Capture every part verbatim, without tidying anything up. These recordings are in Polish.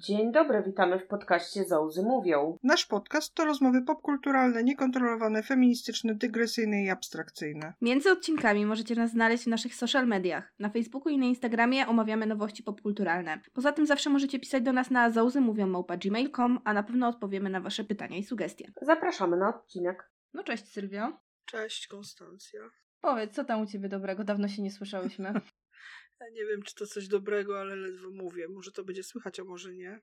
Dzień dobry, witamy w podcaście Zołzy Mówią. Nasz podcast to rozmowy popkulturalne, niekontrolowane, feministyczne, dygresyjne i abstrakcyjne. Między odcinkami możecie nas znaleźć w naszych social mediach. Na Facebooku i na Instagramie omawiamy nowości popkulturalne. Poza tym zawsze możecie pisać do nas na zołzymówią małpa gmail kropka com, a na pewno odpowiemy na wasze pytania i sugestie. Zapraszamy na odcinek. No cześć Sylwio. Cześć Konstancja. Powiedz, co tam u ciebie dobrego? Dawno się nie słyszałyśmy. Ja nie wiem, czy to coś dobrego, ale ledwo mówię. Może to będzie słychać, a może nie.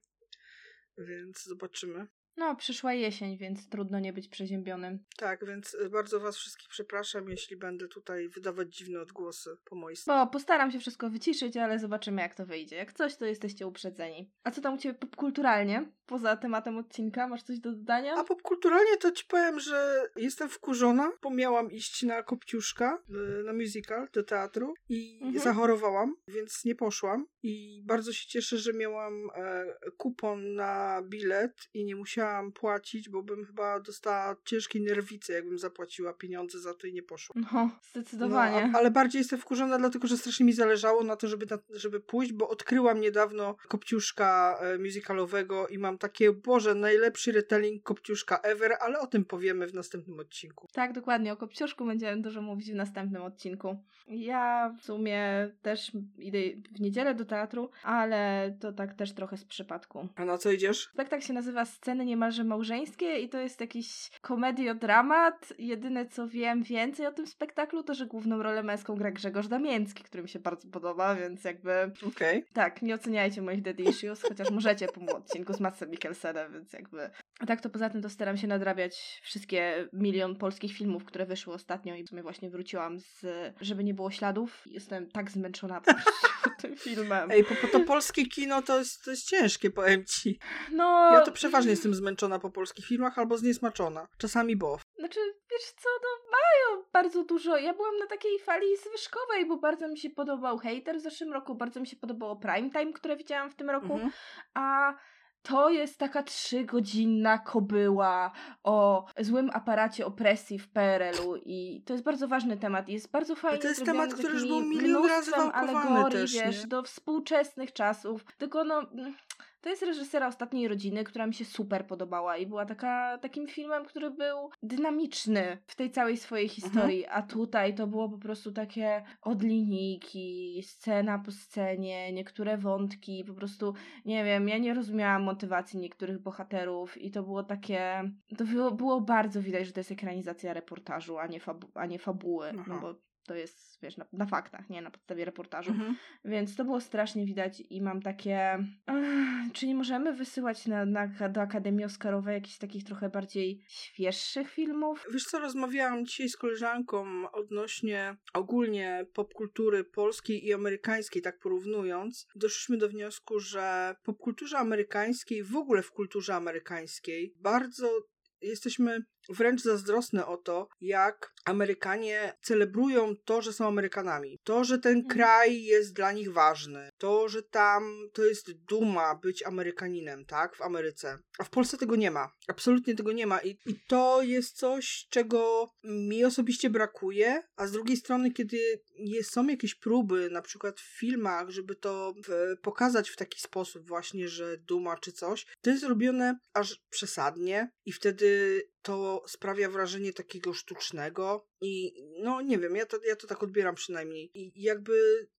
Więc zobaczymy. No, przyszła jesień, więc trudno nie być przeziębionym. Tak, więc bardzo was wszystkich przepraszam, jeśli będę tutaj wydawać dziwne odgłosy po mojej stronie. Bo postaram się wszystko wyciszyć, ale zobaczymy, jak to wyjdzie. Jak coś, to jesteście uprzedzeni. A co tam u ciebie popkulturalnie? Poza tematem odcinka, masz coś do dodania? A popkulturalnie to ci powiem, że jestem wkurzona, bo miałam iść na Kopciuszka, na musical, do teatru i Mhm. zachorowałam, więc nie poszłam. I bardzo się cieszę, że miałam e, kupon na bilet i nie musiałam płacić, bo bym chyba dostała ciężkiej nerwicy, jakbym zapłaciła pieniądze za to i nie poszła. No, zdecydowanie. No, a, ale bardziej jestem wkurzona, dlatego że strasznie mi zależało na to, żeby, na, żeby pójść, bo odkryłam niedawno Kopciuszka e, musicalowego i mam takie, Boże, najlepszy retelling Kopciuszka ever, ale o tym powiemy w następnym odcinku. Tak, dokładnie. O Kopciuszku będziemy dużo mówić w następnym odcinku. Ja w sumie też idę w niedzielę do teatru, ale to tak też trochę z przypadku. A na co idziesz? Spektakl się nazywa Sceny niemalże małżeńskie i to jest jakiś komediodramat. Jedyne co wiem więcej o tym spektaklu to, że główną rolę męską gra Grzegorz Damięcki, który mi się bardzo podoba, więc jakby... Okej. Okay. Tak, nie oceniajcie moich dead issues, chociaż możecie po odcinku z Madsem Mikkelsenem, więc jakby... A tak to poza tym to staram się nadrabiać wszystkie milion polskich filmów, które wyszły ostatnio i w sumie właśnie wróciłam z Żeby nie było śladów. Jestem tak zmęczona po prostu tym filmem. Ej, po, po to polskie kino to jest, to jest ciężkie, powiem ci. No... Ja to przeważnie jestem zmęczona po polskich filmach albo zniesmaczona. Czasami bow. Znaczy, wiesz co, no mają bardzo dużo. Ja byłam na takiej fali zwyżkowej, bo bardzo mi się podobał Hater w zeszłym roku, bardzo mi się podobało Primetime, które widziałam w tym roku, mhm. a to jest taka trzygodzinna kobyła o złym aparacie opresji w P R L u i to jest bardzo ważny temat. Jest bardzo fajnie to jest zrobiony, temat, który już był milion razy alegorii, też, wiesz, nie? do współczesnych czasów. Tylko no... To jest reżysera Ostatniej Rodziny, która mi się super podobała i była taka, takim filmem, który był dynamiczny w tej całej swojej historii, mhm. a tutaj to było po prostu takie od linijki, scena po scenie, niektóre wątki, po prostu, nie wiem, ja nie rozumiałam motywacji niektórych bohaterów i to było takie, to było, było bardzo widać, że to jest ekranizacja reportażu, a nie, fabu- a nie fabuły, Aha. no bo to jest, wiesz, na, na faktach, nie na podstawie reportażu. Mhm. Więc to było strasznie widać i mam takie... Ech, czy nie możemy wysyłać na, na, do Akademii Oscarowej jakichś takich trochę bardziej świeższych filmów? Wiesz co, rozmawiałam dzisiaj z koleżanką odnośnie ogólnie popkultury polskiej i amerykańskiej, tak porównując. Doszliśmy do wniosku, że w popkulturze amerykańskiej, w ogóle w kulturze amerykańskiej bardzo jesteśmy wręcz zazdrosne o to, jak Amerykanie celebrują to, że są Amerykanami. To, że ten kraj jest dla nich ważny. To, że tam to jest duma być Amerykaninem, tak? W Ameryce. A w Polsce tego nie ma. Absolutnie tego nie ma. I, i to jest coś, czego mi osobiście brakuje, a z drugiej strony, kiedy jest, są jakieś próby, na przykład w filmach, żeby to w, pokazać w taki sposób właśnie, że duma czy coś, to jest robione aż przesadnie i wtedy to sprawia wrażenie takiego sztucznego i no nie wiem, ja to, ja to tak odbieram przynajmniej i jakby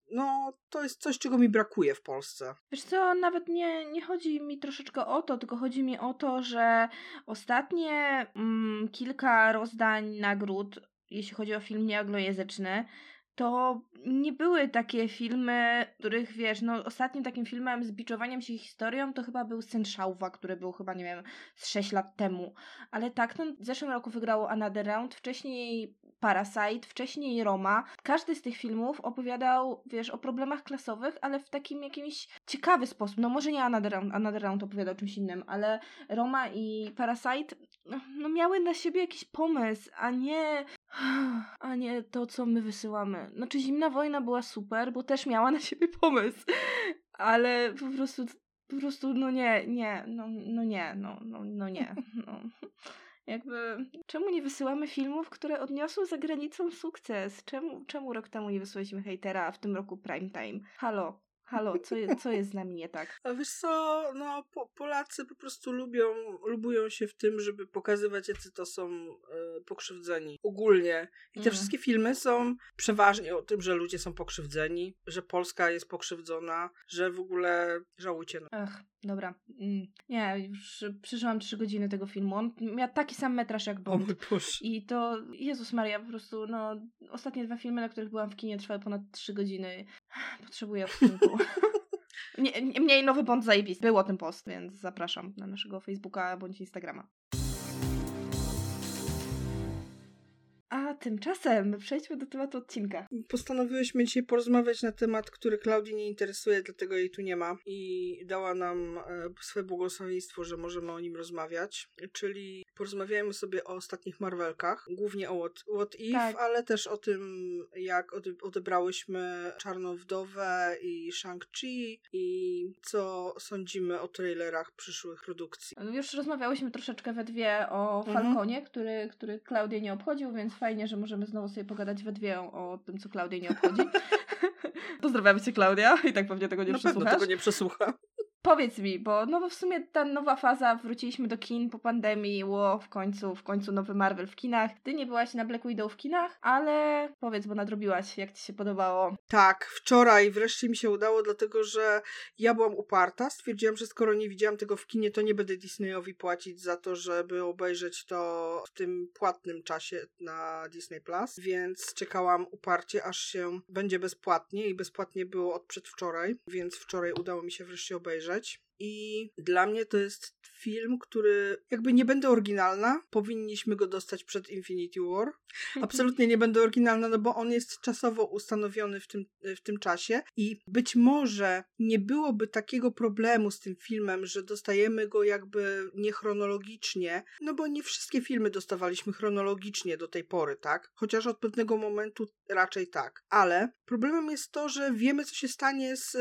no to jest coś, czego mi brakuje w Polsce. Wiesz co, nawet nie, nie chodzi mi troszeczkę o to, tylko chodzi mi o to, że ostatnie mm, kilka rozdań nagród, jeśli chodzi o film nieanglojęzyczny, to nie były takie filmy, których wiesz, no ostatnim takim filmem z biczowaniem się historią to chyba był Syn Szałwa, który był chyba, nie wiem, z sześć lat temu. Ale tak, no w zeszłym roku wygrało Another Round, wcześniej Parasite, wcześniej Roma. Każdy z tych filmów opowiadał, wiesz, o problemach klasowych, ale w takim jakimś ciekawy sposób. No może nie Another Round, Another Round opowiadał czymś innym, ale Roma i Parasite no miały na siebie jakiś pomysł, a nie a nie to, co my wysyłamy. Znaczy Zimna Wojna była super, bo też miała na siebie pomysł, ale po prostu po prostu no nie, nie, no, no nie, no, no, no nie, no. Jakby, czemu nie wysyłamy filmów, które odniosły za granicą sukces? Czemu, czemu rok temu nie wysłaliśmy Hejtera, a w tym roku Primetime? Halo, Halo, co, je, co jest z nami nie tak? A wiesz co, no po, Polacy po prostu lubią, lubują się w tym, żeby pokazywać, jacy to są e, pokrzywdzeni. Ogólnie. I te Mm. wszystkie filmy są przeważnie o tym, że ludzie są pokrzywdzeni, że Polska jest pokrzywdzona, że w ogóle żałujcie. No. Ach, dobra. Mm. Nie, już przeżyłam trzy godziny tego filmu. On miał taki sam metraż jak O Bond. mój Boże. I to, Jezus Maria, po prostu, no, ostatnie dwa filmy, na których byłam w kinie, trwały ponad trzy godziny. Potrzebuję odpoczynku. Nie, nie, mniej nowy Bond zajebisty. Był o tym post, więc zapraszam na naszego Facebooka bądź Instagrama. A tymczasem przejdźmy do tematu odcinka. Postanowiłyśmy dzisiaj porozmawiać na temat, który Klaudii nie interesuje, dlatego jej tu nie ma i dała nam e, swoje błogosławieństwo, że możemy o nim rozmawiać, czyli porozmawiajmy sobie o ostatnich Marvelkach, głównie o What, What If, Tak. ale też o tym, jak ode- odebrałyśmy Czarną Wdowę i Shang-Chi i co sądzimy o trailerach przyszłych produkcji. Już rozmawiałyśmy troszeczkę we dwie o Mhm. Falconie, który, który Klaudię nie obchodził, więc fajnie, że możemy znowu sobie pogadać we dwie o, o tym, co Klaudię nie obchodzi. Pozdrawiamy cię, Klaudia, i tak pewnie tego nie Na pewno przesłuchasz. tego nie przesłucha. Powiedz mi, bo no bo w sumie ta nowa faza, wróciliśmy do kin po pandemii, ło, w końcu, w końcu nowy Marvel w kinach. Ty nie byłaś na Black Widow w kinach, ale powiedz, bo nadrobiłaś, jak ci się podobało. Tak, wczoraj wreszcie mi się udało, dlatego że ja byłam uparta. Stwierdziłam, że skoro nie widziałam tego w kinie, to nie będę Disneyowi płacić za to, żeby obejrzeć to w tym płatnym czasie na Disney Plus, więc czekałam uparcie, aż się będzie bezpłatnie i bezpłatnie było od przedwczoraj, więc wczoraj udało mi się wreszcie obejrzeć. I dla mnie to jest film, który jakby nie będę oryginalna, powinniśmy go dostać przed Infinity War. Absolutnie nie będę oryginalna, no bo on jest czasowo ustanowiony w tym, w tym czasie i być może nie byłoby takiego problemu z tym filmem, że dostajemy go jakby niechronologicznie, no bo nie wszystkie filmy dostawaliśmy chronologicznie do tej pory, tak? Chociaż od pewnego momentu raczej tak. Ale problemem jest to, że wiemy, co się stanie z,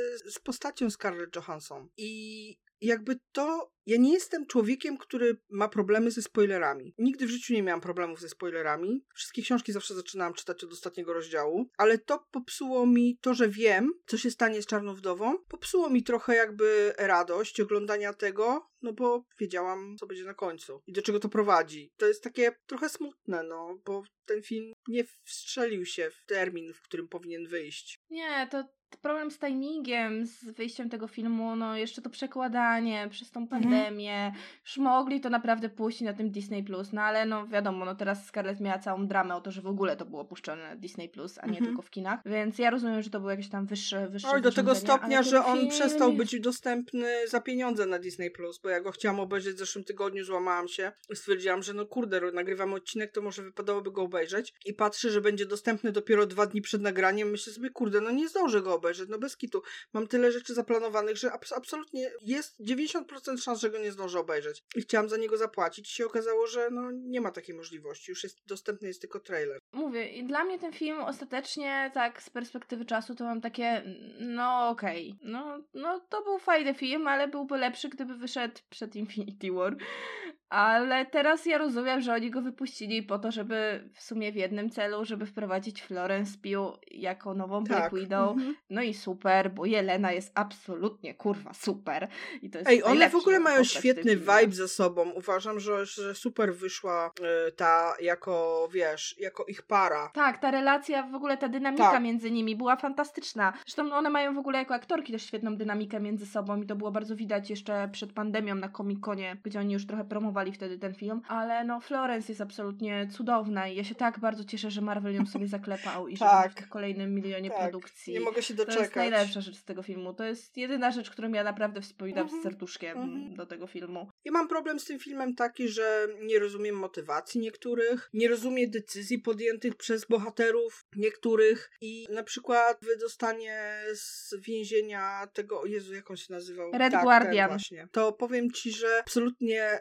z postacią Scarlett Johansson. I jakby to... Ja nie jestem człowiekiem, który ma problemy ze spoilerami. Nigdy w życiu nie miałam problemów ze spoilerami. Wszystkie książki zawsze zaczynałam czytać od ostatniego rozdziału, ale to popsuło mi to, że wiem, co się stanie z Czarną Wdową. Popsuło mi trochę jakby radość oglądania tego, no bo wiedziałam, co będzie na końcu i do czego to prowadzi. To jest takie trochę smutne, no, bo ten film nie wstrzelił się w termin, w którym powinien wyjść. Nie, to problem z timingiem, z wyjściem tego filmu, no jeszcze to przekładanie przez tą pandemię. Już mogli to naprawdę puścić na tym Disney Plus, no ale no wiadomo, no teraz Scarlett miała całą dramę o to, że w ogóle to było puszczone na Disney Plus, a nie Mhm. tylko w kinach, więc ja rozumiem, że to było jakieś tam wyższe, wyższe Oj, do tego wyrządzenie, stopnia, ale że ten on film przestał jest- być dostępny za pieniądze na Disney Plus, bo ja go chciałam obejrzeć w zeszłym tygodniu, złamałam się i stwierdziłam, że no kurde, nagrywam odcinek, to może wypadałoby go obejrzeć i patrzę, że będzie dostępny dopiero dwa dni przed nagraniem, myślę sobie, kurde, no nie zdążę go obejrzeć, no bez kitu. Mam tyle rzeczy zaplanowanych, że abs- absolutnie jest dziewięćdziesiąt procent szans, że go nie zdążę obejrzeć. I chciałam za niego zapłacić i się okazało, że no nie ma takiej możliwości, już jest dostępny jest tylko trailer. Mówię, i dla mnie ten film ostatecznie, tak z perspektywy czasu, to mam takie, no okej, okay. no, no to był fajny film, ale byłby lepszy, gdyby wyszedł przed Infinity War. Ale teraz ja rozumiem, że oni go wypuścili po to, żeby w sumie w jednym celu, żeby wprowadzić Florence Pugh jako nową Black Tak. Widow. Mhm. No i super, bo Jelena jest absolutnie, kurwa, super. I to jest Ej, one w najlepsza ogóle mają postać w tym świetny filmie. vibe ze sobą. Uważam, że, że super wyszła y, ta jako, wiesz, jako ich para. Tak, ta relacja, w ogóle ta dynamika Tak. między nimi była fantastyczna. Zresztą one mają w ogóle jako aktorki też świetną dynamikę między sobą i to było bardzo widać jeszcze przed pandemią na Comic-Conie, gdzie oni już trochę promowali wtedy ten film. Ale no, Florence jest absolutnie cudowna i ja się tak bardzo cieszę, że Marvel ją sobie zaklepał i że Tak. będzie w kolejnym milionie Tak, produkcji. nie mogę się To doczekać. jest najlepsza rzecz z tego filmu. To jest jedyna rzecz, którą ja naprawdę wspominam Mhm, z serduszkiem mhm. do tego filmu. Ja mam problem z tym filmem taki, że nie rozumiem motywacji niektórych, nie rozumiem decyzji podjętych przez bohaterów niektórych i na przykład wydostanie z więzienia tego, o Jezu, jak on się nazywał? Red tak, Guardian. Ten właśnie. To powiem ci, że absolutnie było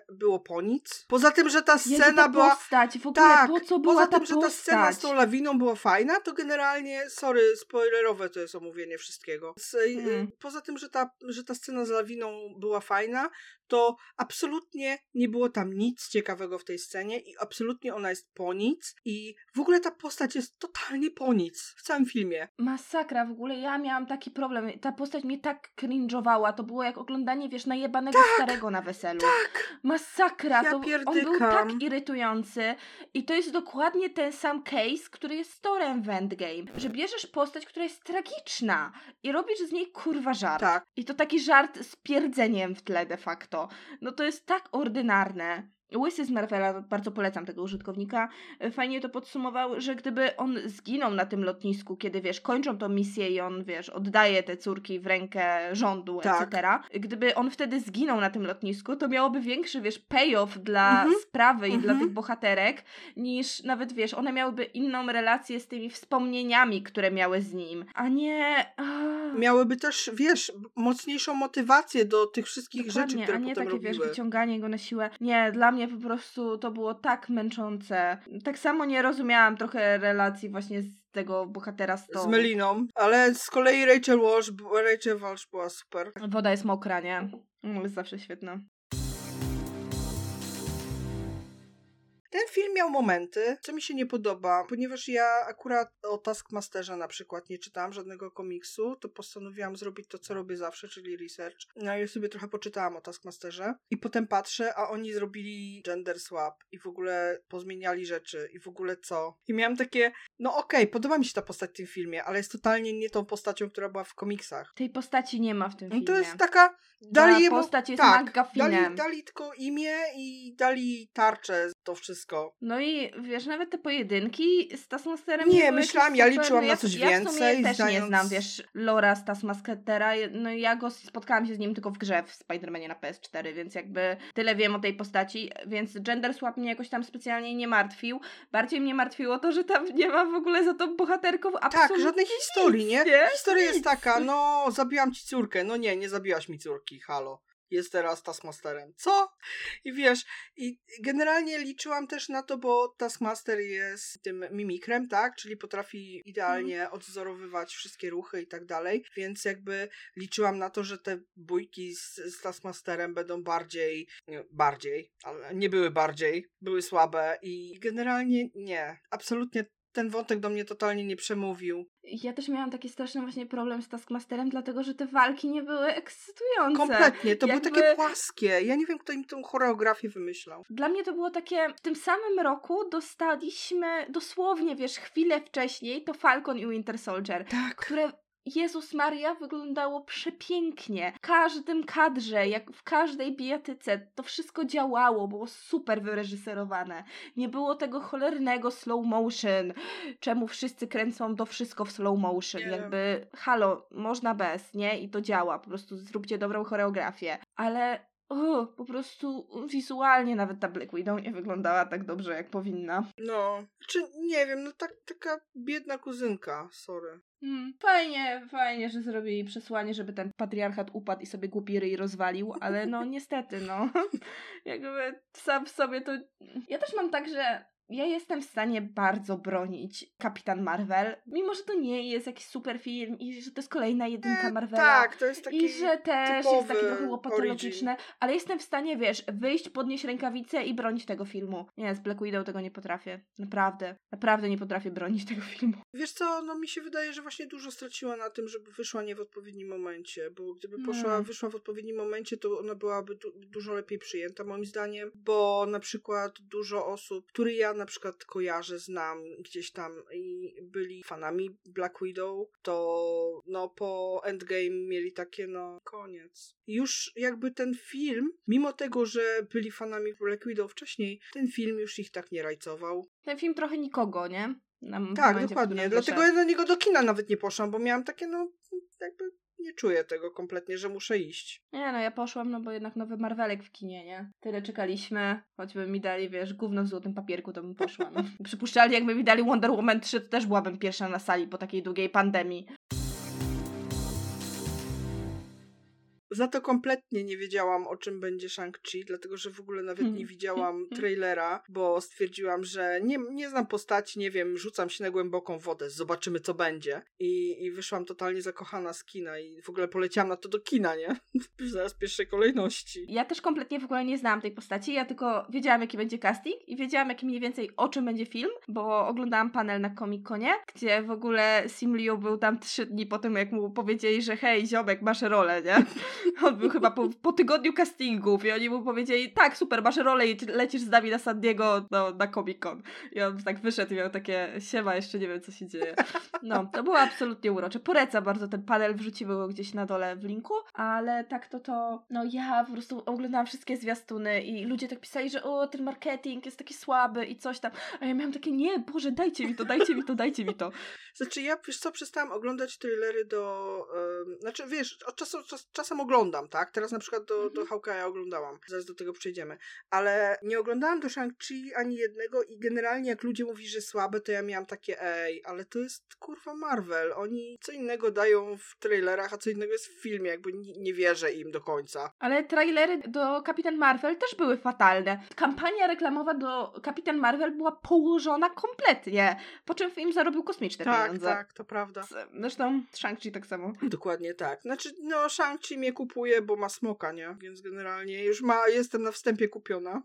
po nic. Poza tym, że ta Jezu, scena ta była... postać, w ogóle Tak, po co była poza ta tym, że ta postać? scena z tą lawiną była fajna, to generalnie, sorry, spoilerowe to jest omówienie wszystkiego. Z, Hmm. Poza tym, że ta, że ta scena z lawiną była fajna, to absolutnie nie było tam nic ciekawego w tej scenie i absolutnie ona jest po nic i w ogóle ta postać jest totalnie po nic w całym filmie. Masakra, w ogóle ja miałam taki problem. Ta postać mnie tak cringe'owała. To było jak oglądanie, wiesz, najebanego Tak, starego na weselu. Tak! Masakra. Ja to on był pierdykam. tak irytujący. I to jest dokładnie ten sam case, który jest z Thorem w Endgame. Że bierzesz postać, która jest tragiczna i robisz z niej kurwa żart. Tak. I to taki żart z pierdzeniem w tle de facto. No to jest tak ordynarne. Łysy z Marvela, bardzo polecam tego użytkownika, fajnie to podsumował, że gdyby on zginął na tym lotnisku, kiedy, wiesz, kończą tą misję i on, wiesz, oddaje te córki w rękę rządu, Tak. et cetera. Gdyby on wtedy zginął na tym lotnisku, to miałoby większy, wiesz, payoff dla Mhm. sprawy i Mhm. dla tych bohaterek, niż nawet, wiesz, one miałyby inną relację z tymi wspomnieniami, które miały z nim, a nie... Ah. Miałyby też, wiesz, mocniejszą motywację do tych wszystkich Dokładnie, rzeczy, które a nie potem takie, robiły. wiesz, wyciąganie go na siłę. Nie, dla mnie po prostu to było tak męczące. Tak samo nie rozumiałam trochę relacji właśnie z tego bohatera z tą... Z Meliną, ale z kolei Rachel Walsh, Rachel Walsh była super. Woda jest mokra, nie? Mm, Jest zawsze świetna. Ten film miał momenty, co mi się nie podoba, ponieważ ja akurat o Taskmasterze na przykład nie czytałam żadnego komiksu, to postanowiłam zrobić to, co robię zawsze, czyli research. No i sobie trochę poczytałam o Taskmasterze i potem patrzę, a oni zrobili gender swap i w ogóle pozmieniali rzeczy i w ogóle co. I miałam takie, no okej, okay, podoba mi się ta postać w tym filmie, ale jest totalnie nie tą postacią, która była w komiksach. Tej postaci nie ma w tym filmie. No to jest taka... Dali Ta jemu, postać jest tak, McGuffinem. dali, dali tylko imię i dali tarczę, to wszystko. No i wiesz, nawet te pojedynki z Taskmasterem Nie, były myślałam, jakieś ja super. liczyłam ja, na coś ja więcej, w sumie też zdając... nie znam, wiesz, lora z Taskmastera. No i ja go spotkałam się z nim tylko w grze w Spider-Manie na P S cztery, więc jakby tyle wiem o tej postaci, więc gender swap mnie jakoś tam specjalnie nie martwił. Bardziej mnie martwiło to, że tam nie ma w ogóle za tą bohaterką absolutnie Tak, żadnej historii, nic, nie? nie? Historia Nic. jest taka, no zabiłam ci córkę, no nie, nie zabiłaś mi córki, halo. Jest teraz Taskmasterem. Co? I wiesz, i generalnie liczyłam też na to, bo Taskmaster jest tym mimikrem, tak? Czyli potrafi idealnie mm. odwzorowywać wszystkie ruchy i tak dalej, więc jakby liczyłam na to, że te bójki z, z Taskmasterem będą bardziej, nie, bardziej, ale nie były bardziej, były słabe i generalnie nie, absolutnie ten wątek do mnie totalnie nie przemówił. Ja też miałam taki straszny właśnie problem z Taskmasterem, dlatego że te walki nie były ekscytujące. Kompletnie, to Jakby... były takie płaskie. Ja nie wiem, kto im tą choreografię wymyślał. Dla mnie to było takie, w tym samym roku dostaliśmy dosłownie, wiesz, chwilę wcześniej to Falcon i Winter Soldier, Tak. które... Jezus Maria, wyglądało przepięknie. W każdym kadrze, jak w każdej bijatyce, to wszystko działało, było super wyreżyserowane. Nie było tego cholernego slow motion, czemu wszyscy kręcą to wszystko w slow motion. Nie. Jakby, halo, można bez, nie? I to działa, po prostu zróbcie dobrą choreografię. Ale... O, po prostu wizualnie nawet ta Black Widow nie wyglądała tak dobrze, jak powinna. No, czy nie wiem, no tak, taka biedna kuzynka, sorry. Hmm. Fajnie, fajnie, że zrobili przesłanie, żeby ten patriarchat upadł i sobie głupi ryj rozwalił, ale no niestety, no. Jakby sam w sobie to... Ja też mam tak, że ja jestem w stanie bardzo bronić Kapitan Marvel, mimo że to nie jest jakiś super film i że to jest kolejna jedynka E, Marvela. tak, to jest taki I że też typowy jest takie trochę łopatologiczne, origin. ale jestem w stanie, wiesz, wyjść, podnieść rękawice i bronić tego filmu. Nie, z Black Widow tego nie potrafię. Naprawdę. Naprawdę nie potrafię bronić tego filmu. Wiesz co, no mi się wydaje, że właśnie dużo straciła na tym, żeby wyszła nie w odpowiednim momencie, bo gdyby poszła, Hmm. wyszła w odpowiednim momencie, to ona byłaby du- dużo lepiej przyjęta moim zdaniem, bo na przykład dużo osób, które ja na przykład kojarzę, znam gdzieś tam i byli fanami Black Widow, to no po Endgame mieli takie no koniec. I już jakby ten film, mimo tego, że byli fanami Black Widow wcześniej, ten film już ich tak nie rajcował. Ten film trochę nikogo, nie? Na Tak, momencie, w dokładnie. którym Dlatego wyszedł. ja na niego do kina nawet nie poszłam, bo miałam takie no jakby nie czuję tego kompletnie, że muszę iść. Nie no, ja poszłam, no bo jednak nowy Marvelek w kinie, nie? Tyle czekaliśmy, choćby mi dali, wiesz, gówno w złotym papierku, to bym poszła. No. Przypuszczalnie jakby mi dali Wonder Woman trzy, to też byłabym pierwsza na sali po takiej długiej pandemii. Za to kompletnie nie wiedziałam, o czym będzie Shang-Chi, dlatego, że w ogóle nawet nie widziałam trailera, bo stwierdziłam, że nie, nie znam postaci, nie wiem, rzucam się na głęboką wodę, zobaczymy, co będzie. I, i wyszłam totalnie zakochana z kina i w ogóle poleciałam na to do kina, nie? Zaraz w pierwszej kolejności. Ja też kompletnie w ogóle nie znałam tej postaci, ja tylko wiedziałam, jaki będzie casting i wiedziałam, jaki mniej więcej o czym będzie film, bo oglądałam panel na Comic-Conie, gdzie w ogóle Simu Liu był tam trzy dni po tym, jak mu powiedzieli, że hej, ziomek, masz rolę, nie? On był chyba po, po tygodniu castingów i oni mu powiedzieli, tak, super, masz rolę i lecisz z nami na San Diego no, na Comic-Con. I on tak wyszedł i miał takie, siema, jeszcze nie wiem, co się dzieje. No, to było absolutnie urocze. Polecam bardzo ten panel, wrzucimy go gdzieś na dole w linku, ale tak to to, no ja po prostu oglądałam wszystkie zwiastuny i ludzie tak pisali, że o, ten marketing jest taki słaby i coś tam, a ja miałam takie, nie, Boże, dajcie mi to, dajcie mi to, dajcie mi to. Znaczy ja, wiesz co, przestałam oglądać trailery do... Yy, znaczy, wiesz, od czasu czas, czasem oglądam, tak? Teraz na przykład do, mm-hmm. do Hawkeye'a oglądałam. Zaraz do tego przejdziemy. Ale nie oglądałam do Shang-Chi ani jednego i generalnie jak ludzie mówili, że słabe, to ja miałam takie, ej, ale to jest kurwa Marvel. Oni co innego dają w trailerach, a co innego jest w filmie. Jakby nie, nie wierzę im do końca. Ale trailery do Kapitan Marvel też były fatalne. Kampania reklamowa do Kapitan Marvel była położona kompletnie, po czym film zarobił kosmiczne tak, pieniądze. Tak, tak, to prawda. Zresztą Shang-Chi tak samo. Dokładnie tak. Znaczy, no Shang-Chi mnie kupuje, bo ma smoka, nie? Więc generalnie już ma, jestem na wstępie kupiona.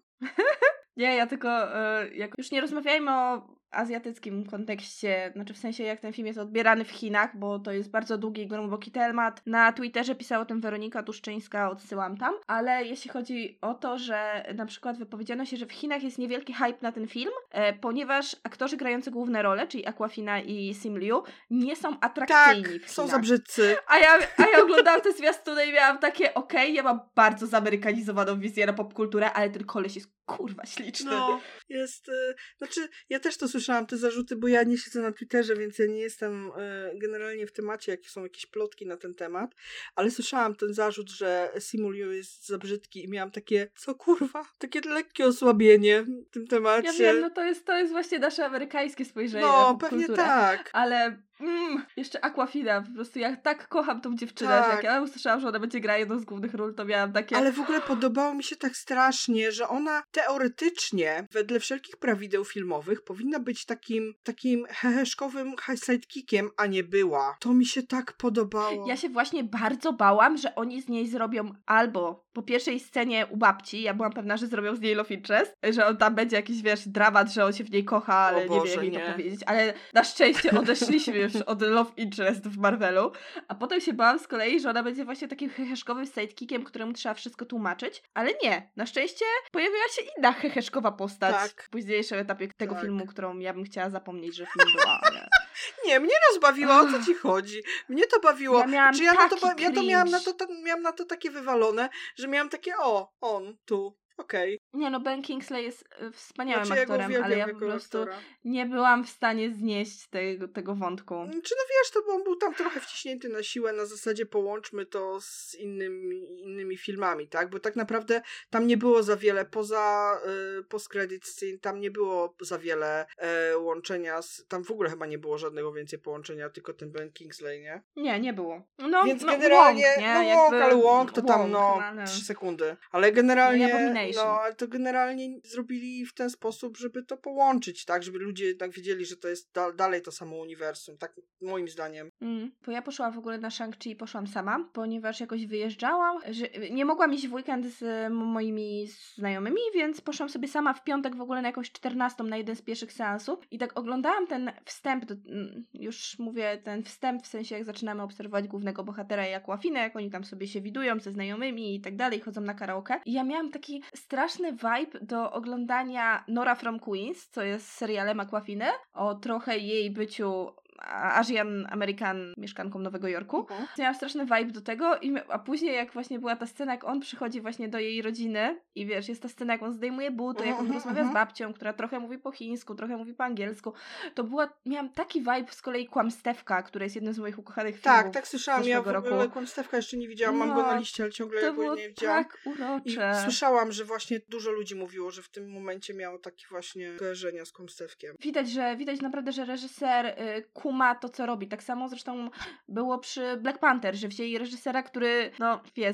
Nie, ja tylko, y, jak już nie rozmawiajmy o azjatyckim kontekście, znaczy w sensie jak ten film jest odbierany w Chinach, bo to jest bardzo długi i głęboki temat. Na Twitterze pisała o tym Weronika Tuszczyńska, odsyłam tam, ale jeśli chodzi o to, że na przykład wypowiedziano się, że w Chinach jest niewielki hype na ten film, e, ponieważ aktorzy grający główne role, czyli Awkwafina i Simu Liu, nie są atrakcyjni tak, w są Chinach. za brzydcy. A ja, a ja oglądałam te zwiastuny i miałam takie, okej, okay, ja mam bardzo zamerykanizowaną wizję na popkulturę, ale ten koleś jest kurwa śliczny. No, jest, y, znaczy ja też to słyszałam, te zarzuty, bo ja nie siedzę na Twitterze, więc ja nie jestem y, generalnie w temacie, jakie są jakieś plotki na ten temat, ale słyszałam ten zarzut, że Simu Liu jest za brzydki i miałam takie, co kurwa, takie lekkie osłabienie w tym temacie. Ja wiem, no to jest, to jest właśnie nasze amerykańskie spojrzenie no, na popkulturę. pewnie tak. Ale mm, jeszcze Awkwafina, po prostu ja tak kocham tą dziewczynę, tak. że jak ja usłyszałam, że ona będzie grała jedną z głównych ról, to miałam takie... Ale w ogóle podobało mi się tak strasznie, że ona teoretycznie, wedle wszelkich prawideł filmowych, powinna być takim, takim heheszkowym sidekickiem, a nie była. To mi się tak podobało. Ja się właśnie bardzo bałam, że oni z niej zrobią albo po pierwszej scenie u babci, ja byłam pewna, że zrobią z niej love interest, że on tam będzie jakiś, wiesz, dramat, że on się w niej kocha, ale o nie Boże, wiem, jak jej nie. to powiedzieć. Ale na szczęście odeszliśmy już od love interest w Marvelu, a potem się bałam z kolei, że ona będzie właśnie takim heheszkowym sidekickiem, któremu trzeba wszystko tłumaczyć, ale nie. Na szczęście pojawiła się inna heheszkowa postać tak. w późniejszym etapie tego tak. filmu, którą ja bym chciała zapomnieć, że film była, ale... Nie, mnie rozbawiło, o co ci chodzi? Mnie to bawiło. Ja miałam Czy ja, na to, taki ja to miałam na to, cringe. to miałam na to takie wywalone, że miałam takie, o, on, tu, okej. Okay. Nie no, Ben Kingsley jest y, wspaniałym znaczy, aktorem, ja ale ja po prostu aktora. nie byłam w stanie znieść tego, tego wątku. Czy no wiesz, to on był tam trochę wciśnięty na siłę, na zasadzie połączmy to z innymi, innymi filmami, tak? Bo tak naprawdę tam nie było za wiele, poza y, post-credit scene, tam nie było za wiele y, łączenia, z, tam w ogóle chyba nie było żadnego więcej połączenia, tylko ten Ben Kingsley, nie? Nie, nie było. No, Więc no, generalnie, Wong, nie? no Jakby Wong, ale Wong to tam, Wong, no, ale... trzy sekundy. Ale generalnie, No, Abomination. no, ale to generalnie zrobili w ten sposób, żeby to połączyć, tak? Żeby ludzie jednak wiedzieli, że to jest da- dalej to samo uniwersum, tak moim zdaniem. Mm, bo ja poszłam w ogóle na Shang-Chi i poszłam sama, ponieważ jakoś wyjeżdżałam, że nie mogłam iść w weekend z moimi znajomymi, więc poszłam sobie sama w piątek w ogóle na jakąś czternastą, na jeden z pierwszych seansów i tak oglądałam ten wstęp, do, już mówię ten wstęp w sensie jak zaczynamy obserwować głównego bohatera i Awkwafinę, jak oni tam sobie się widują ze znajomymi i tak dalej, chodzą na karaoke i ja miałam taki straszny vibe do oglądania Nora from Queens, co jest serialem Awkwafiny, o trochę jej byciu Asian American mieszkanką Nowego Jorku. Mhm. Miałam straszny vibe do tego, i, a później jak właśnie była ta scena, jak on przychodzi właśnie do jej rodziny i wiesz, jest ta scena, jak on zdejmuje buty, jak on Mhm, rozmawia mhm. z babcią, która trochę mówi po chińsku, trochę mówi po angielsku, to była, miałam taki vibe z kolei Kłamstewka, który jest jednym z moich ukochanych filmów. Tak, tak słyszałam, ja w zeszłego ogóle roku. Kłamstewka jeszcze nie widziałam, mam No, go na liście, ale ciągle To go było nie widziałam. tak I urocze. słyszałam, że właśnie dużo ludzi mówiło, że w tym momencie miało takie właśnie kojarzenia z Kłamstewkiem. Widać, że widać naprawdę, że reżyser y, kuma to, co robi. Tak samo zresztą było przy Black Panther, że wzięli reżysera, który, no wiesz,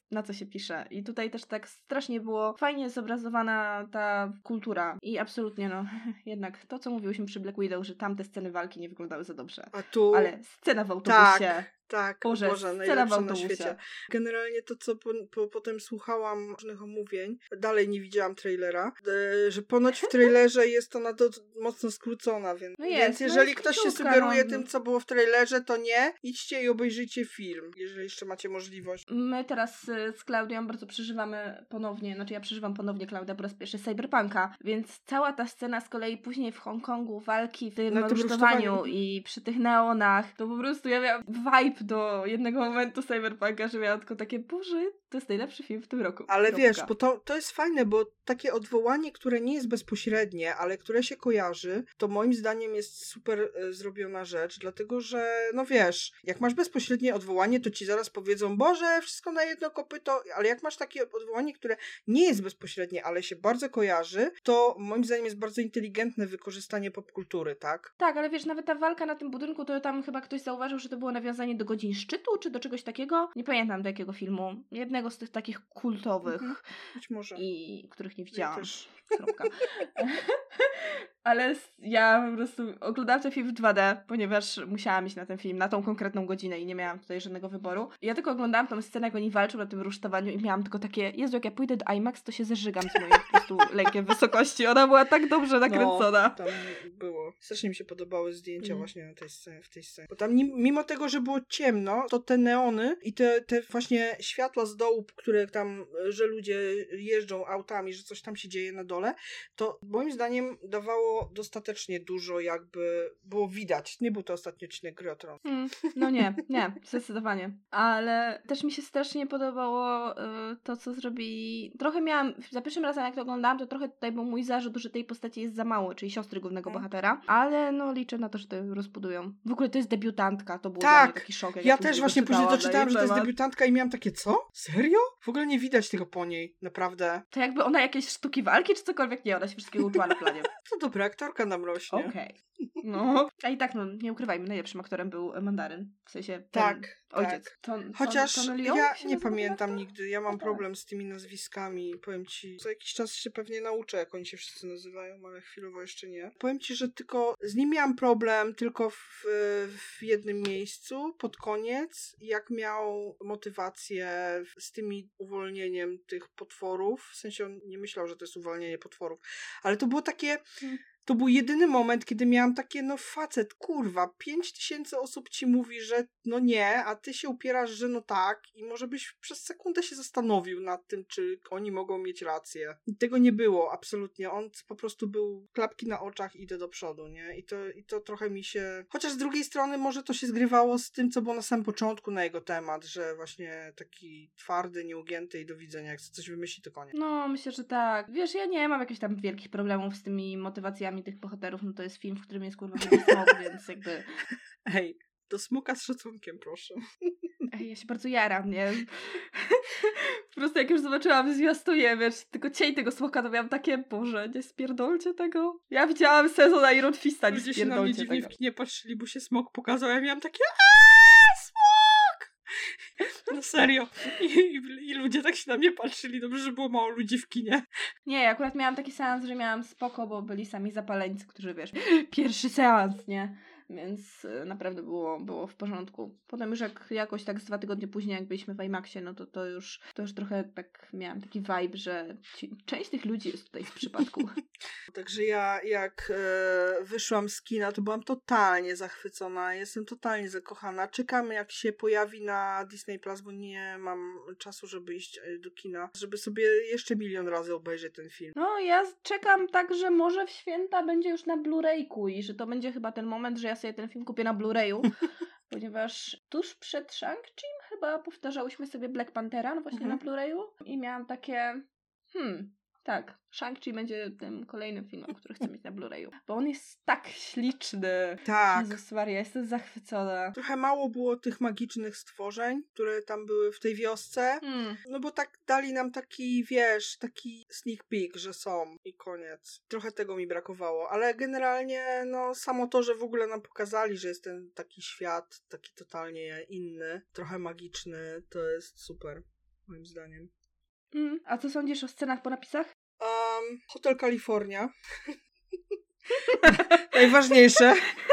na co się pisze. I tutaj też tak strasznie było fajnie zobrazowana ta kultura. I absolutnie, no, jednak to, co mówiłyśmy przy Black Widow, że tamte sceny walki nie wyglądały za dobrze. A tu... Ale scena w autobusie... Tak. Tak, Boże, Boże, scena w najlepsza na autobusie. świecie. Generalnie to, co po, po, potem słuchałam różnych omówień, dalej nie widziałam trailera, e, że ponoć w trailerze jest ona do, mocno skrócona, więc, No jest, więc no jeżeli jest ktoś się krótka, sugeruje no. tym, co było w trailerze, to nie. Idźcie i obejrzyjcie film, jeżeli jeszcze macie możliwość. My teraz y, z Klaudią bardzo przeżywamy ponownie, znaczy ja przeżywam ponownie, Klaudia, po raz pierwszy Cyberpunka, więc cała ta scena z kolei później w Hongkongu, walki w tym Na tym rusztowaniu rusztowaniu. i przy tych neonach, to po prostu ja miałam vibe do jednego momentu Cyberpunka, że miałam tylko takie, Boże, to jest najlepszy film w tym roku. Ale Kropka. wiesz, bo to, to jest fajne, bo takie odwołanie, które nie jest bezpośrednie, ale które się kojarzy, to moim zdaniem jest super e, zrobiona rzecz, dlatego że, no wiesz, jak masz bezpośrednie odwołanie, to ci zaraz powiedzą, Boże, wszystko na jedno kopyto, ale jak masz takie odwołanie, które nie jest bezpośrednie, ale się bardzo kojarzy, to moim zdaniem jest bardzo inteligentne wykorzystanie popkultury, tak? Tak, ale wiesz, nawet ta walka na tym budynku, to tam chyba ktoś zauważył, że to było nawiązanie do Godzin Szczytu, czy do czegoś takiego. Nie pamiętam do jakiego filmu. Jednego z tych takich kultowych. Mhm. Być może. I których nie Ja widziałam. też. Kropka. Ale s- ja po prostu oglądałam ten film w dwa D, ponieważ musiałam iść na ten film, na tą konkretną godzinę i nie miałam tutaj żadnego wyboru. I ja tylko oglądałam tą scenę, jak oni walczą na tym rusztowaniu i miałam tylko takie, Jezu, jak ja pójdę do IMAX, to się zeżygam z moim po prostu lękiem wysokości. Ona była tak dobrze nakręcona. No, tam było. Strasznie mi się podobały zdjęcia Mm. właśnie na tej scenie, w tej scenie. Bo tam nim- mimo tego, że było ciemno, to te neony i te, te właśnie światła z dołu, które tam, że ludzie jeżdżą autami, że coś tam się dzieje na dole, to moim zdaniem dawało dostatecznie dużo, jakby było widać. Nie był to ostatni odcinek Gry o Tron. Mm, no nie, nie, zdecydowanie. Ale też mi się strasznie podobało y, to, co zrobili. Trochę miałam, za pierwszym razem jak to oglądałam, to trochę tutaj był mój zarzut, że tej postaci jest za mało, czyli siostry głównego Mhm. bohatera, ale no liczę na to, że to rozbudują. W ogóle to jest debiutantka, to był Tak, dla mnie taki szok. Jak Ja później też właśnie później doczytałam na doczytałem, jej że to jest temat. debiutantka i miałam takie, co? Serio? W ogóle nie widać tego po niej, naprawdę. To jakby ona jakieś sztuki walki czy cokolwiek, nie, ona się wszystkiego uczyła na planie. To dobra aktorka nam rośnie. Okej. No. A i tak, no, nie ukrywajmy, najlepszym aktorem był Mandaryn. W sensie ten Tak, ojciec. tak. Ton, Chociaż ton, ton Leon ja się nie nazywa pamiętam aktor? nigdy, ja mam No tak. problem z tymi nazwiskami. Powiem ci, za jakiś czas się pewnie nauczę, jak oni się wszyscy nazywają, ale chwilowo jeszcze nie. Powiem ci, że tylko z nim miałam problem tylko w, w jednym miejscu, pod koniec, jak miał motywację z tymi uwolnieniem tych potworów. W sensie on nie myślał, że to jest uwolnienie potworów, ale to było takie... Hmm. To był jedyny moment, kiedy miałam takie, no facet, kurwa, pięć tysięcy osób ci mówi, że no nie, a ty się upierasz, że no tak i może byś przez sekundę się zastanowił nad tym, czy oni mogą mieć rację. I tego nie było, absolutnie. On po prostu był klapki na oczach, idę do przodu, nie? I to, i to trochę mi się... Chociaż z drugiej strony może to się zgrywało z tym, co było na samym początku na jego temat, że właśnie taki twardy, nieugięty i do widzenia, jak coś wymyśli, to koniec. No, myślę, że tak. Wiesz, ja nie mam jakichś tam wielkich problemów z tymi motywacjami tych bohaterów, no to jest film, w którym jest kurwa wielki smok, więc jakby... Hej, do smoka z szacunkiem, proszę. Ej, ja się bardzo jaram, nie? Po prostu jak już zobaczyłam zwiastuję, wiesz, tylko cień tego smoka, to miałam takie, Boże, nie spierdolcie tego. Ja widziałam sezon Iron Fista, nie Ludzie się na mnie spierdolcie dziwnie tego. w kinie patrzyli, bo się smok pokazał, ja miałam takie aaa, smok! No serio. I, i, I ludzie tak się na mnie patrzyli. Dobrze, że było mało ludzi w kinie. Nie, ja akurat miałam taki seans, że miałam spoko, bo byli sami zapaleńcy, którzy, wiesz, pierwszy seans, nie? Więc y, naprawdę było, było w porządku. Potem już jak jakoś tak z dwa tygodnie później, jak byliśmy w IMAXie, no to to już, to już trochę tak miałam taki vibe, że ci, część tych ludzi jest tutaj z przypadku. Także ja jak e, wyszłam z kina, to byłam totalnie zachwycona. Jestem totalnie zakochana. Czekamy, jak się pojawi na Disney Plus, bo nie mam czasu, żeby iść e, do kina. Żeby sobie jeszcze milion razy obejrzeć ten film. No, ja czekam tak, że może w święta będzie już na Blu-rayku i że to będzie chyba ten moment, że ja sobie ten film kupię na Blu-rayu, ponieważ tuż przed Shang-Chi'm chyba powtarzałyśmy sobie Black Panthera, no właśnie Mhm. na Blu-rayu i miałam takie, hmm, tak, Shang-Chi będzie tym kolejnym filmem, który chcę mieć na Blu-rayu, bo on jest tak śliczny. Tak. Jezus Maria, jestem zachwycona. Trochę mało było tych magicznych stworzeń, które tam były w tej wiosce. Hmm. No bo tak dali nam taki, wiesz, taki sneak peek, że są i koniec. Trochę tego mi brakowało, ale generalnie no samo to, że w ogóle nam pokazali, że jest ten taki świat, taki totalnie inny, trochę magiczny, to jest super. moim zdaniem. Mm, a co sądzisz o scenach po napisach? Um, Hotel California. Najważniejsze.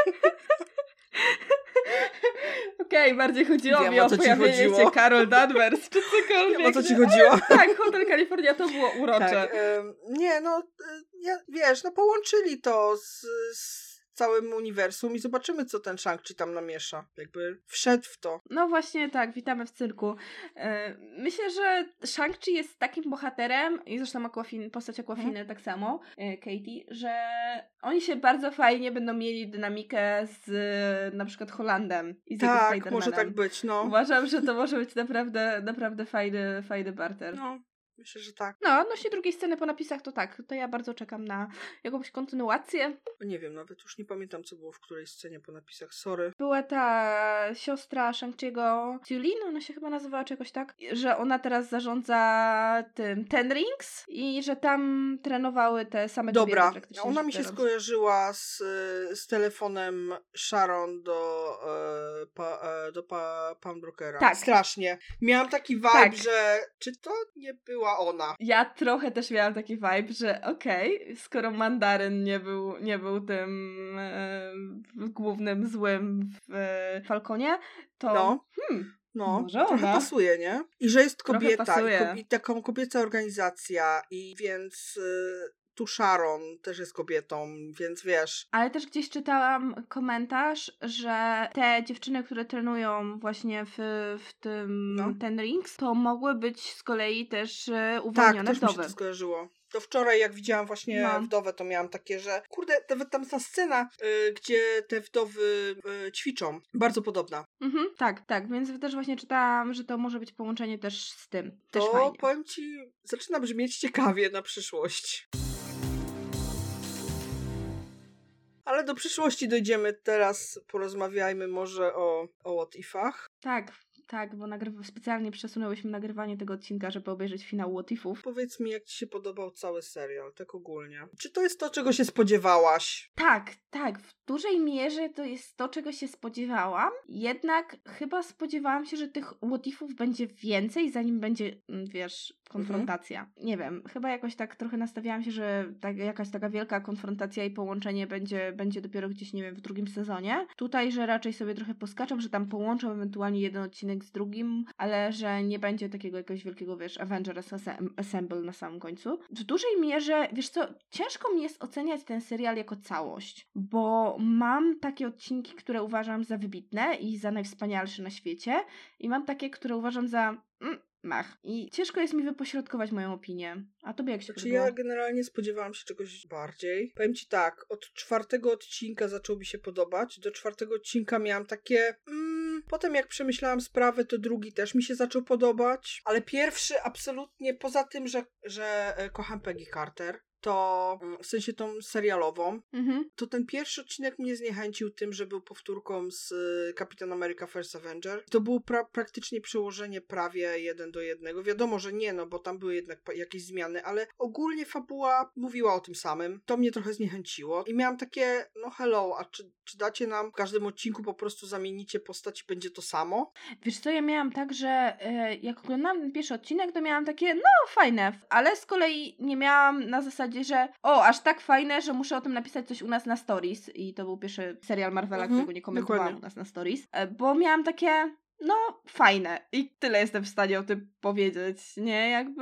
Okej, okay, bardziej chodziło Wiem, mi o o co ci pojawienie chodziło. się Carol Danvers czy cokolwiek. Wiem, o co ci chodziło. Ale tak, Hotel California to było urocze. Tak, um, nie, no, ja, wiesz, no połączyli to z, z całym uniwersum i zobaczymy, co ten Shang-Chi tam namiesza. Jakby wszedł w to. No właśnie tak, witamy w cyrku. Myślę, że Shang-Chi jest takim bohaterem, i zresztą Aquafin, postać Aquafiny hmm. tak samo, Katie, że oni się bardzo fajnie będą mieli dynamikę z na przykład Hollandem i z tak, jego Spider-Manem. Może tak być, no. Uważam, że to może być naprawdę, naprawdę fajny, fajny barter. No. Myślę, że tak. No, odnośnie drugiej sceny po napisach, to tak, to ja bardzo czekam na jakąś kontynuację. Nie wiem, nawet już nie pamiętam, co było w której scenie po napisach, sorry. Była ta siostra Shang-Chi'ego, Julin, ona się chyba nazywała, czy jakoś tak, że ona teraz zarządza tym Ten Rings i że tam trenowały te same Dobra, kobiety praktycznie. ona mi się skojarzyła z, z telefonem Sharon do, e, pa, e, do pa, Pawnbrokera. Tak. Strasznie. Miałam taki vibe, tak. że czy to nie była ona. Ja trochę też miałam taki vibe, że okej, okay, skoro Mandaryn nie był, nie był tym e, głównym złym w e, Falconie, to no. hmm, No, może ona. trochę pasuje, nie? I że jest kobieta pasuje. i, ko- i taką kobieca organizacja i więc y, tu Sharon też jest kobietą, więc wiesz. Ale też gdzieś czytałam komentarz, że te dziewczyny, które trenują właśnie w, w tym no. Ten Rings, to mogły być z kolei też tak, uwolnione też wdowy. mi się to skojarzyło. To wczoraj, jak widziałam właśnie no. wdowę, to miałam takie, że kurde, ta, tam ta scena, y, gdzie te wdowy y, ćwiczą, bardzo podobna. Mhm, tak, tak, więc też właśnie czytałam, że to może być połączenie też z tym. Też to fajnie. powiem ci, zaczyna brzmieć ciekawie na przyszłość. Ale do przyszłości dojdziemy teraz, porozmawiajmy może o, o what ifach. Tak, tak, bo nagrywa, specjalnie przesunęłyśmy nagrywanie tego odcinka, żeby obejrzeć finał What Ifów. Powiedz mi, jak ci się podobał cały serial, tak ogólnie. Czy to jest to, czego się spodziewałaś? Tak, tak, w dużej mierze to jest to, czego się spodziewałam, jednak chyba spodziewałam się, że tych What Ifów będzie więcej, zanim będzie, wiesz, konfrontacja. Mhm. Nie wiem, chyba jakoś tak trochę nastawiałam się, że tak, jakaś taka wielka konfrontacja i połączenie będzie, będzie dopiero gdzieś, nie wiem, w drugim sezonie. Tutaj, że raczej sobie trochę poskaczą, że tam połączą ewentualnie jeden odcinek z drugim, ale że nie będzie takiego jakiegoś wielkiego, wiesz, Avengers Assemble na samym końcu. W dużej mierze, wiesz co, ciężko mi jest oceniać ten serial jako całość, bo mam takie odcinki, które uważam za wybitne i za najwspanialsze na świecie i mam takie, które uważam za mm, mach. I ciężko jest mi wypośrodkować moją opinię. A tobie jak się Znaczy podobało? ja generalnie spodziewałam się czegoś bardziej. Powiem ci tak, od czwartego odcinka zaczął mi się podobać. Do czwartego odcinka miałam takie... Mm, potem jak przemyślałam sprawę, to drugi też mi się zaczął podobać. Ale pierwszy absolutnie, poza tym, że, że kocham Peggy Carter, to w sensie tą serialową, Mhm. to ten pierwszy odcinek mnie zniechęcił tym, że był powtórką z y, Captain America First Avenger. To było pra- praktycznie przełożenie prawie jeden do jednego. Wiadomo, że nie, no bo tam były jednak pa- jakieś zmiany, ale ogólnie fabuła mówiła o tym samym. To mnie trochę zniechęciło i miałam takie, no hello, a czy, czy dacie nam w każdym odcinku po prostu zamienicie postać i będzie to samo? Wiesz co, ja miałam tak, że y, jak oglądałam ten pierwszy odcinek, to miałam takie, no fajne, ale z kolei nie miałam na zasadzie, że o, aż tak fajne, że muszę o tym napisać coś u nas na Stories i to był pierwszy serial Marvela, Mhm, którego nie komentowałam dokładnie. u nas na Stories, y, bo miałam takie, no fajne i tyle jestem w stanie o tym powiedzieć, nie, jakby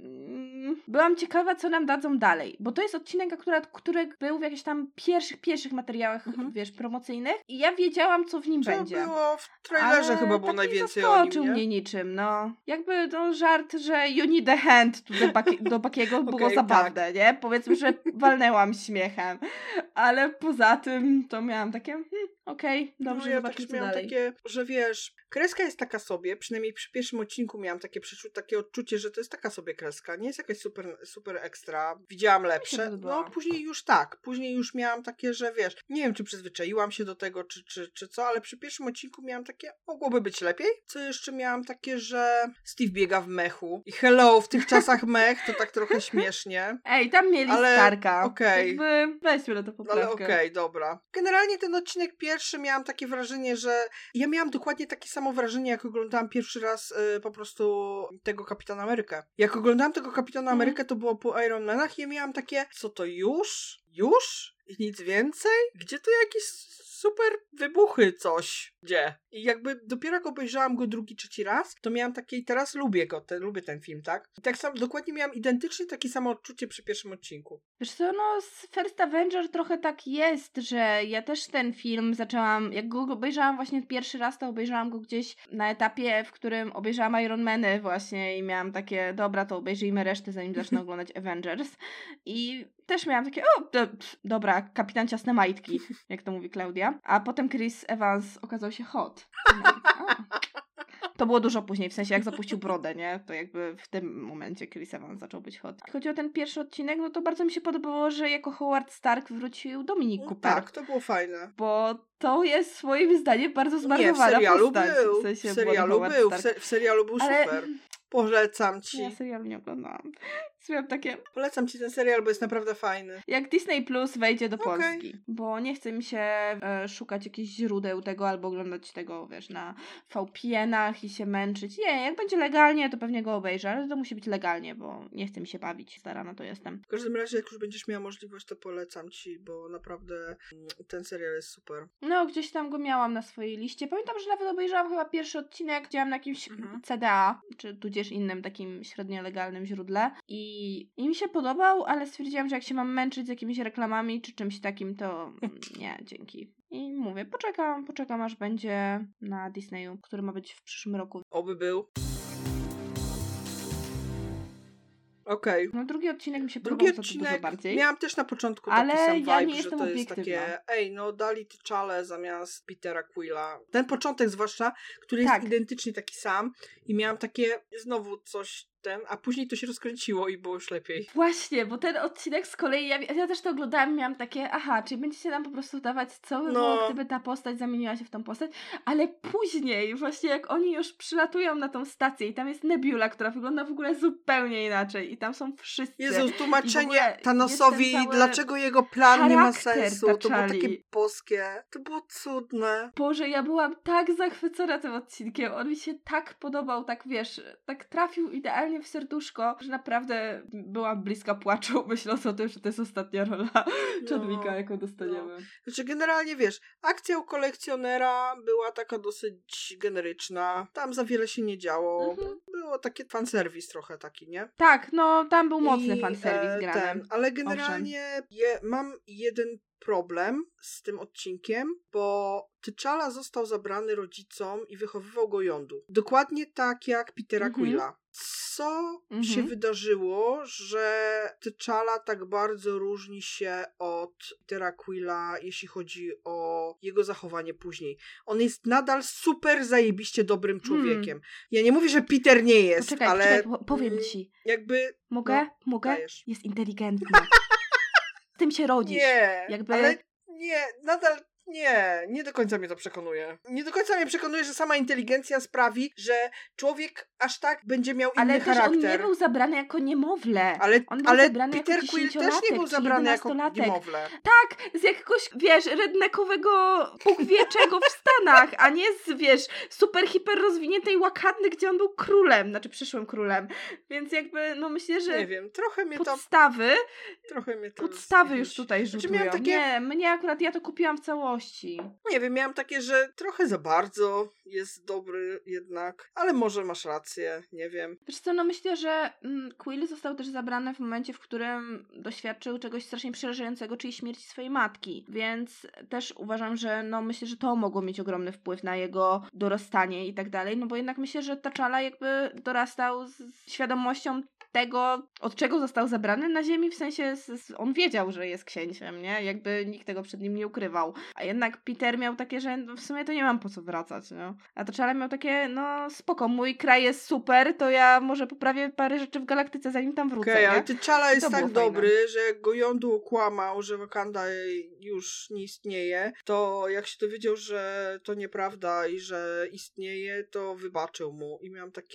mm, byłam ciekawa, co nam dadzą dalej, bo to jest odcinek akurat, który był w jakichś tam pierwszych, pierwszych materiałach, Mhm. wiesz, promocyjnych i ja wiedziałam, co w nim Co będzie. było w trailerze Ale chyba było tak najwięcej nie o nim, zaskoczył nie? mnie niczym, no. Jakby to żart, że you need a hand do, Bucky, do Buckiego było Okej, zabawne, nie? Powiedzmy, że walnęłam śmiechem. Ale poza tym to miałam takie, hmm, okej, okay, dobrze, no, ja zobaczmy też co miałam dalej. takie, że wiesz, kreska jest taka sobie, przynajmniej przy pierwszym odcinku miałam takie przeczu- takie odczucie, że to jest taka sobie kreska, nie jest jakaś super, super ekstra, widziałam lepsze, podobała. no później już tak, później już miałam takie, że wiesz, nie wiem czy przyzwyczaiłam się do tego, czy, czy, czy co, ale przy pierwszym odcinku miałam takie, mogłoby być lepiej. Co jeszcze miałam takie, że Steve biega w mechu i hello, w tych czasach mech to tak trochę śmiesznie. Ej, tam mieli Ale Starka. okej. Jakby weźmy na to Ale poprawkę. okej, okay, dobra. Generalnie ten odcinek pierwszy pierwsze miałam takie wrażenie, że ja miałam dokładnie takie samo wrażenie, jak oglądałam pierwszy raz y, po prostu tego Kapitana Amerykę. Jak oglądałam tego Kapitana Mhm. Amerykę, to było po Iron Manach i ja miałam takie, co to już? Już? I nic więcej? Gdzie tu jakieś super wybuchy coś? Gdzie? I jakby dopiero jak obejrzałam go drugi, trzeci raz, to miałam takie i teraz lubię go, te, lubię ten film, tak? I tak samo, dokładnie miałam identycznie takie samo odczucie przy pierwszym odcinku. Wiesz co, no z First Avenger trochę tak jest, że ja też ten film zaczęłam, jak go obejrzałam właśnie pierwszy raz, to obejrzałam go gdzieś na etapie, w którym obejrzałam Iron Many właśnie i miałam takie, dobra, to obejrzyjmy resztę, zanim zacznę oglądać Avengers. I też miałam takie, o, do, pff, dobra, kapitan ciasne majtki, jak to mówi Klaudia. A potem Chris Evans okazał się hot. To było dużo później, w sensie jak zapuścił brodę, nie? To jakby w tym momencie Chris Evans zaczął być hot. Chodzi o ten pierwszy odcinek, no to bardzo mi się podobało, że jako Howard Stark wrócił Dominic Cooper. Tak, to było fajne. Bo to jest swoim zdaniem bardzo Nie, w zmarnowana serialu postać. był. W, sensie w serialu Howard był. W, Stark. se- w serialu był Ale... super. Polecam ci. Ja serialu nie oglądałam. Miałam takie... Polecam ci ten serial, bo jest naprawdę fajny. Jak Disney Plus wejdzie do Okay. Polski. Bo nie chce mi się e, szukać jakichś źródeł tego albo oglądać tego, wiesz, na V P N-ach i się męczyć. Nie, jak będzie legalnie, to pewnie go obejrzę, ale to musi być legalnie, bo nie chce mi się bawić. Stara na to jestem. W każdym razie, jak już będziesz miała możliwość, to polecam ci, bo naprawdę mm, ten serial jest super. No, gdzieś tam go miałam na swojej liście. Pamiętam, że nawet obejrzałam chyba pierwszy odcinek, widziałam na jakimś Mhm. C D A, czy tudzież innym takim średnio legalnym źródle i, i mi się podobał, ale stwierdziłam, że jak się mam męczyć z jakimiś reklamami czy czymś takim, to nie, dzięki. I mówię, poczekam, poczekam aż będzie na Disneyu, który ma być w przyszłym roku. Oby był. Okej. No drugi odcinek mi się Drugi podobał za to odcinek dużo bardziej. miałam też na początku Ale taki sam ja vibe, nie że jestem to jest obiektywna. takie, ej, no dali T'Challę zamiast Petera Quilla. Ten początek zwłaszcza, który Tak. jest identycznie taki sam i miałam takie, znowu coś ten, a później to się rozkręciło i było już lepiej. Właśnie, bo ten odcinek z kolei, ja, ja też to oglądałam i miałam takie, aha, czyli będziecie nam po prostu dawać, co by No. było, gdyby ta postać zamieniła się w tą postać, ale później, właśnie jak oni już przylatują na tą stację i tam jest Nebula, która wygląda w ogóle zupełnie inaczej i tam są wszyscy. Jezu, I w tłumaczenie ogóle Thanosowi, jest ten cały dlaczego jego plan nie ma charakter sensu. To było T'Challi. takie boskie. To było cudne. Boże, ja byłam tak zachwycona tym odcinkiem. On mi się tak podobał, tak wiesz, tak trafił idealnie w serduszko, że naprawdę byłam bliska płaczu, myśląc o tym, że to jest ostatnia rola Chadwicka, No, jaką dostaniemy. Znaczy generalnie wiesz, akcja u kolekcjonera była taka dosyć generyczna. Tam za wiele się nie działo. Mhm. Było takie fanserwis trochę taki, nie? Tak, no tam był mocny I, fanserwis e, grany. ten, ale generalnie je, mam jeden problem z tym odcinkiem, bo T'Challa został zabrany rodzicom i wychowywał go Yondu. Dokładnie tak jak Petera Mhm. Quilla. Co Mhm. się wydarzyło, że T'Challa tak bardzo różni się od Petera Quilla, jeśli chodzi o jego zachowanie później. On jest nadal super zajebiście dobrym człowiekiem. Ja nie mówię, że Peter nie jest, Poczekaj, ale poczekaj, po- powiem mm, ci. jakby Mogę? no, Mogę? dajesz. Jest inteligentny. Z tym się rodzisz. Nie, Jakby- ale nie, nadal nie, nie do końca mnie to przekonuje. Nie do końca mnie przekonuje, że sama inteligencja sprawi, że człowiek aż tak będzie miał inny Ale też charakter. on nie był zabrany jako niemowlę. ale on był ale zabrany jako Peter Quill też nie dziesięciolatek był czy zabrany jako jedenastolatek. niemowlę. Tak, z jakiegoś, wiesz, redneckowego Bóg wie czego w Stanach, a nie z, wiesz, super, hiper rozwiniętej Wakandy, gdzie on był królem, znaczy przyszłym królem. Więc jakby, no myślę, że Nie wiem, trochę mnie to... podstawy, Trochę mnie to podstawy już jakiś- tutaj Znaczy, rzutują. miałam takie- Nie, mnie akurat, ja to kupiłam w całości. Nie wiem, miałam takie, że trochę za bardzo jest dobry jednak, ale może masz rację, nie wiem. Wiesz co, no myślę, że mm, Quill został też zabrany w momencie, w którym doświadczył czegoś strasznie przerażającego, czyli śmierci swojej matki. Więc też uważam, że no myślę, że to mogło mieć ogromny wpływ na jego dorastanie i tak dalej, no bo jednak myślę, że T'Challa jakby dorastał z świadomością tego, od czego został zabrany na ziemi, w sensie z, z, on wiedział, że jest księciem, nie? Jakby nikt tego przed nim nie ukrywał. A jednak Peter miał takie, że no w sumie to nie mam po co wracać, no. A T'Challa miał takie, no spoko, mój kraj jest super, to ja może poprawię parę rzeczy w galaktyce, zanim tam wrócę, Okej, nie? ale T'Challa jest to tak było fajne. dobry, że jak go Yondu okłamał, że Wakanda już nie istnieje, to jak się dowiedział, że to nieprawda i że istnieje, to wybaczył mu. I miałam takie,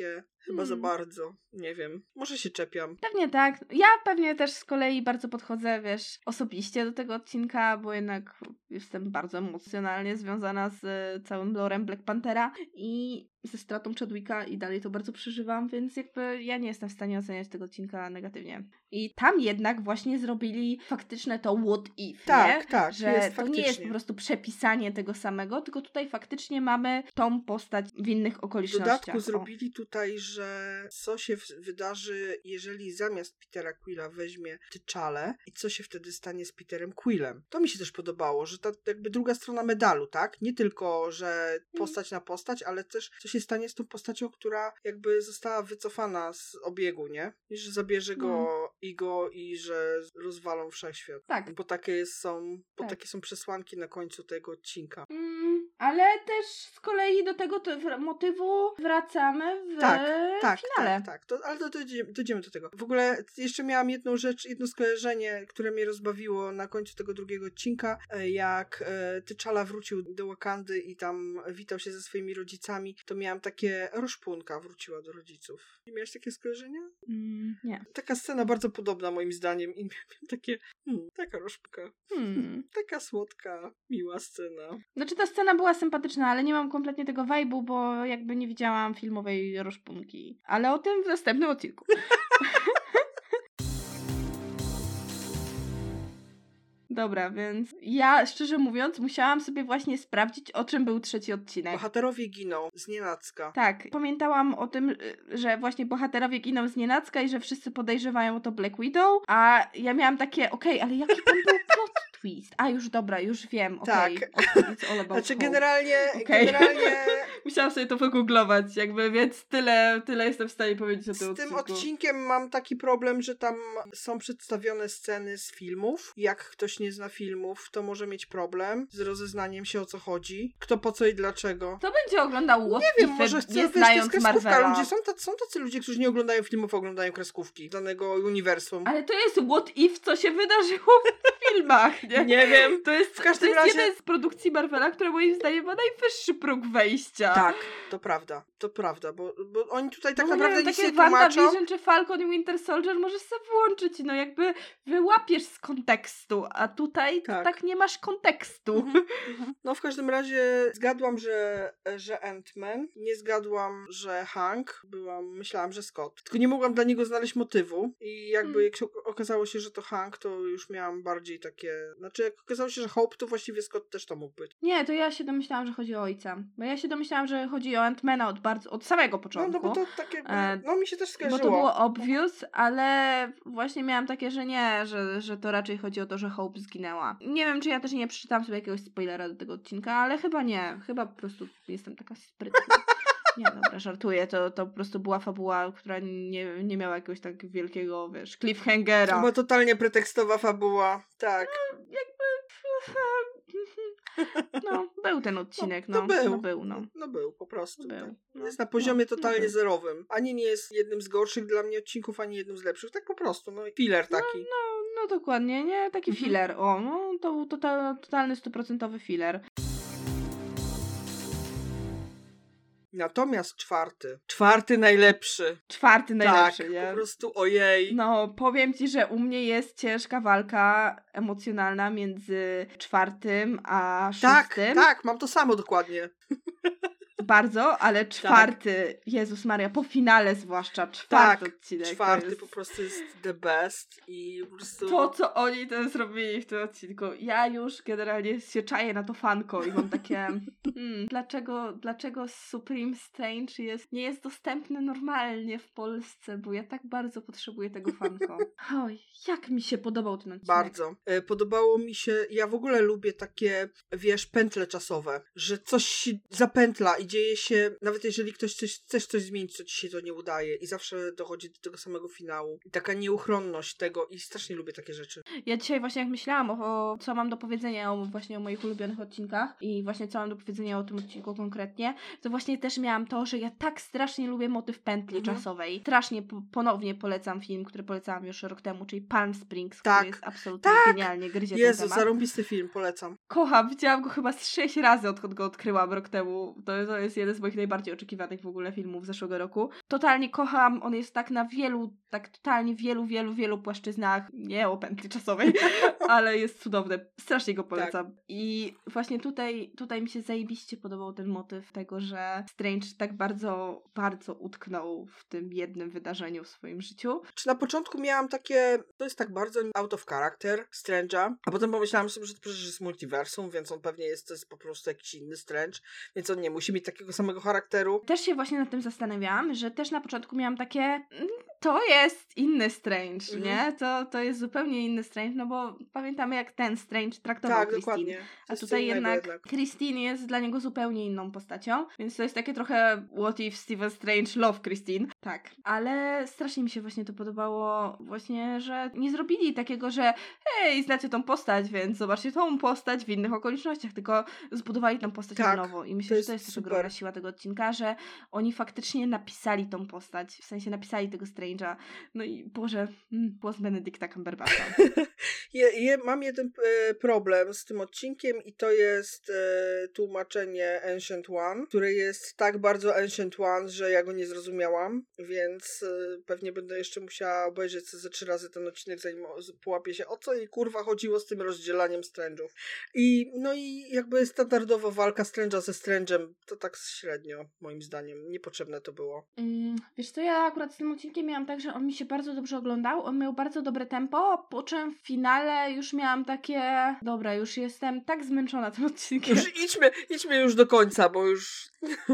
Chyba Hmm. za bardzo. Nie wiem. Może się czepiam. Pewnie tak. Ja pewnie też z kolei bardzo podchodzę, wiesz, osobiście do tego odcinka, bo jednak jestem bardzo emocjonalnie związana z całym lorem Black Panthera i ze stratą Chadwicka i dalej to bardzo przeżywam, więc jakby ja nie jestem w stanie oceniać tego odcinka negatywnie. I tam jednak właśnie zrobili faktyczne to what if, Tak, nie? tak, Że jest to nie jest faktycznie. po prostu przepisanie tego samego, tylko tutaj faktycznie mamy tą postać w innych W okolicznościach. dodatku O. zrobili tutaj, że co się w- wydarzy, jeżeli zamiast Petera Quilla weźmie T'Challę i co się wtedy stanie z Peterem Quillem. To mi się też podobało, że ta jakby druga strona medalu, tak? Nie tylko, że postać na postać, ale też co się stanie z tą postacią, która jakby została wycofana z obiegu, nie? I że zabierze go No. Igo i że rozwalą wszechświat. Tak. Bo takie są, bo Tak. takie są przesłanki na końcu tego odcinka. Mm, ale też z kolei do tego t- w- motywu wracamy w Tak, tak, finale. tak, tak. To, ale to, to dojdziemy, dojdziemy do tego. W ogóle jeszcze miałam jedną rzecz, jedno skojarzenie, które mnie rozbawiło na końcu tego drugiego odcinka, e, jak e, T'Challa wrócił do Wakandy i tam witał się ze swoimi rodzicami, to miałam takie, Roszpunka wróciła do rodziców. Nie miałeś takie skojarzenia? Mm, nie. Taka scena bardzo podobna moim zdaniem i miałam takie, hmm, taka Roszpunka. Hmm. Taka słodka, miła scena. Znaczy ta scena była sympatyczna, ale nie mam kompletnie tego vibe'u, bo jakby nie widziałam filmowej Roszpunki. Ale o tym w następnym odcinku. Dobra, więc ja szczerze mówiąc musiałam sobie właśnie sprawdzić, o czym był trzeci odcinek. Bohaterowie giną z nienacka. Tak, pamiętałam o tym, y, że właśnie bohaterowie giną z nienacka i że wszyscy podejrzewają to Black Widow, a ja miałam takie, okej, ale jaki tam był plot twist? A już dobra, już wiem, okej. Tak. Okay, it's all about Znaczy hope. generalnie, Okej. generalnie Musiałam sobie to wygooglować, jakby, więc tyle, tyle jestem w stanie powiedzieć o tym z tym odcinku. odcinkiem mam taki problem, że tam są przedstawione sceny z filmów. Jak ktoś nie zna filmów, to może mieć problem z rozeznaniem się, o co chodzi. Kto, po co i dlaczego. Kto będzie oglądał What Nie wiem, If, może chcę, nie wiesz, to jest znając kreskówka. Marvela? Ludzie, są, tacy, są tacy ludzie, którzy nie oglądają filmów, a oglądają kreskówki danego uniwersum. Ale to jest What If, co się wydarzyło w filmach, nie? Nie wiem. To jest, W każdym to jest razie- jeden z produkcji Marvela, która moim zdaniem ma najwyższy próg wejścia. Tak, to prawda, to prawda, bo, bo oni tutaj tak no, naprawdę nie wiem, nic takie nie tłumaczą. WandaVision czy Falcon i Winter Soldier możesz sobie włączyć, no jakby wyłapiesz z kontekstu, a tutaj Tak. tak, tak nie masz kontekstu. Mhm, mhm. No w każdym razie zgadłam, że, że Ant-Man, nie zgadłam, że Hank, byłam, myślałam, że Scott. Tylko nie mogłam dla niego znaleźć motywu i jakby Hmm. jak się okazało się, że to Hank, to już miałam bardziej takie, znaczy jak okazało się, że Hope, to właściwie Scott też to mógł być. Nie, to ja się domyślałam, że chodzi o ojca. Bo ja się domyślałam, że chodzi o Ant-Mana od, bardzo, od samego No, początku. no bo to tak jakby, E, no mi się też Bo skojarzyło. to było obvious, ale właśnie miałam takie, że nie, że, że to raczej chodzi o to, że Hope zginęła. Nie wiem, czy ja też nie przeczytałam sobie jakiegoś spoilera do tego odcinka, ale chyba nie. Chyba po prostu jestem taka sprytna. Nie, dobra, żartuję. To, to po prostu była fabuła, która nie, nie miała jakiegoś tak wielkiego, wiesz, cliffhangera. Bo totalnie pretekstowa fabuła, tak. No, był ten odcinek, No, no. to był. No, był, no. No był, po prostu. Był. Tak. No, Jest na poziomie no, totalnie no. zerowym. Ani nie jest jednym z gorszych dla mnie odcinków, ani jednym z lepszych. Tak po prostu, no filler taki. No, no dokładnie, nie? Taki Mhm. filler. O, no, to był total, totalny, stuprocentowy filler. Natomiast czwarty. Czwarty najlepszy. Czwarty najlepszy, tak, nie? po prostu ojej. No, powiem ci, że u mnie jest ciężka walka emocjonalna między czwartym a tak, szóstym. tak, mam to samo dokładnie. Bardzo, ale czwarty, Jezus Maria, po finale zwłaszcza, czwarty Tak, odcinek. to czwarty jest po prostu jest the best i po prostu... To, co oni ten zrobili w tym odcinku. Ja już generalnie się czaję na to fanko i mam takie hmm, dlaczego, dlaczego Supreme Strange jest, nie jest dostępny normalnie w Polsce, bo ja tak bardzo potrzebuję tego fanko. Oj, jak mi się podobał ten odcinek. Bardzo. E, Podobało mi się, ja w ogóle lubię takie, wiesz, pętle czasowe, że coś się zapętla i dzieje się, nawet jeżeli ktoś coś, chcesz coś zmienić, to ci się to nie udaje i zawsze dochodzi do tego samego finału. I taka nieuchronność tego i strasznie lubię takie rzeczy. Ja dzisiaj właśnie jak myślałam o, o co mam do powiedzenia o właśnie o moich ulubionych odcinkach i właśnie co mam do powiedzenia o tym odcinku konkretnie, to właśnie też miałam to, że ja tak strasznie lubię motyw pętli Mhm. czasowej. Strasznie po, ponownie polecam film, który polecałam już rok temu, czyli Palm Springs, Tak. który jest absolutnie Tak. genialnie gryzie Jezu, ten temat. zarąbisty film, polecam. Kocham, widziałam go chyba z sześć razy, odkąd go odkryłam rok temu. To, to jest jeden z moich najbardziej oczekiwanych w ogóle filmów zeszłego roku. Totalnie kocham, on jest tak na wielu, tak totalnie wielu, wielu, wielu płaszczyznach, nie o pętli czasowej, ale jest cudowny. Strasznie go polecam. Tak. I właśnie tutaj, tutaj mi się zajebiście podobał ten motyw tego, że Strange tak bardzo, bardzo utknął w tym jednym wydarzeniu w swoim życiu. Czy na początku miałam takie, to jest tak bardzo out of character Strange'a, a potem pomyślałam sobie, że to przecież jest multiversum, więc on pewnie jest, to jest po prostu jakiś inny Strange, więc on nie musi mieć takiego samego charakteru. Też się właśnie nad tym zastanawiałam, że też na początku miałam takie, to jest inny Strange, mhm. nie? To, to jest zupełnie inny Strange, no bo pamiętamy jak ten Strange traktował tak, Christine. Dokładnie. A tutaj jednak, jednak Christine jest dla niego zupełnie inną postacią, więc to jest takie trochę what if Stephen Strange love Christine. Tak. Ale strasznie mi się właśnie to podobało, właśnie, że nie zrobili takiego, że hej, znacie tą postać, więc zobaczcie tą postać w innych okolicznościach, tylko zbudowali tą postać tak, na nowo. I myślę, to że to jest też ogromna siła tego odcinka, że oni faktycznie napisali tą postać, w sensie napisali tego Strange'a. No i Boże, głos Benedicta Cumberbatcha. je, je, mam jeden e, problem z tym odcinkiem i to jest e, tłumaczenie Ancient One, które jest tak bardzo Ancient One, że ja go nie zrozumiałam, więc e, pewnie będę jeszcze musiała obejrzeć ze trzy razy ten odcinek, zanim połapię się, o co jej kurwa chodziło z tym rozdzielaniem Strange'ów. I no i jakby standardowo walka Strange'a ze Strange'em, to tak średnio, moim zdaniem. Niepotrzebne to było. Mm, wiesz co, ja akurat z tym odcinkiem miałam tak, że on mi się bardzo dobrze oglądał, on miał bardzo dobre tempo, po czym w finale już miałam takie, dobra, już jestem tak zmęczona tym odcinkiem. Już idźmy, idźmy już do końca, bo już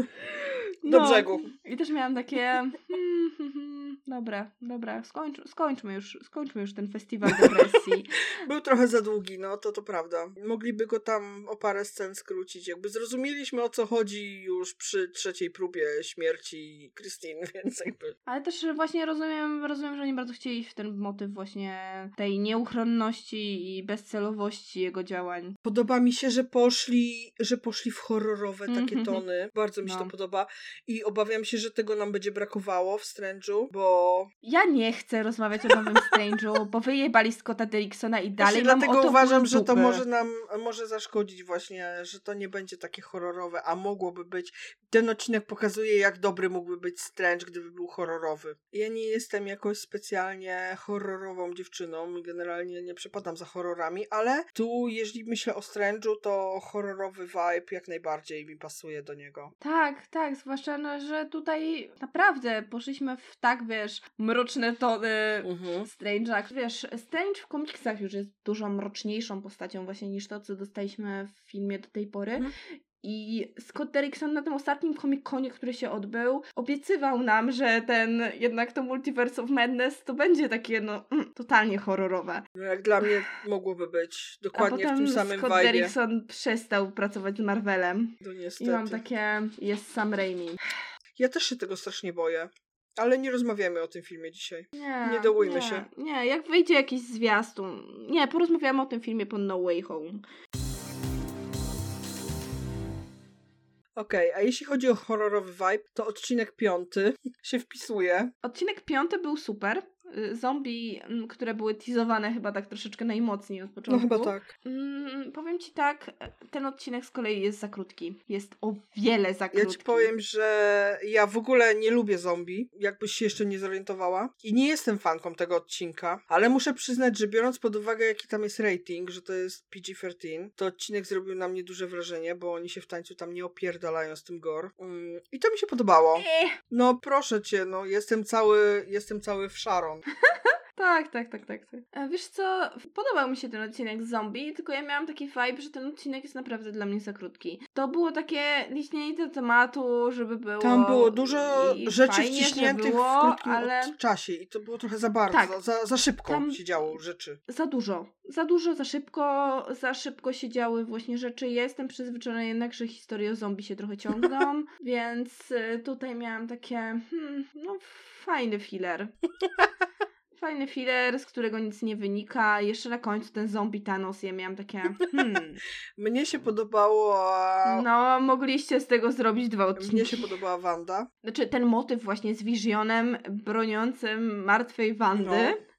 do no, brzegu. I też miałam takie, hmm, hmm, hmm, dobra, dobra, skończ, skończmy już, skończmy już ten festiwal depresji. Był trochę za długi, no to to prawda. Mogliby go tam o parę scen skrócić, jakby zrozumieliśmy o co chodzi już przy trzeciej próbie śmierci Christine, więc jakby... Ale też właśnie rozumiem, rozumiem, że oni bardzo chcieli iść w ten motyw właśnie tej nieuchronności i bezcelowości jego działań. Podoba mi się, że poszli, że poszli w horrorowe takie Mm-hmm. tony. Bardzo mi się no. to podoba i obawiam się, że tego nam będzie brakowało w Strange'u, bo... Ja nie chcę rozmawiać o nowym Strange'u, bo wyjebali Scotta Derricksona i dalej właśnie mam dlatego o to uważam, że to dupy. może nam może zaszkodzić właśnie, że to nie będzie takie horrorowe, a mogłoby być. Ten odcinek pokazuje, jak dobry mógłby być Strange, gdyby był horrorowy. Ja nie jestem jakoś specjalnie horrorową dziewczyną i generalnie nie przepadam za horrorami, ale tu, jeżeli myślę o Strange'u, to horrorowy vibe jak najbardziej mi pasuje do niego. Tak, tak, zwłaszcza, no, że tutaj naprawdę poszliśmy w tak, wiesz, mroczne tony Mhm. Strange'a. Wiesz, Strange w komiksach już jest dużo mroczniejszą postacią właśnie niż to, co dostaliśmy w filmie do tej pory. Mhm. I Scott Derrickson na tym ostatnim Comic-Conie, który się odbył, obiecywał nam, że ten, jednak to Multiverse of Madness to będzie takie, no, mm, totalnie horrorowe. No jak dla mnie mogłoby być dokładnie w tym samym Scott vibe'ie. Derrickson przestał pracować z Marvelem. No niestety. I mam takie, jest Sam Raimi. Ja też się tego strasznie boję. Ale nie rozmawiamy o tym filmie dzisiaj. Nie, nie dołujmy nie, się. Nie, jak wyjdzie jakiś zwiastun. Nie, porozmawiamy o tym filmie po No Way Home. Okej, okay, a jeśli chodzi o horrorowy vibe, to odcinek piąty się wpisuje. Odcinek piąty był super. Zombie, które były teasowane chyba tak troszeczkę najmocniej od początku. No chyba tak. Mm, powiem ci tak, ten odcinek z kolei jest za krótki. Jest o wiele za krótki. Ja ci powiem, że ja w ogóle nie lubię zombie, jakbyś się jeszcze nie zorientowała. I nie jestem fanką tego odcinka, ale muszę przyznać, że biorąc pod uwagę, jaki tam jest rating, że to jest P G trzynaście, to odcinek zrobił na mnie duże wrażenie, bo oni się w tańcu tam nie opierdalają z tym gore. Mm, I to mi się podobało. Eh. No proszę cię, no jestem cały, jestem cały w Sharon. Tak, tak, tak, tak, tak. A wiesz co, podobał mi się ten odcinek z zombie, tylko ja miałam taki vibe, że ten odcinek jest naprawdę dla mnie za krótki. To było takie liśnięcie tematu, żeby było... Tam było dużo rzeczy fajnie, wciśniętych było, w krótkim ale... czasie i to było trochę za bardzo, tak, za, za, za szybko tam... się działo rzeczy. Za dużo. Za dużo, za szybko, za szybko się działy właśnie rzeczy. Ja jestem przyzwyczajona jednak, że historie o zombie się trochę ciągną, więc tutaj miałam takie, hmm, no fajny filler. Fajny filler, z którego nic nie wynika. Jeszcze na końcu ten zombie Thanos, ja miałam takie, hmm. Mnie się podobało... No, mogliście z tego zrobić dwa odcinki. Mnie się podobała Wanda. Znaczy, ten motyw właśnie z Visionem broniącym martwej Wandy. No.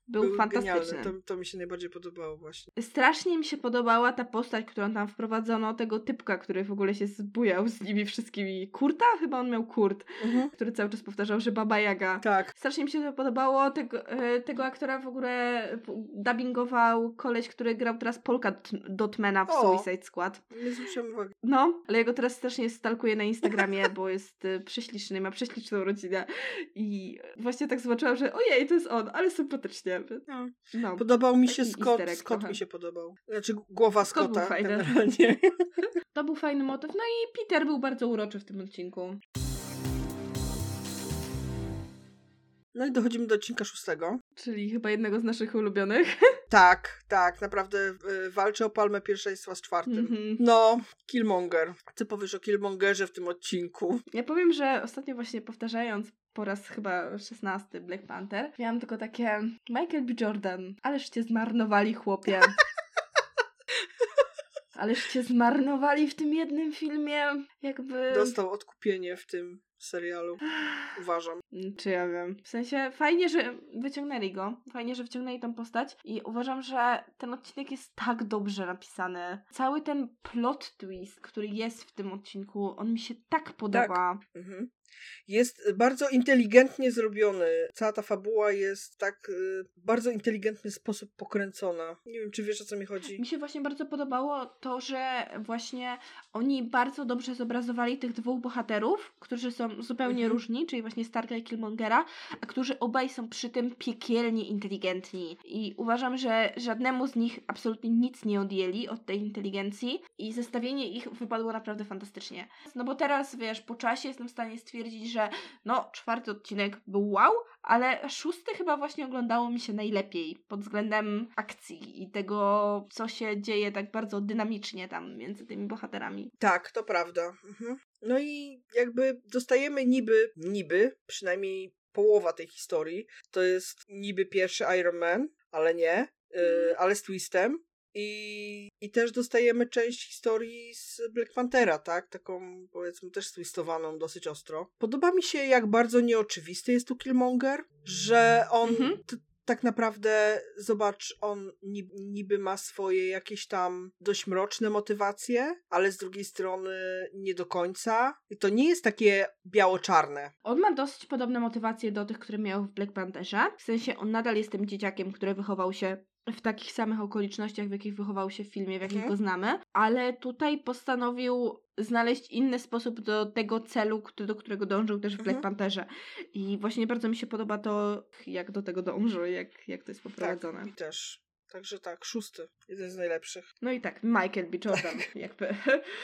był, był fantastyczny. genialny. To, to mi się najbardziej podobało właśnie. Strasznie mi się podobała ta postać, którą tam wprowadzono, tego typka, który w ogóle się zbujał z nimi wszystkimi. Kurta? Chyba on miał Kurt, mhm. który cały czas powtarzał, że Baba Jaga. Tak. Strasznie mi się to podobało. Tego, tego aktora w ogóle dubbingował koleś, który grał teraz Polka Dotmana w o, Suicide Squad. Nie zwróciłam uwagi. No, ale ja go teraz strasznie stalkuję na Instagramie, bo jest prześliczny, ma prześliczną rodzinę. I właśnie tak zobaczyłam, że ojej, to jest on, ale sympatycznie. No. No. Podobał mi się Scott, Scott mi się podobał. Znaczy głowa Scott Scotta. Był fajny. Generalnie. To był fajny motyw. No i Peter był bardzo uroczy w tym odcinku. No i dochodzimy do odcinka szóstego. Czyli chyba jednego z naszych ulubionych. Tak, tak, naprawdę y, walczy o palmę pierwszeństwa z czwartym. Mm-hmm. No, Killmonger. Co powiesz o Killmongerze w tym odcinku? Ja powiem, że ostatnio właśnie powtarzając po raz chyba szesnasty Black Panther, miałam tylko takie Michael B. Jordan, ależ cię zmarnowali, chłopie. Ależ cię zmarnowali w tym jednym filmie, jakby... Dostał odkupienie w tym serialu, uważam. Czy ja wiem. W sensie fajnie, że wyciągnęli go. Fajnie, że wyciągnęli tą postać i uważam, że ten odcinek jest tak dobrze napisany. Cały ten plot twist, który jest w tym odcinku, on mi się tak podoba. Tak. Mhm. Jest bardzo inteligentnie zrobiony. Cała ta fabuła jest tak y, w bardzo inteligentny sposób pokręcona. Nie wiem, czy wiesz, o co mi chodzi. Mi się właśnie bardzo podobało to, że właśnie oni bardzo dobrze zobrazowali tych dwóch bohaterów, którzy są zupełnie mhm. różni, czyli właśnie Starka i Killmongera, a którzy obaj są przy tym piekielnie inteligentni. I uważam, że żadnemu z nich absolutnie nic nie odjęli od tej inteligencji i zestawienie ich wypadło naprawdę fantastycznie. No bo teraz, wiesz, po czasie jestem w stanie stwierdzić, że no, czwarty odcinek był wow, ale szósty chyba właśnie oglądało mi się najlepiej pod względem akcji i tego, co się dzieje tak bardzo dynamicznie tam między tymi bohaterami. Tak, to prawda. Mhm. No i jakby dostajemy niby, niby, przynajmniej połowa tej historii, to jest niby pierwszy Iron Man, ale nie, yy, ale z twistem. I, I też dostajemy część historii z Black Panthera, tak? Taką, powiedzmy, też stwistowaną dosyć ostro. Podoba mi się, jak bardzo nieoczywisty jest tu Killmonger, że on mhm. t- tak naprawdę, zobacz, on niby, niby ma swoje jakieś tam dość mroczne motywacje, ale z drugiej strony nie do końca. I to nie jest takie biało-czarne. On ma dosyć podobne motywacje do tych, które miał w Black Pantherze. W sensie on nadal jest tym dzieciakiem, który wychował się w takich samych okolicznościach, w jakich wychował się w filmie, w jakich hmm. go znamy, ale tutaj postanowił znaleźć inny sposób do tego celu, do którego dążył też w Black hmm. Pantherze. I właśnie bardzo mi się podoba to, jak do tego dążył, jak, jak to jest poprowadzone. Tak, mi też. Także tak, szósty. Jeden z najlepszych. No i tak, Michael B. Jordan, jakby.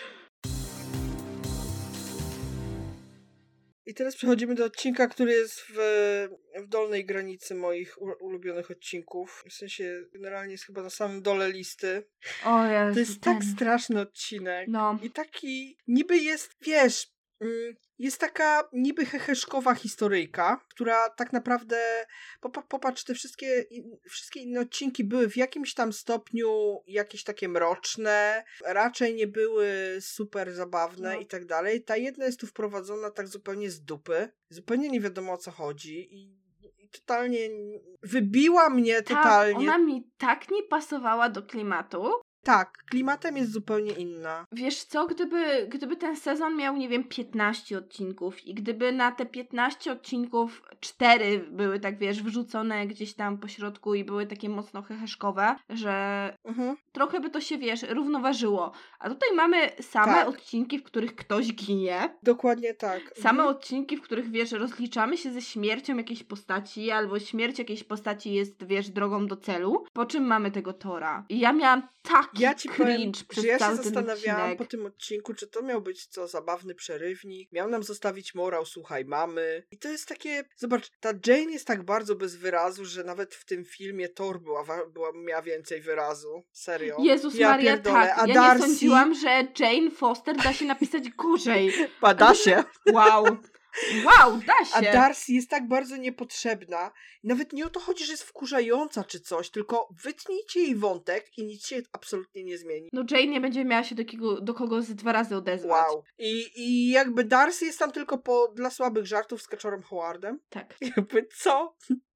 I teraz przechodzimy do odcinka, który jest w, w dolnej granicy moich u, ulubionych odcinków. W sensie generalnie jest chyba na samym dole listy. O Jezu, to jest ten... tak straszny odcinek. No. I taki niby jest, wiesz, mm, jest taka niby heheszkowa historyjka, która tak naprawdę, pop- popatrz, te wszystkie, in, wszystkie inne odcinki były w jakimś tam stopniu jakieś takie mroczne, raczej nie były super zabawne no. i tak dalej. Ta jedna jest tu wprowadzona tak zupełnie z dupy, zupełnie nie wiadomo o co chodzi i totalnie wybiła mnie totalnie. Tak, ona mi tak nie pasowała do klimatu. Tak, klimatem jest zupełnie inna. Wiesz co, gdyby, gdyby ten sezon miał, nie wiem, piętnaście odcinków i gdyby na te piętnaście odcinków cztery były, tak wiesz, wrzucone gdzieś tam po środku i były takie mocno heheszkowe, że mhm. trochę by to się, wiesz, równoważyło. A tutaj mamy same tak. odcinki, w których ktoś ginie. Dokładnie tak. Same mhm. odcinki, w których, wiesz, rozliczamy się ze śmiercią jakiejś postaci, albo śmierć jakiejś postaci jest, wiesz, drogą do celu. Po czym mamy tego Tora. I ja miałam tak Ja ci powiem, że ja się zastanawiałam po tym odcinku, czy to miał być co, zabawny przerywnik, miał nam zostawić morał, słuchaj mamy. I to jest takie, zobacz, ta Jane jest tak bardzo bez wyrazu, że nawet w tym filmie Thor była, była miała więcej wyrazu. Serio. Jezus ja Maria, pierdolę. tak. A ja Darcy... nie sądziłam, że Jane Foster da się napisać gorzej. Pa, da się. Wow. Wow, da się. A Darcy jest tak bardzo niepotrzebna. Nawet nie o to chodzi, że jest wkurzająca czy coś, tylko wytnijcie jej wątek i nic się absolutnie nie zmieni. No Jane nie będzie miała się do, kiego, do kogo z dwa razy odezwać. Wow. I, i jakby Darcy jest tam tylko po, dla słabych żartów z Kaczorem Howardem. Tak. Jakby co?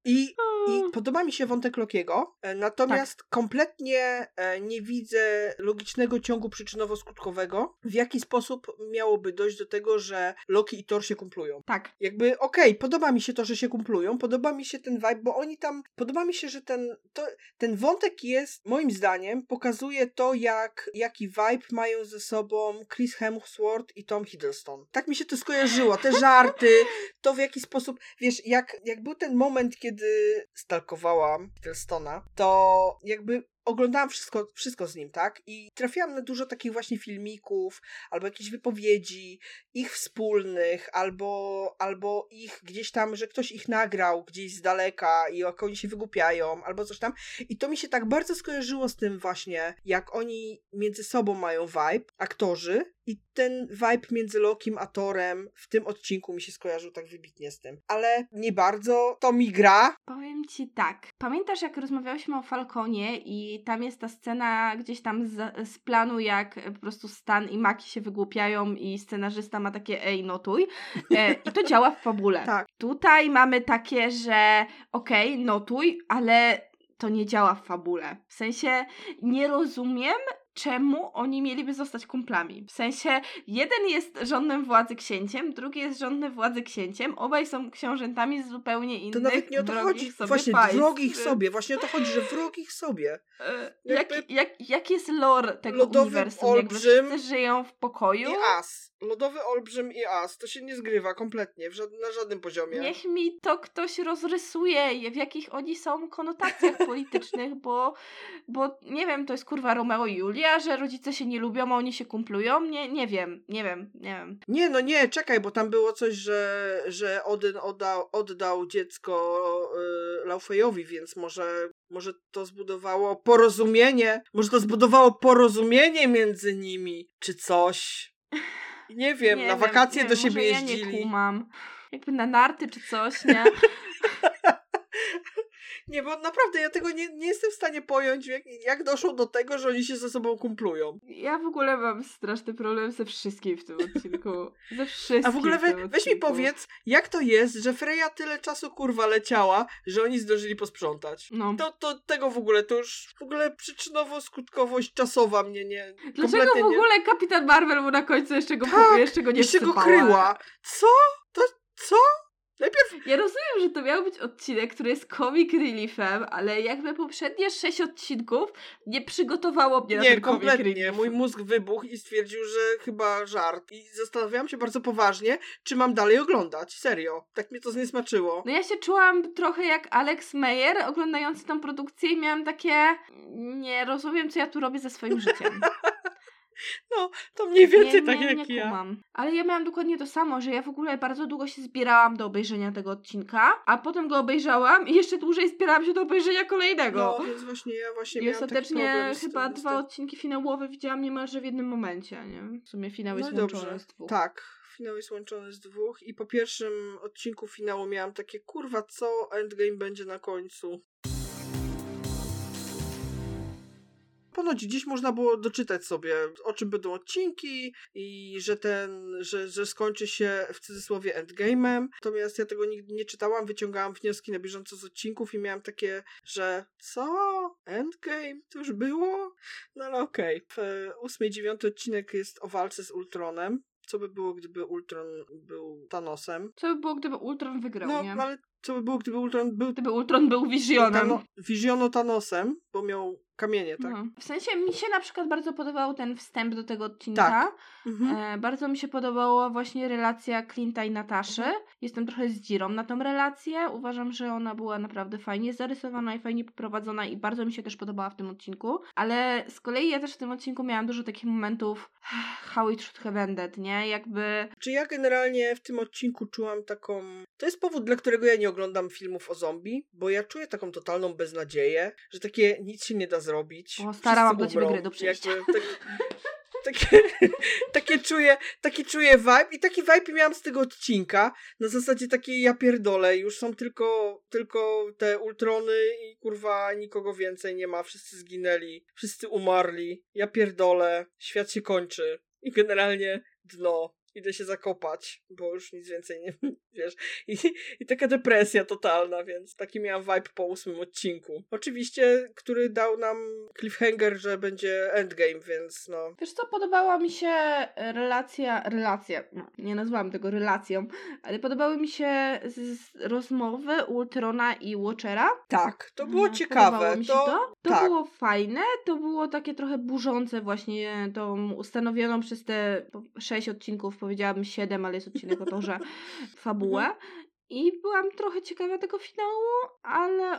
I, I podoba mi się wątek Lokiego, natomiast tak. kompletnie nie widzę logicznego ciągu przyczynowo-skutkowego, w jaki sposób miałoby dojść do tego, że Loki i Thor się kumplują. Tak. Jakby okej, okay, podoba mi się to, że się kumplują, podoba mi się ten vibe, bo oni tam, podoba mi się, że ten, to, ten wątek jest, moim zdaniem, pokazuje to, jak, jaki vibe mają ze sobą Chris Hemsworth i Tom Hiddleston. Tak mi się to skojarzyło, te żarty, to w jaki sposób, wiesz, jak, jak był ten moment, kiedy stalkowałam Hiddlestona, to jakby oglądałam wszystko, wszystko z nim, tak? I trafiłam na dużo takich właśnie filmików, albo jakichś wypowiedzi, ich wspólnych, albo, albo ich gdzieś tam, że ktoś ich nagrał gdzieś z daleka i jak oni się wygłupiają, albo coś tam. I to mi się tak bardzo skojarzyło z tym właśnie, jak oni między sobą mają vibe, aktorzy, i ten vibe między Lokim a Thorem w tym odcinku mi się skojarzył tak wybitnie z tym. Ale nie bardzo, to mi gra. Powiem ci tak. Pamiętasz, jak rozmawiałyśmy o Falconie i tam jest ta scena gdzieś tam z, z planu, jak po prostu Stan i Maki się wygłupiają i scenarzysta ma takie ej, notuj. E, I to działa w fabule. Tak. Tutaj mamy takie, że okej, okay, notuj, ale to nie działa w fabule. W sensie nie rozumiem, czemu oni mieliby zostać kumplami. W sensie, jeden jest żądnym władzy księciem, drugi jest żądny władzy księciem, obaj są książętami z zupełnie innych, to nawet nie o to chodzi. Sobie właśnie państw. Wrogich sobie. Właśnie o to chodzi, że wrogich sobie. E, jak, jak, jak jest lore tego lodowy uniwersum? olbrzym Jakby wszyscy żyją w pokoju? I As. Lodowy olbrzym i As. To się nie zgrywa kompletnie, w żad- na żadnym poziomie. Niech mi to ktoś rozrysuje, w jakich oni są konotacjach politycznych, bo, bo nie wiem, to jest kurwa Romeo i Julia, że rodzice się nie lubią, a oni się kumplują? Nie, nie wiem, nie wiem, nie wiem. Nie, no nie, czekaj, bo tam było coś, że, że Odyn oddał, oddał dziecko y, Laufeyowi, więc może, może to zbudowało porozumienie, może to zbudowało porozumienie między nimi, czy coś. Nie wiem, nie na wiem, wakacje nie do wiem, siebie może jeździli. Ja nie kumam. Jakby na narty czy coś, nie? Nie, bo naprawdę ja tego nie, nie jestem w stanie pojąć, jak, jak doszło do tego, że oni się ze sobą kumplują. Ja w ogóle mam straszny problem ze wszystkim w tym odcinku. Ze wszystkim. A w ogóle we, weź mi powiedz, jak to jest, że Freya tyle czasu kurwa leciała, że oni zdążyli posprzątać. No. To, to tego w ogóle, to już w ogóle przyczynowo-skutkowość czasowa mnie nie... Dlaczego w ogóle nie... Kapitan Marvel mu na końcu jeszcze go, tak, jeszcze go nie jeszcze wsypała? go kryła. Co? To co? Najpierw... Ja rozumiem, że to miał być odcinek, który jest comic reliefem, ale jakby poprzednie sześć odcinków nie przygotowało mnie na nie, ten comic relief. Nie, kompletnie. Mój mózg wybuchł i stwierdził, że chyba żart. I zastanawiałam się bardzo poważnie, czy mam dalej oglądać. Serio. Tak mnie to zniesmaczyło. No ja się czułam trochę jak Alex Meyer oglądający tą produkcję i miałam takie... Nie rozumiem, co ja tu robię ze swoim życiem. No, to mniej więcej nie, tak nie, jak nie ja. Kumam. Ale ja miałam dokładnie to samo, że ja w ogóle bardzo długo się zbierałam do obejrzenia tego odcinka, a potem go obejrzałam i jeszcze dłużej zbierałam się do obejrzenia kolejnego. No, więc właśnie ja właśnie I miałam ostatecznie taki problem z chyba tym, dwa z odcinki finałowe widziałam niemalże w jednym momencie, nie? W sumie finał jest no łączony dobrze. z dwóch. Tak, finał jest łączony z dwóch i po pierwszym odcinku finału miałam takie, kurwa, co Endgame będzie na końcu? Ponoć dziś można było doczytać sobie, o czym będą odcinki i że ten, że, że skończy się w cudzysłowie endgame'em. Natomiast ja tego nigdy nie czytałam, wyciągałam wnioski na bieżąco z odcinków i miałam takie, że co? Endgame? To już było? No ale okej. Okay. Ósmy i dziewiąty odcinek jest o walce z Ultronem. Co by było, gdyby Ultron był Thanosem? Co by było, gdyby Ultron wygrał, no, nie? No ale co by było, gdyby Ultron był... Gdyby Ultron był Visionem. Tano- Visiono Thanosem, bo miał kamienie, tak? No. W sensie mi się na przykład bardzo podobał ten wstęp do tego odcinka. Tak. Mhm. E, bardzo mi się podobała właśnie relacja Clint'a i Nataszy. Jestem trochę zdzirą na tą relację. Uważam, że ona była naprawdę fajnie zarysowana i fajnie poprowadzona i bardzo mi się też podobała w tym odcinku. Ale z kolei ja też w tym odcinku miałam dużo takich momentów how it should have ended, nie? Jakby... Czy ja generalnie w tym odcinku czułam taką... To jest powód, dla którego ja nie oglądam filmów o zombie, bo ja czuję taką totalną beznadzieję, że takie nic się nie da zrobić. O, starałam do umrą. ciebie gry do przejścia. Jakby, tak, takie, takie, czuję, taki czuję vibe i taki vibe miałam z tego odcinka. Na zasadzie takiej ja pierdolę, już są tylko, tylko te Ultrony i kurwa nikogo więcej nie ma. Wszyscy zginęli, wszyscy umarli. Ja pierdolę, świat się kończy i generalnie dno. idę się zakopać, bo już nic więcej nie, wiesz. I, i taka depresja totalna, więc taki miałam vibe po ósmym odcinku. Oczywiście, który dał nam cliffhanger, że będzie endgame, więc no. Wiesz co, podobała mi się relacja, relacja, no, nie nazwałam tego relacją, ale podobały mi się z, z rozmowy Ultrona i Watchera. Tak, to było Mhm, ciekawe. Podobało mi się to, to. To tak. było fajne, to było takie trochę burzące właśnie tą ustanowioną przez te sześć odcinków, powiedziałabym siedem, ale jest odcinek o torze, fabułę. I byłam trochę ciekawa tego finału, ale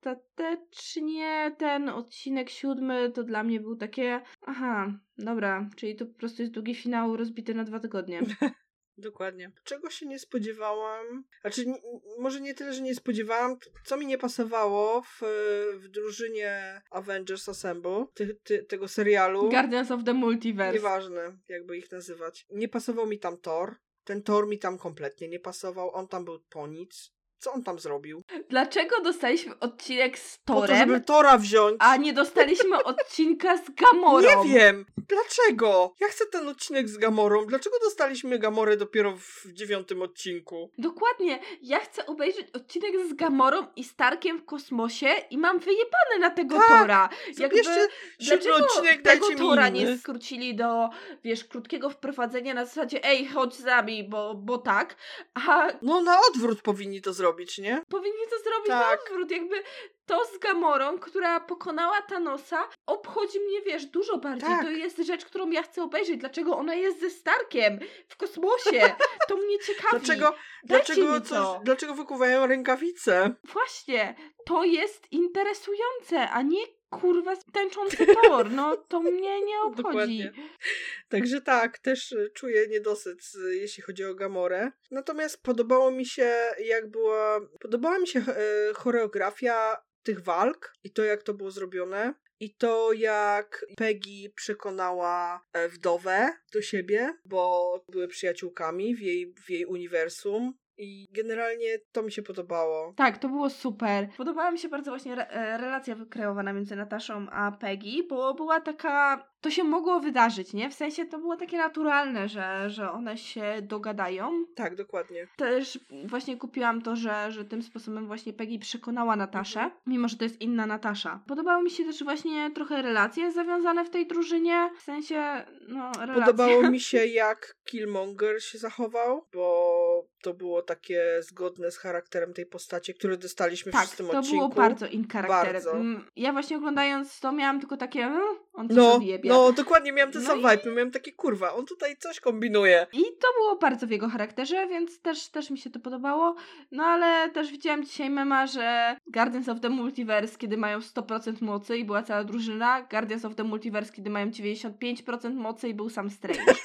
ostatecznie ten odcinek siódmy to dla mnie był takie, aha, dobra, czyli to po prostu jest drugi finał rozbity na dwa tygodnie. Dokładnie. Czego się nie spodziewałam? Znaczy, n- może nie tyle, że nie spodziewałam, co mi nie pasowało w, w drużynie Avengers Assemble, ty, ty, tego serialu. Guardians of the Multiverse. Nieważne, jakby ich nazywać. Nie pasował mi tam Thor. Ten Thor mi tam kompletnie nie pasował. On tam był po nic. Co on tam zrobił? Dlaczego dostaliśmy odcinek z Po to, Torem, żeby Tora wziąć. a nie dostaliśmy odcinka z Gamorą? Nie wiem! Dlaczego? Ja chcę ten odcinek z Gamorą. Dlaczego dostaliśmy Gamorę dopiero w dziewiątym odcinku? Dokładnie. Ja chcę obejrzeć odcinek z Gamorą i Starkiem w kosmosie i mam wyjebane na tego Tak, Tora. Zabierzcie siódmy Dlaczego odcinek, tego dajcie mi Tora inny. nie skrócili do, wiesz, krótkiego wprowadzenia na zasadzie ej, chodź z nami, bo, bo tak, a No na odwrót powinni to zrobić, nie? powinni to zrobić Tak. na odwrót, jakby to z Gamorą, która pokonała Thanosa, obchodzi mnie, wiesz, dużo bardziej. Tak. To jest rzecz, którą ja chcę obejrzeć. Dlaczego ona jest ze Starkiem w kosmosie? To mnie ciekawi. Dlaczego, Dajcie dlaczego, mi coś, to. dlaczego wykuwają rękawice? Właśnie, to jest interesujące, a nie kurwa tańczący Thor. No, to mnie nie obchodzi. Dokładnie. Także tak, też y, czuję niedosyt, y, jeśli chodzi o Gamorę. Natomiast podobało mi się, jak była... Podobała mi się e, choreografia tych walk i to, jak to było zrobione. I to, jak Peggy przekonała e, wdowę do siebie, bo były przyjaciółkami w jej, w jej uniwersum. I generalnie to mi się podobało. Tak, to było super. Podobała mi się bardzo właśnie re- e, relacja wykreowana między Nataszą a Peggy, bo była taka... To się mogło wydarzyć, nie? W sensie to było takie naturalne, że, że one się dogadają. Tak, dokładnie. Też właśnie kupiłam to, że, że tym sposobem właśnie Peggy przekonała Nataszę, Mhm. mimo że to jest inna Natasza. Podobały mi się też właśnie trochę relacje zawiązane w tej drużynie, w sensie, no, relacje. Podobało mi się, jak Killmonger się zachował, bo to było takie zgodne z charakterem tej postaci, który dostaliśmy Tak, w tym to odcinku. było bardzo in charakterem. Bardzo. Mm, Ja właśnie oglądając to miałam tylko takie, mm, on coś No, robi jebie. no, dokładnie miałem ten No sam i- vibe. Miałem takie, kurwa, on tutaj coś kombinuje. I to było bardzo w jego charakterze, więc też, też mi się to podobało. No ale też widziałam dzisiaj mema, że Guardians of the Multiverse, kiedy mają sto procent mocy i była cała drużyna, Guardians of the Multiverse, kiedy mają dziewięćdziesiąt pięć procent mocy i był sam Strange.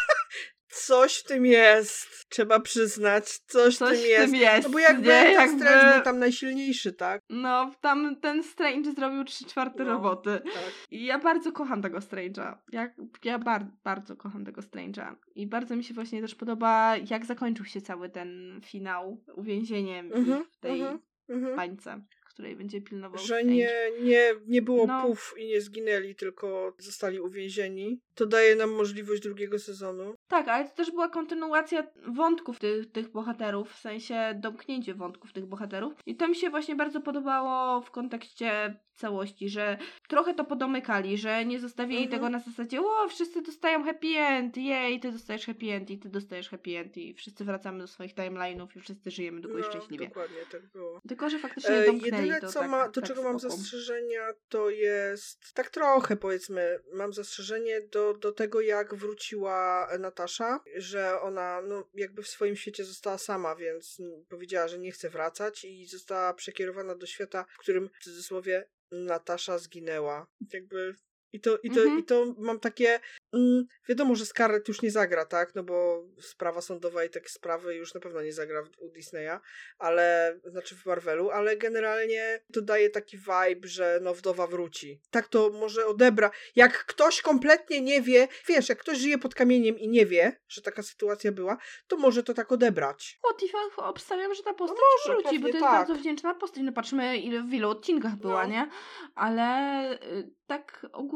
Coś w tym jest. Trzeba przyznać, coś, Coś w tym jest. w tym jest, No bo jakby nie? ten Jakby- Strange był tam najsilniejszy, tak? No, tam ten Strange zrobił trzy czwarte No, roboty. tak. I ja bardzo kocham tego Strange'a. Ja, ja bar- bardzo kocham tego Strange'a. I bardzo mi się właśnie też podoba, jak zakończył się cały ten finał uwięzieniem Mhm, ich w tej mhm, mhm. bańce, której będzie pilnował Że Strange. nie, nie, nie było No. puf i nie zginęli, tylko zostali uwięzieni. To daje nam możliwość drugiego sezonu. Tak, ale to też była kontynuacja wątków tych, tych bohaterów, w sensie domknięcie wątków tych bohaterów. I to mi się właśnie bardzo podobało w kontekście całości, że trochę to podomykali, że nie zostawili Mhm. tego na zasadzie o, wszyscy dostają happy end, jej, ty dostajesz happy end i ty dostajesz happy end i wszyscy wracamy do swoich timeline'ów i wszyscy żyjemy długo i szczęśliwie. Dokładnie, tak było. Tylko, że faktycznie E, domknęli jedyne, to co tak, ma, do tak czego mam spoko. zastrzeżenia, to jest tak trochę, powiedzmy, mam zastrzeżenie do, do tego, jak wróciła Natasza, że ona no, jakby w swoim świecie została sama, więc powiedziała, że nie chce wracać i została przekierowana do świata, w którym w cudzysłowie Natasza zginęła. Jakby I to, i to, Mhm. i to mam takie... Mm, wiadomo, że Scarlett już nie zagra, tak? No bo sprawa sądowa i takie sprawy już na pewno nie zagra w, u Disneya, ale... Znaczy w Marvelu, ale generalnie to daje taki vibe, że no wdowa wróci. Tak to może odebra. Jak ktoś kompletnie nie wie, wiesz, jak ktoś żyje pod kamieniem i nie wie, że taka sytuacja była, to może to tak odebrać. What if obstawiam, że ta postać może, wróci, bo pewnie to jest tak. bardzo wdzięczna postać. No patrzmy, ile w wielu odcinkach była, No. nie? Ale y, tak ogólnie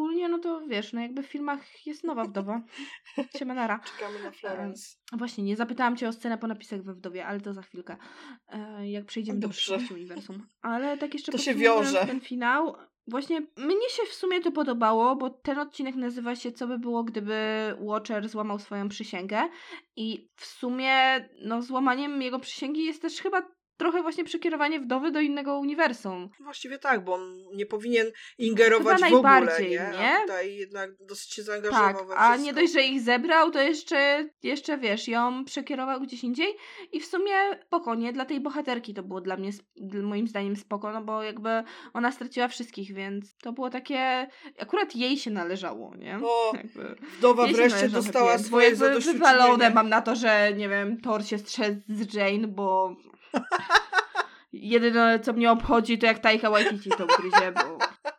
ogólnie, no to wiesz, no jakby w filmach jest nowa wdowa. Siema nara. Czekamy na Florence. E, właśnie, nie zapytałam cię o scenę po napisach we Wdowie, ale to za chwilkę. E, jak przejdziemy do Dobrze. przyszłości uniwersum. Ale tak jeszcze To się podsumowując wiąże. ten finał, właśnie mnie się w sumie to podobało, bo ten odcinek nazywa się Co by było, gdyby Watcher złamał swoją przysięgę i w sumie no złamaniem jego przysięgi jest też chyba trochę właśnie przekierowanie Wdowy do innego uniwersum. Właściwie tak, bo on nie powinien ingerować Chyba w ogóle, najbardziej, nie? nie? A tutaj jednak dosyć się zaangażował Tak, we a wszystko. nie dość, że ich zebrał, to jeszcze, jeszcze wiesz, ją przekierował gdzieś indziej i w sumie spoko, nie? Dla tej bohaterki to było dla mnie, sp- moim zdaniem spoko, no bo jakby ona straciła wszystkich, więc to było takie, akurat jej się należało, nie? O, Jakby, Wdowa jej się wreszcie należał dostała happy end, bo swoje jakby zadośćuczynienie. wywalone mam na to, że nie wiem, Thor się strzedł z Jane, bo jedyne co mnie obchodzi to jak Taika Waititi to ugryzie, bo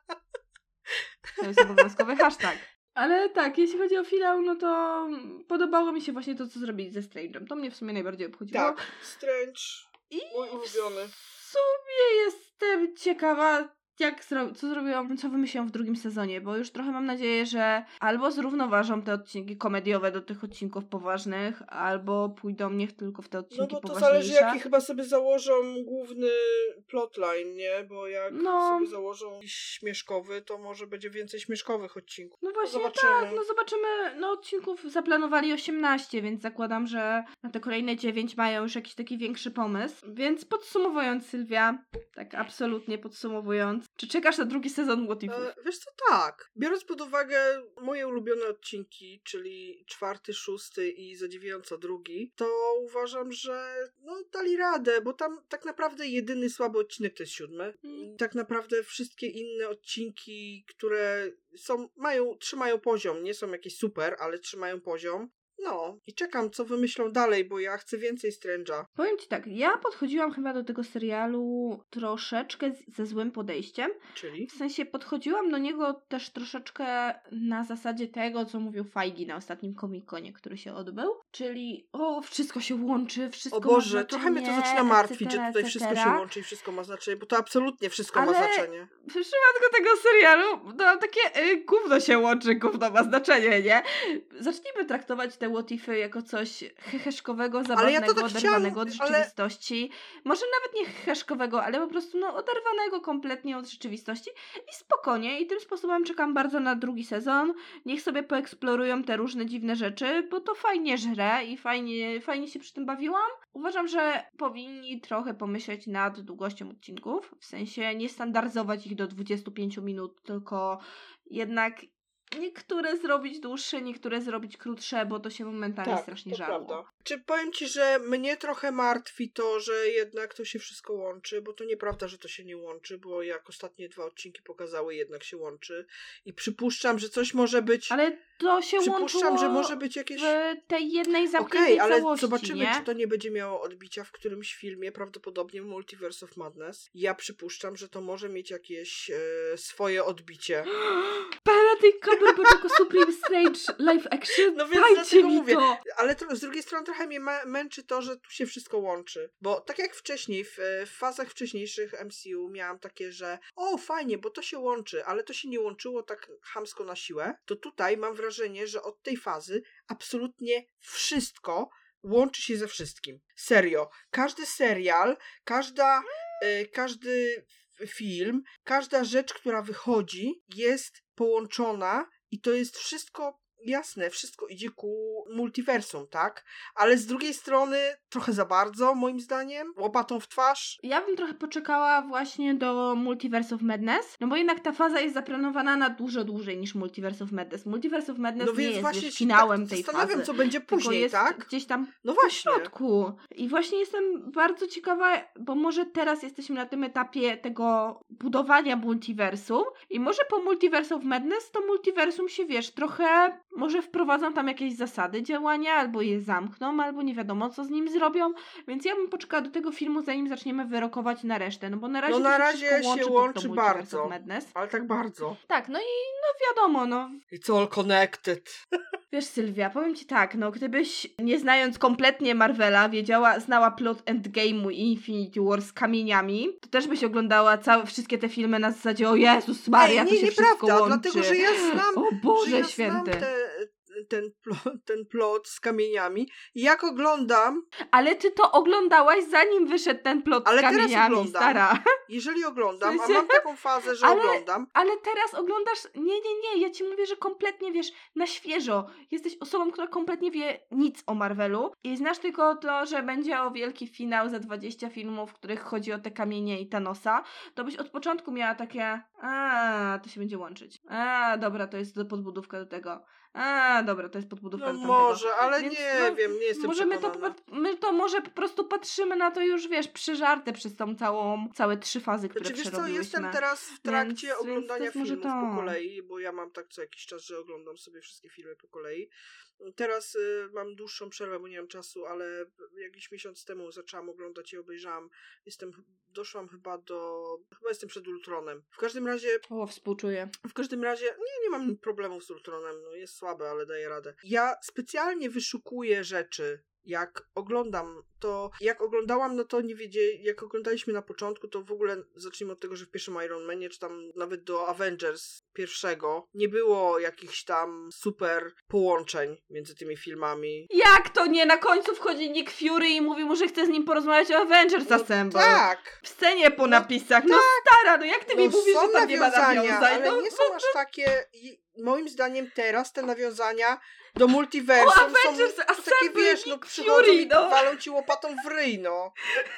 to jest obowiązkowy hashtag. Ale tak, jeśli chodzi o finał, no to podobało mi się właśnie to, co zrobili ze Strange'em. To mnie w sumie najbardziej obchodziło. Tak, Strange, I mój ulubiony. w sumie jestem ciekawa, jak zro- co zrobią, co wymyślą w drugim sezonie, bo już trochę mam nadzieję, że albo zrównoważą te odcinki komediowe do tych odcinków poważnych, albo pójdą niech tylko w te odcinki No bo to poważniejsze. zależy, jaki chyba sobie założą główny plotline, nie? Bo jak No. sobie założą jakiś śmieszkowy, to może będzie więcej śmieszkowych odcinków. No właśnie Zobaczymy. tak, no zobaczymy. No odcinków zaplanowali osiemnaście, więc zakładam, że na te kolejne dziewięć mają już jakiś taki większy pomysł. Więc podsumowując, Sylwia, tak absolutnie podsumowując, czy czekasz na drugi sezon What Ifów? E, wiesz co, tak. Biorąc pod uwagę moje ulubione odcinki, czyli czwarty, szósty i zadziwiająco drugi, to uważam, że no dali radę, bo tam tak naprawdę jedyny słaby odcinek to jest siódmy. Mm. I tak naprawdę wszystkie inne odcinki, które są, mają, trzymają poziom, nie są jakieś super, ale trzymają poziom. No i czekam, co wymyślą dalej, bo ja chcę więcej Strange'a. Powiem ci tak, ja podchodziłam chyba do tego serialu troszeczkę z- ze złym podejściem. Czyli? W sensie podchodziłam do niego też troszeczkę na zasadzie tego, co mówił Feige na ostatnim Comic-Conie, który się odbył. Czyli o, wszystko się łączy, wszystko O ma Boże, znaczenie, trochę mnie to zaczyna martwić, że et cetera, tutaj et wszystko cetera. się łączy i wszystko ma znaczenie, bo to absolutnie wszystko Ale ma znaczenie. w przypadku tego serialu, no takie y, gówno się łączy, gówno ma znaczenie, nie? Zacznijmy traktować te what ify jako coś heheszkowego, Ale zabawnego, ja to tak oderwanego od chciałam, ale- rzeczywistości. Może nawet nie heheszkowego, ale po prostu no oderwanego kompletnie od rzeczywistości i spokojnie. I tym sposobem czekam bardzo na drugi sezon. Niech sobie poeksplorują te różne dziwne rzeczy, bo to fajnie żre i fajnie, fajnie się przy tym bawiłam. Uważam, że powinni trochę pomyśleć nad długością odcinków, w sensie nie standaryzować ich do dwudziestu pięciu minut, tylko jednak niektóre zrobić dłuższe, niektóre zrobić krótsze, bo to się momentalnie strasznie to żarło. prawda. Czy powiem ci, że mnie trochę martwi to, że jednak to się wszystko łączy, bo to nieprawda, że to się nie łączy, bo jak ostatnie dwa odcinki pokazały, jednak się łączy i przypuszczam, że coś może być... Ale to się Przypuszczam, łączyło że może być jakieś... w tej jednej zamkniętej Okej, ale całości, zobaczymy, nie? czy to nie będzie miało odbicia w którymś filmie, prawdopodobnie w Multiverse of Madness. Ja przypuszczam, że to może mieć jakieś e, swoje odbicie. Benedict Cumberbatch jako Supreme Strange live action? No więc Dajcie dlatego mi mówię. to! Ale to, z drugiej strony trochę mnie mę- męczy to, że tu się wszystko łączy. Bo tak jak wcześniej, w, w fazach wcześniejszych M C U miałam takie, że o, fajnie, bo to się łączy, ale to się nie łączyło tak chamsko na siłę. To tutaj mam wrażenie, że od tej fazy absolutnie wszystko łączy się ze wszystkim. Serio. Każdy serial, każda, y, każdy film, każda rzecz, która wychodzi, jest połączona i to jest wszystko jasne, wszystko idzie ku multiversum, tak? Ale z drugiej strony trochę za bardzo, moim zdaniem, łopatą w twarz. Ja bym trochę poczekała właśnie do Multiverse of Madness, no bo jednak ta faza jest zaplanowana na dużo dłużej niż Multiverse of Madness. Multiverse of Madness No nie więc jest właśnie wiesz, się finałem tak tej zastanawiam, fazy. co będzie Tylko później, jest tak? gdzieś tam No w właśnie. środku. I właśnie jestem bardzo ciekawa, bo może teraz jesteśmy na tym etapie tego budowania multiversum i może po Multiverse of Madness to multiversum się, wiesz, trochę może wprowadzą tam jakieś zasady działania, albo je zamkną, albo nie wiadomo co z nim zrobią, więc ja bym poczekała do tego filmu, zanim zaczniemy wyrokować na resztę, no bo na razie No to na się razie wszystko łączy się pod to łączy Multiverse bardzo. of Madness. Ale tak bardzo. Tak, no i no wiadomo, no It's all connected. Wiesz, Sylwia, powiem ci tak, no gdybyś, nie znając kompletnie Marvela, wiedziała, znała plot Endgame'u i Infinity War z kamieniami, to też byś oglądała całe, wszystkie te filmy na zasadzie o Jezus Maria, Ej, to nie, się nieprawda, wszystko łączy. dlatego, że ja znam, O Boże że ja święty. znam te, ten, plot, ten plot z kamieniami i jak oglądam, Ale ty to oglądałaś zanim wyszedł ten plot Ale z teraz kamieniami, oglądam. stara. jeżeli oglądam, W a sensie- mam taką fazę, że Ale- oglądam, Ale teraz oglądasz, nie, nie, nie, ja ci mówię, że kompletnie, wiesz, na świeżo. Jesteś osobą, która kompletnie wie nic o Marvelu i znasz tylko to, że będzie o wielki finał za dwadzieścia filmów, w których chodzi o te kamienie i Thanosa, to byś od początku miała takie, a to się będzie łączyć. A, dobra, to jest do- podbudówka do tego. A, dobra, to jest podbudówka no do tamtego. może, ale Więc, nie no, wiem, nie jestem Może my to, przekonana. po- my to może po prostu patrzymy na to już, wiesz, przeżarte przez tą całą, całe trzy fazy, które Znaczy, wiesz co, przerobiłyśmy. jestem teraz w trakcie Więc- oglądania więc to jest może filmów po to. kolei, bo ja mam tak co jakiś czas, że oglądam sobie wszystkie filmy po kolei. Teraz y, mam dłuższą przerwę, bo nie mam czasu, ale jakiś miesiąc temu zaczęłam oglądać i obejrzałam. Jestem, doszłam chyba do, chyba jestem przed Ultronem. W każdym razie, O, współczuję. w każdym razie, nie, nie mam problemów z Ultronem, no jest słabe, ale daję radę. Ja specjalnie wyszukuję rzeczy, jak oglądam to, jak oglądałam, no to nie wiedzieli, jak oglądaliśmy na początku, to w ogóle zacznijmy od tego, że w pierwszym Iron Manie, czy tam nawet do Avengers pierwszego, nie było jakichś tam super połączeń między tymi filmami. Jak to nie? Na końcu wchodzi Nick Fury i mówi mu, że chce z nim porozmawiać o Avengers No Assemble. tak! W scenie po napisach. No stara, no jak ty mi No mówisz, są że tam nie ma nawiązania, nawiązań? ale No, nie są aż takie, i moim zdaniem teraz te nawiązania do multiversum O, są Avengers to takie, Assemble, wiesz, no Nick przychodzą Fury, i no. walą ci łopatą w ryj, no.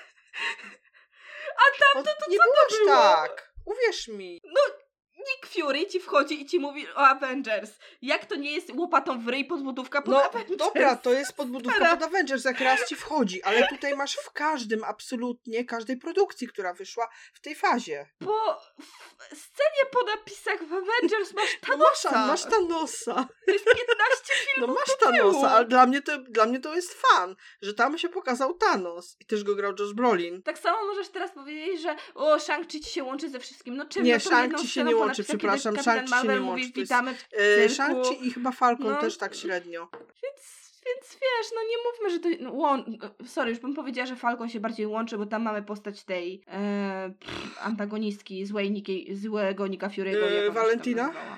A tam to, to nie co było to aż było? tak. Uwierz mi. Nick Fury ci wchodzi i ci mówi o Avengers. Jak to nie jest łopatą w ryj podbudówka pod No Avengers? dobra, to jest podbudówka Stara. pod Avengers, jak raz ci wchodzi, ale tutaj masz w każdym, absolutnie każdej produkcji, która wyszła w tej fazie. Po w scenie po napisach w Avengers masz No masz, Thanosa. masz Thanosa. To jest piętnaście No filmów masz do tyłu. Thanosa, ale dla mnie, to, dla mnie to jest fan, że tam się pokazał Thanos i też go grał Josh Brolin. Tak samo możesz teraz powiedzieć, że o, Shang-Chi ci się łączy ze wszystkim. No czym? Nie, no tą Shang-Chi jedną się sceną nie po łączy, napisach, przepraszam, kiedy Kapitan Shang-Chi się Marvel nie mówi, łączy, to jest, witamy w Yy, cyrku. Shang-Chi i chyba Falcon No. też tak średnio. Więc, więc wiesz, no nie mówmy, że to... No, łą... Sorry, już bym powiedziała, że Falcon się bardziej łączy, bo tam mamy postać tej e, pff, antagonistki, złej Niki, złego Nika Fury'ego. Yy, jak ona się tam Valentina? nazywała?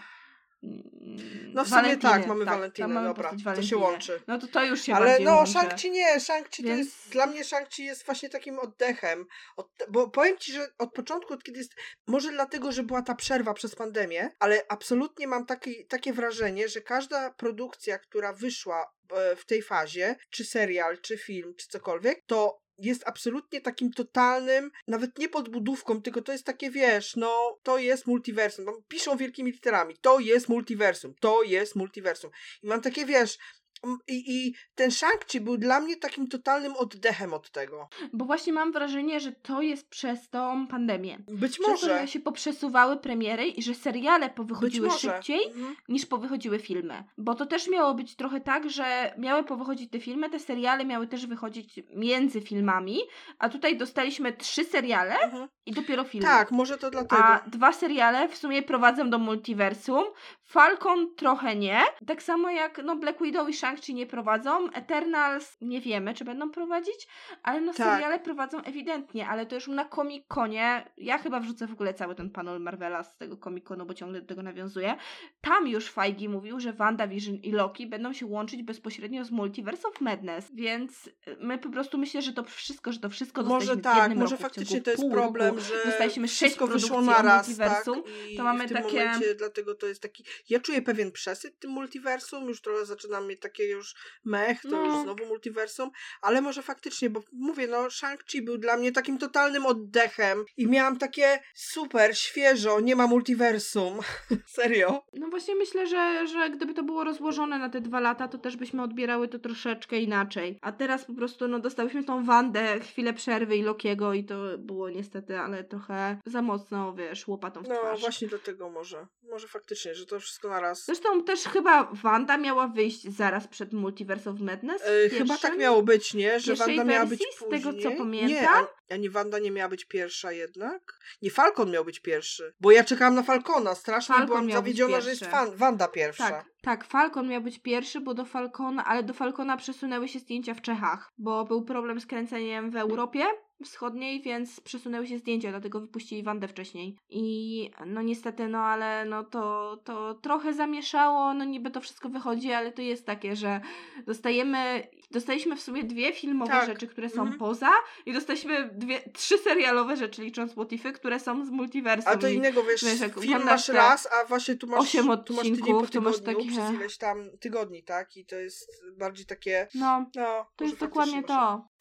Mm, No w sumie Valentiny, tak, mamy tak, Valentynę, tam mamy dobra, postać to się Valentynę. łączy. No to to już się Ale bardziej no, łączy. Shang-Chi nie, Shang-Chi to Więc- jest, dla mnie Shang-Chi jest właśnie takim oddechem, od, bo powiem ci, że od początku, od kiedy jest, może dlatego, że była ta przerwa przez pandemię, ale absolutnie mam taki, takie wrażenie, że każda produkcja, która wyszła e, w tej fazie, czy serial, czy film, czy cokolwiek, to jest absolutnie takim totalnym, nawet nie podbudówką, tylko to jest takie, wiesz, no, to jest multiversum. Bo piszą wielkimi literami, to jest multiversum, to jest multiversum. I mam takie, wiesz, m, i, i ten Shang-Chi był dla mnie takim totalnym oddechem od tego. Bo właśnie mam wrażenie, że to jest przez tą pandemię. Być Przez to, może. że się poprzesuwały premiery i że seriale Być powychodziły może. szybciej Mhm. niż powychodziły filmy. Bo to też miało być trochę tak, że miały powychodzić te filmy, te seriale miały też wychodzić między filmami, a tutaj dostaliśmy trzy seriale Mhm. i dopiero filmy. Tak, może to dlatego. A dwa seriale w sumie prowadzą do multiversum. Falcon trochę nie. Tak samo jak no Black Widow i Shang-Chi nie prowadzą. Eternals nie wiemy, czy będą prowadzić, ale no Tak. seriale prowadzą ewidentnie, ale to już na Comic-Conie. Ja chyba wrzucę w ogóle cały ten panel Marvela z tego Comic-Conu, bo ciągle do tego nawiązuję. Tam już Feige mówił, że WandaVision i Loki będą się łączyć bezpośrednio z Multiverse of Madness, więc my po prostu myślę, że to wszystko, że to wszystko Może dostaliśmy w tak, jednym może roku, w faktycznie ciągu to jest pół problem, roku. że Dostaliśmy sześć wszystko wyszło produkcji o naraz, multiversum, tak? I to mamy w tym takie- momencie, dlatego to jest taki, ja czuję pewien przesyt tym multiversum, już trochę zaczynam mieć takie już mech, to No. już znowu multiversum, ale może faktycznie, bo mówię, no Shang-Chi był dla mnie takim totalnym oddechem i miałam takie super, świeżo, nie ma multiversum. Serio? No właśnie myślę, że, że gdyby to było rozłożone na te dwa lata, to też byśmy odbierały to troszeczkę inaczej. A teraz po prostu no dostałyśmy tą Wandę, chwilę przerwy i Lokiego i to było niestety, ale trochę za mocno, wiesz, łopatą w No twarz. właśnie dlatego może. Może faktycznie, że to wszystko naraz. Zresztą też chyba Wanda miała wyjść zaraz zaraz przed Multiverse of Madness. Yy, chyba tak miało być, nie? Że Wanda miała być wersji, później. z tego co pamiętam. Nie, a, a nie Wanda nie miała być pierwsza jednak? Nie, Falcon miał być pierwszy. Bo ja czekałam na Falcona. Strasznie Falcon byłam miał być zawiedziona, że jest pierwszy. fan, Wanda pierwsza. Tak, tak, Falcon miał być pierwszy, bo do Falcona, ale do Falcona przesunęły się zdjęcia w Czechach, bo był problem z kręceniem w Europie Wschodniej, więc przesunęły się zdjęcia, dlatego wypuścili Wandę wcześniej. I no niestety, no ale no to, to trochę zamieszało, no niby to wszystko wychodzi, ale to jest takie, że dostajemy, dostaliśmy w sumie dwie filmowe Tak. rzeczy, które są Mhm. poza i dostaliśmy dwie, trzy serialowe rzeczy, licząc What Ify, które są z multiversum. A to I innego, wiesz, wiesz, jak film oglądasz masz te raz, a właśnie tu masz, osiem tu masz tydzień po odcinków, to masz tygodniu, takie- przez ileś tam tygodni, tak? I to jest bardziej takie, No, no... to może jest dokładnie faktycznie może- to.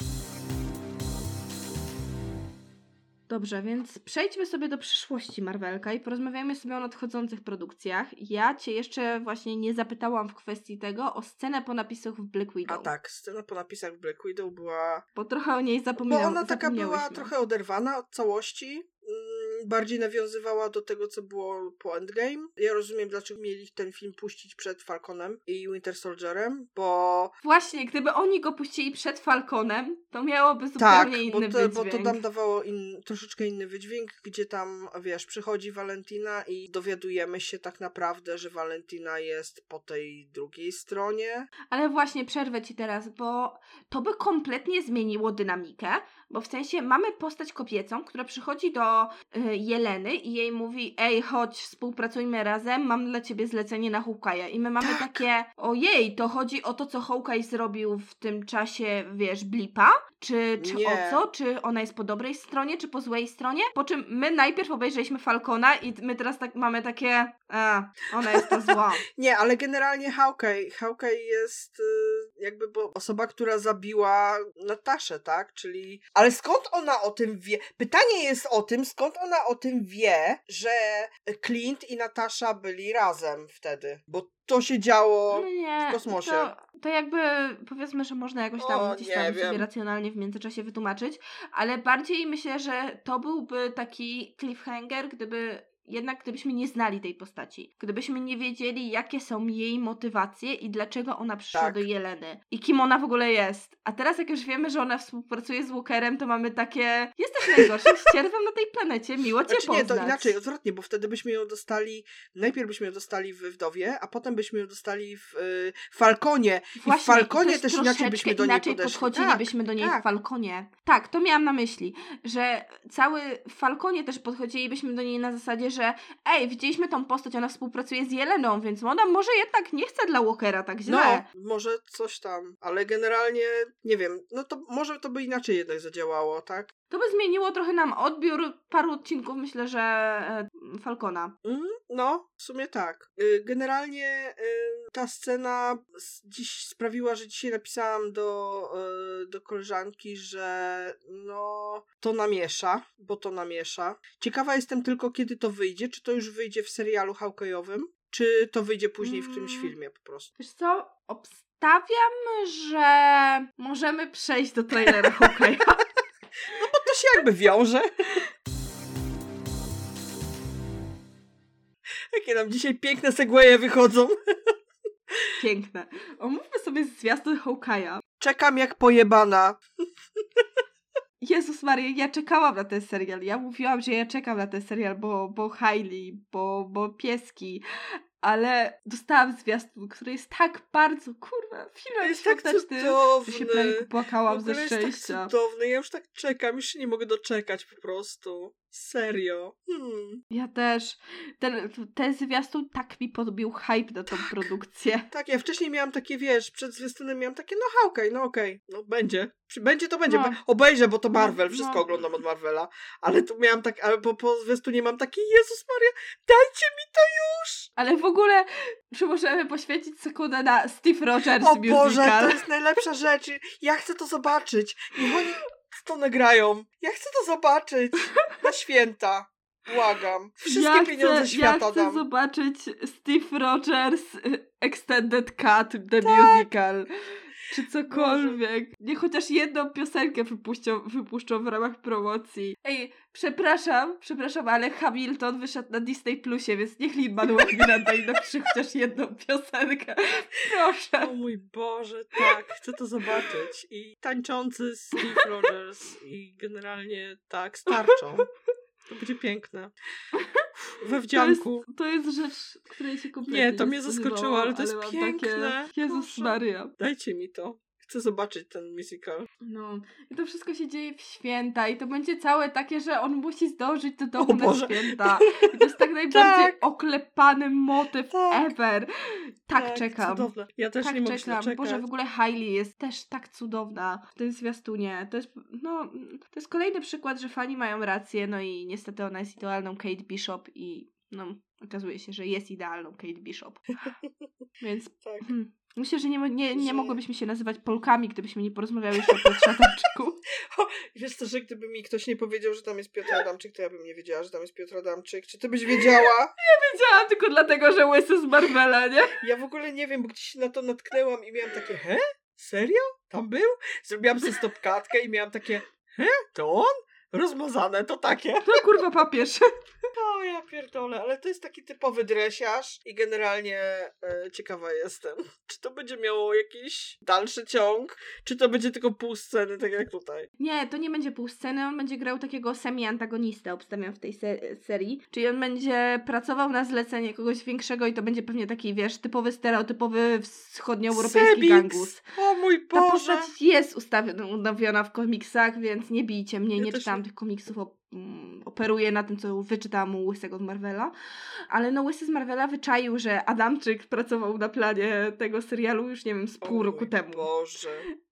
Dobrze, więc przejdźmy sobie do przyszłości Marvelka i porozmawiajmy sobie o nadchodzących produkcjach. Ja cię jeszcze właśnie nie zapytałam w kwestii tego o scenę po napisach w Black Widow. A tak, scena po napisach w Black Widow była... Bo trochę o niej Bo zapomniałam. ona taka była trochę oderwana od całości. Mm, bardziej nawiązywała do tego, co było po Endgame. Ja rozumiem, dlaczego mieli ten film puścić przed Falconem i Winter Soldierem, bo... Właśnie, gdyby oni go puścili przed Falconem, to miałoby zupełnie Tak, inny bo to, wydźwięk. bo to tam dawało in, troszeczkę inny wydźwięk, gdzie tam, wiesz, przychodzi Valentina i dowiadujemy się tak naprawdę, że Valentina jest po tej drugiej stronie. Ale właśnie przerwę ci teraz, bo to by kompletnie zmieniło dynamikę, bo w sensie mamy postać kobiecą, która przychodzi do y, Jeleny i jej mówi: ej, chodź, współpracujmy razem, mam dla ciebie zlecenie na Hawkeye'a. I my mamy Tak. takie: ojej, to chodzi o to, co Hawkeye zrobił w tym czasie, wiesz, blipa? Czy, czy Nie. o co? Czy ona jest po dobrej stronie, czy po złej stronie? Po czym my najpierw obejrzeliśmy Falcona i my teraz tak mamy takie: a, ona jest ta zła. Nie, ale generalnie Hawkeye, Hawkeye jest y, jakby bo osoba, która zabiła Nataszę, tak? Czyli... Ale skąd ona o tym wie? Pytanie jest o tym, skąd ona o tym wie, że Clint i Natasza byli razem wtedy. Bo to się działo No nie, w kosmosie. To, to jakby powiedzmy, że można jakoś tam O, gdzieś nie tam wiem. sobie racjonalnie w międzyczasie wytłumaczyć, ale bardziej myślę, że to byłby taki cliffhanger, gdyby jednak gdybyśmy nie znali tej postaci. Gdybyśmy nie wiedzieli, jakie są jej motywacje i dlaczego ona przyszła Tak. do Jeleny. I kim ona w ogóle jest. A teraz jak już wiemy, że ona współpracuje z Walkerem, to mamy takie: jesteś najgorszym ścierwem na tej planecie, miło cię Znaczy poznać. nie, to inaczej, odwrotnie, bo wtedy byśmy ją dostali, najpierw byśmy ją dostali w Wdowie, a potem byśmy ją dostali w y, Falconie. I w Właśnie, Falconie to też jest inaczej byśmy do niej inaczej podeszli. podchodzilibyśmy do niej tak. w Falconie. Tak, to miałam na myśli, że cały w Falconie też podchodzilibyśmy do niej na zasadzie, że ej, widzieliśmy tą postać, ona współpracuje z Jeleną, więc ona może jednak nie chce dla Walkera tak źle. No, może coś tam, ale generalnie, nie wiem, no to może to by inaczej jednak zadziałało, tak? To by zmieniło trochę nam odbiór paru odcinków, myślę, że e, Falcona. Mm, no, w sumie tak. Y, Generalnie y, ta scena s- dziś sprawiła, że dzisiaj napisałam do, y, do koleżanki, że no to namiesza, bo to namiesza. Ciekawa jestem tylko, kiedy to wyjdzie. Czy to już wyjdzie w serialu Hawkeye'owym, czy to wyjdzie później w którymś Mm. filmie po prostu. Wiesz co? Obstawiam, że możemy przejść do trailera Hawkeye'a. No bo to się jakby wiąże. Jakie nam dzisiaj piękne segwaye wychodzą. Piękne. Omówmy sobie zwiastun Hawkeye'a. Czekam jak pojebana. Jezus Maria, ja czekałam na ten serial. Ja mówiłam, że ja czekam na ten serial, bo, bo Hailey, bo, bo pieski. Ale dostałam zwiastun, który jest tak bardzo, kurwa, film Jest tak świąteczny, cudowny. że się prawie popłakałam W ogóle ze jest szczęścia. tak cudowny. Ja już tak czekam, już się nie mogę doczekać po prostu. Serio. Hmm. Ja też. Ten, ten zwiastun tak mi podbił hype na tą produkcję. Tak, ja wcześniej miałam takie, wiesz, przed zwiastunem miałam takie, no okej, no okej, no będzie. Przy- Będzie to będzie. No. Be- Obejrzę, bo to Marvel, No, wszystko no. oglądam od Marvela. Ale tu miałam tak, ale po, po zwiastunie mam takie, Jezus Maria, dajcie mi to już! Ale w ogóle, czy możemy poświęcić sekundę na Steve Rogers O musical? Boże, to jest najlepsza rzecz. Ja chcę to zobaczyć. Niech oni to nagrają. Ja chcę to zobaczyć. Na święta. Błagam. Wszystkie ja pieniądze chcę, świata Ja chcę dam. zobaczyć Steve Rogers y, Extended Cut, the Tak. musical. czy cokolwiek. Niech chociaż jedną piosenkę wypuszczą, wypuszczą w ramach promocji. Ej, przepraszam, przepraszam, ale Hamilton wyszedł na Disney Plusie, więc niech Lin-Manuel Miranda i napisze chociaż jedną piosenkę. Proszę. O mój Boże, tak, chcę to zobaczyć. I tańczący Steve Rogers i generalnie tak, starczą. To będzie piękne. We wdzianku. To jest, to jest rzecz, której się kompletnie Nie, to nie mnie zaskoczyło, ale to jest mam piękne. Takie, Jezus Proszę. Maria. Dajcie mi to. Chcę zobaczyć ten musical. No, i to wszystko się dzieje w święta i to będzie całe takie, że on musi zdążyć do domu O na Boże. święta. I to jest tak najbardziej Tak. oklepany motyw Tak. ever. Tak, Tak, czekam. Cudowne. Ja też Tak nie mogę się czekam. doczekać. Boże, w ogóle Hailey jest też tak cudowna w tym zwiastunie. To jest, no, to jest kolejny przykład, że fani mają rację, no i niestety ona jest idealną Kate Bishop i no, okazuje się, że jest idealną Kate Bishop. Więc Tak. hmm, myślę, że nie, nie, nie Że- mogłybyśmy się nazywać Polkami, gdybyśmy nie porozmawiały jeszcze o Piotrze Adamczyku. Wiesz co, że gdyby mi ktoś nie powiedział, że tam jest Piotr Adamczyk, to ja bym nie wiedziała, że tam jest Piotr Adamczyk. Czy ty byś wiedziała? Wiedziałam tylko dlatego, że łysy z Marvela, nie? Ja w ogóle nie wiem, bo gdzieś się na to natknęłam i miałam takie, he? Serio? Tam był? Zrobiłam sobie stopkatkę i miałam takie, he? To on? Rozmazane, to takie. No kurwa papież. O, ja pierdolę, ale to jest taki typowy dresiarz i generalnie e, ciekawa jestem, czy to będzie miało jakiś dalszy ciąg, czy to będzie tylko pół sceny, tak jak tutaj. Nie, to nie będzie pół sceny, on będzie grał takiego semi-antagonistę, obstawiam w tej se- serii. Czyli on będzie pracował na zlecenie kogoś większego i to będzie pewnie taki, wiesz, typowy, stereotypowy wschodnioeuropejski Sebix! gangus. O mój Ta Boże! postać jest ustawiona w komiksach, więc nie bijcie mnie, Ja nie też czytałam nie. tych komiksów, op- mm, operuję na tym, co wyczytałam u Łysego z Marvela. Ale no Łysy z Marvela wyczaił, że Adamczyk pracował na planie tego serialu już, nie wiem, z pół O roku mój temu. Boże.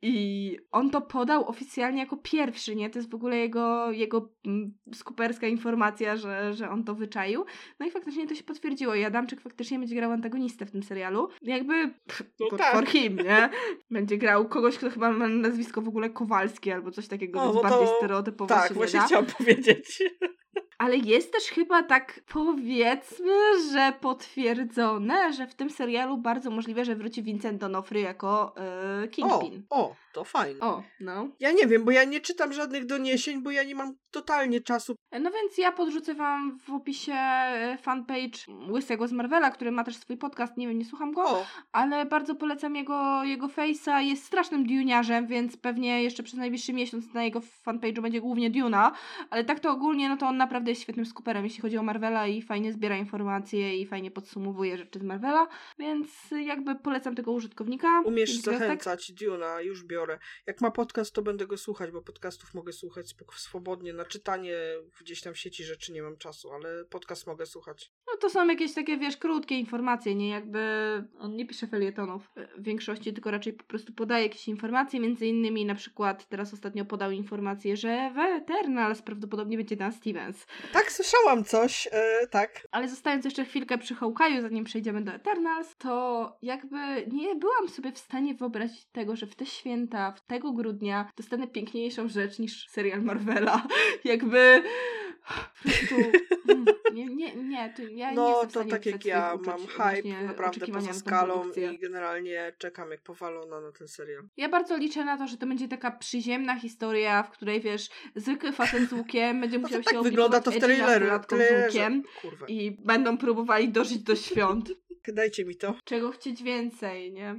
I on to podał oficjalnie jako pierwszy, nie? To jest w ogóle jego, jego mm, skuperska informacja, że, że on to wyczaił. No i faktycznie to się potwierdziło i Adamczyk faktycznie będzie grał antagonistę w tym serialu. Jakby pff, No for, tak. for him, nie? Będzie grał kogoś, kto chyba ma nazwisko w ogóle Kowalski albo coś takiego, O, więc no to- bardziej stereotypowo Tak, się właśnie nie da. chciałam powiedzieć. Ale jest też chyba tak, powiedzmy, że potwierdzone, że w tym serialu bardzo możliwe, że wróci Vincent D'Onofrio jako yy, O, Kingpin. o, to fajnie. O, no. Ja nie wiem, bo ja nie czytam żadnych doniesień, bo ja nie mam totalnie czasu. No więc ja podrzucę wam w opisie e, fanpage Łysego z Marvela, który ma też swój podcast, nie wiem, nie słucham go, O, ale bardzo polecam jego, jego face'a, jest strasznym duniarzem, więc pewnie jeszcze przez najbliższy miesiąc na jego fanpage'u będzie głównie Duna, ale tak to ogólnie, no to on naprawdę jest świetnym skuperem, jeśli chodzi o Marvela i fajnie zbiera informacje i fajnie podsumowuje rzeczy z Marvela, więc jakby polecam tego użytkownika. umiesz Pięć gwiazdek. zachęcać, Duna, już biorę. Jak ma podcast, to będę go słuchać, bo podcastów mogę słuchać spok- swobodnie. Na czytanie gdzieś tam w sieci rzeczy nie mam czasu, ale podcast mogę słuchać. No to są jakieś takie, wiesz, krótkie informacje, nie? Jakby on nie pisze felietonów w większości, tylko raczej po prostu podaje jakieś informacje, między innymi na przykład teraz ostatnio podał informację, że w Eternals prawdopodobnie będzie Dan Stevens. Tak, słyszałam coś, e, tak. Ale zostając jeszcze chwilkę przy Hawkeye'u, zanim przejdziemy do Eternals, to jakby nie byłam sobie w stanie wyobrazić tego, że w te święta, w tego grudnia dostanę piękniejszą rzecz niż serial Marvela. Jakby po prostu mm, nie, nie, nie, to ja nie No jestem w to stanie tak jak opisać ja swoich mam uczuć hype odnośnie naprawdę oczekiwania poza na tą skalą produkcję. i generalnie czekam jak powalona na ten serial. Ja bardzo liczę na to, że to będzie taka przyziemna historia, w której, wiesz, zwykły facet z łukiem będzie No musiał to się tak wygląda to w oblikować edgy trailerze. nastolatką z trailerze. łukiem Kurwa. i będą próbowali dożyć do świąt. Dajcie mi to. Czego chcieć więcej, nie?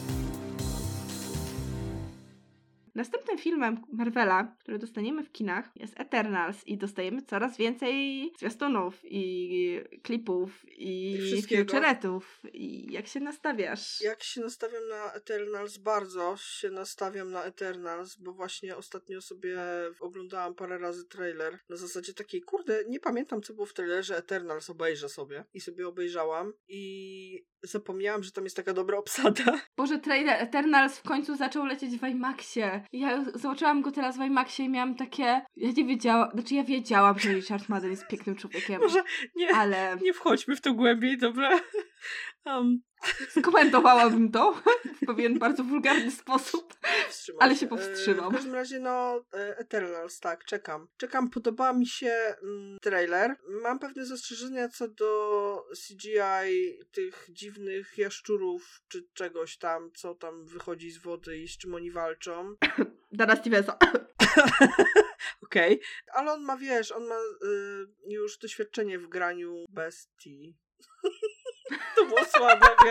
Następnym filmem Marvela, który dostaniemy w kinach, jest Eternals i dostajemy coraz więcej zwiastunów i klipów i, I wszystkiego. featuretów. I jak się nastawiasz? Jak się nastawiam na Eternals? Bardzo się nastawiam na Eternals, bo właśnie ostatnio sobie oglądałam parę razy trailer na zasadzie takiej, kurde, nie pamiętam co było w trailerze Eternals, obejrzę sobie. I sobie obejrzałam i zapomniałam, że tam jest taka dobra obsada. Boże, trailer Eternals w końcu zaczął lecieć w IMAXie. Ja zobaczyłam go teraz w IMAXie i miałam takie... Ja nie wiedziałam... Znaczy ja wiedziałam, że Richard Madden jest pięknym człowiekiem. Może nie, Ale... nie wchodźmy w to głębiej, dobra? Um, Skomentowałabym to w pewien bardzo wulgarny sposób, Wstrzymam ale się powstrzymam. E, w każdym razie, no, e, Eternals, tak, czekam. Czekam, podoba mi się mm, trailer. Mam pewne zastrzeżenia co do C G I tych dziwnych jaszczurów, czy czegoś tam, co tam wychodzi z wody i z czym oni walczą. Dana Stevensa. Okej. Okay. Ale on ma, wiesz, on ma y, już doświadczenie w graniu bestii. To było słabe, wiem.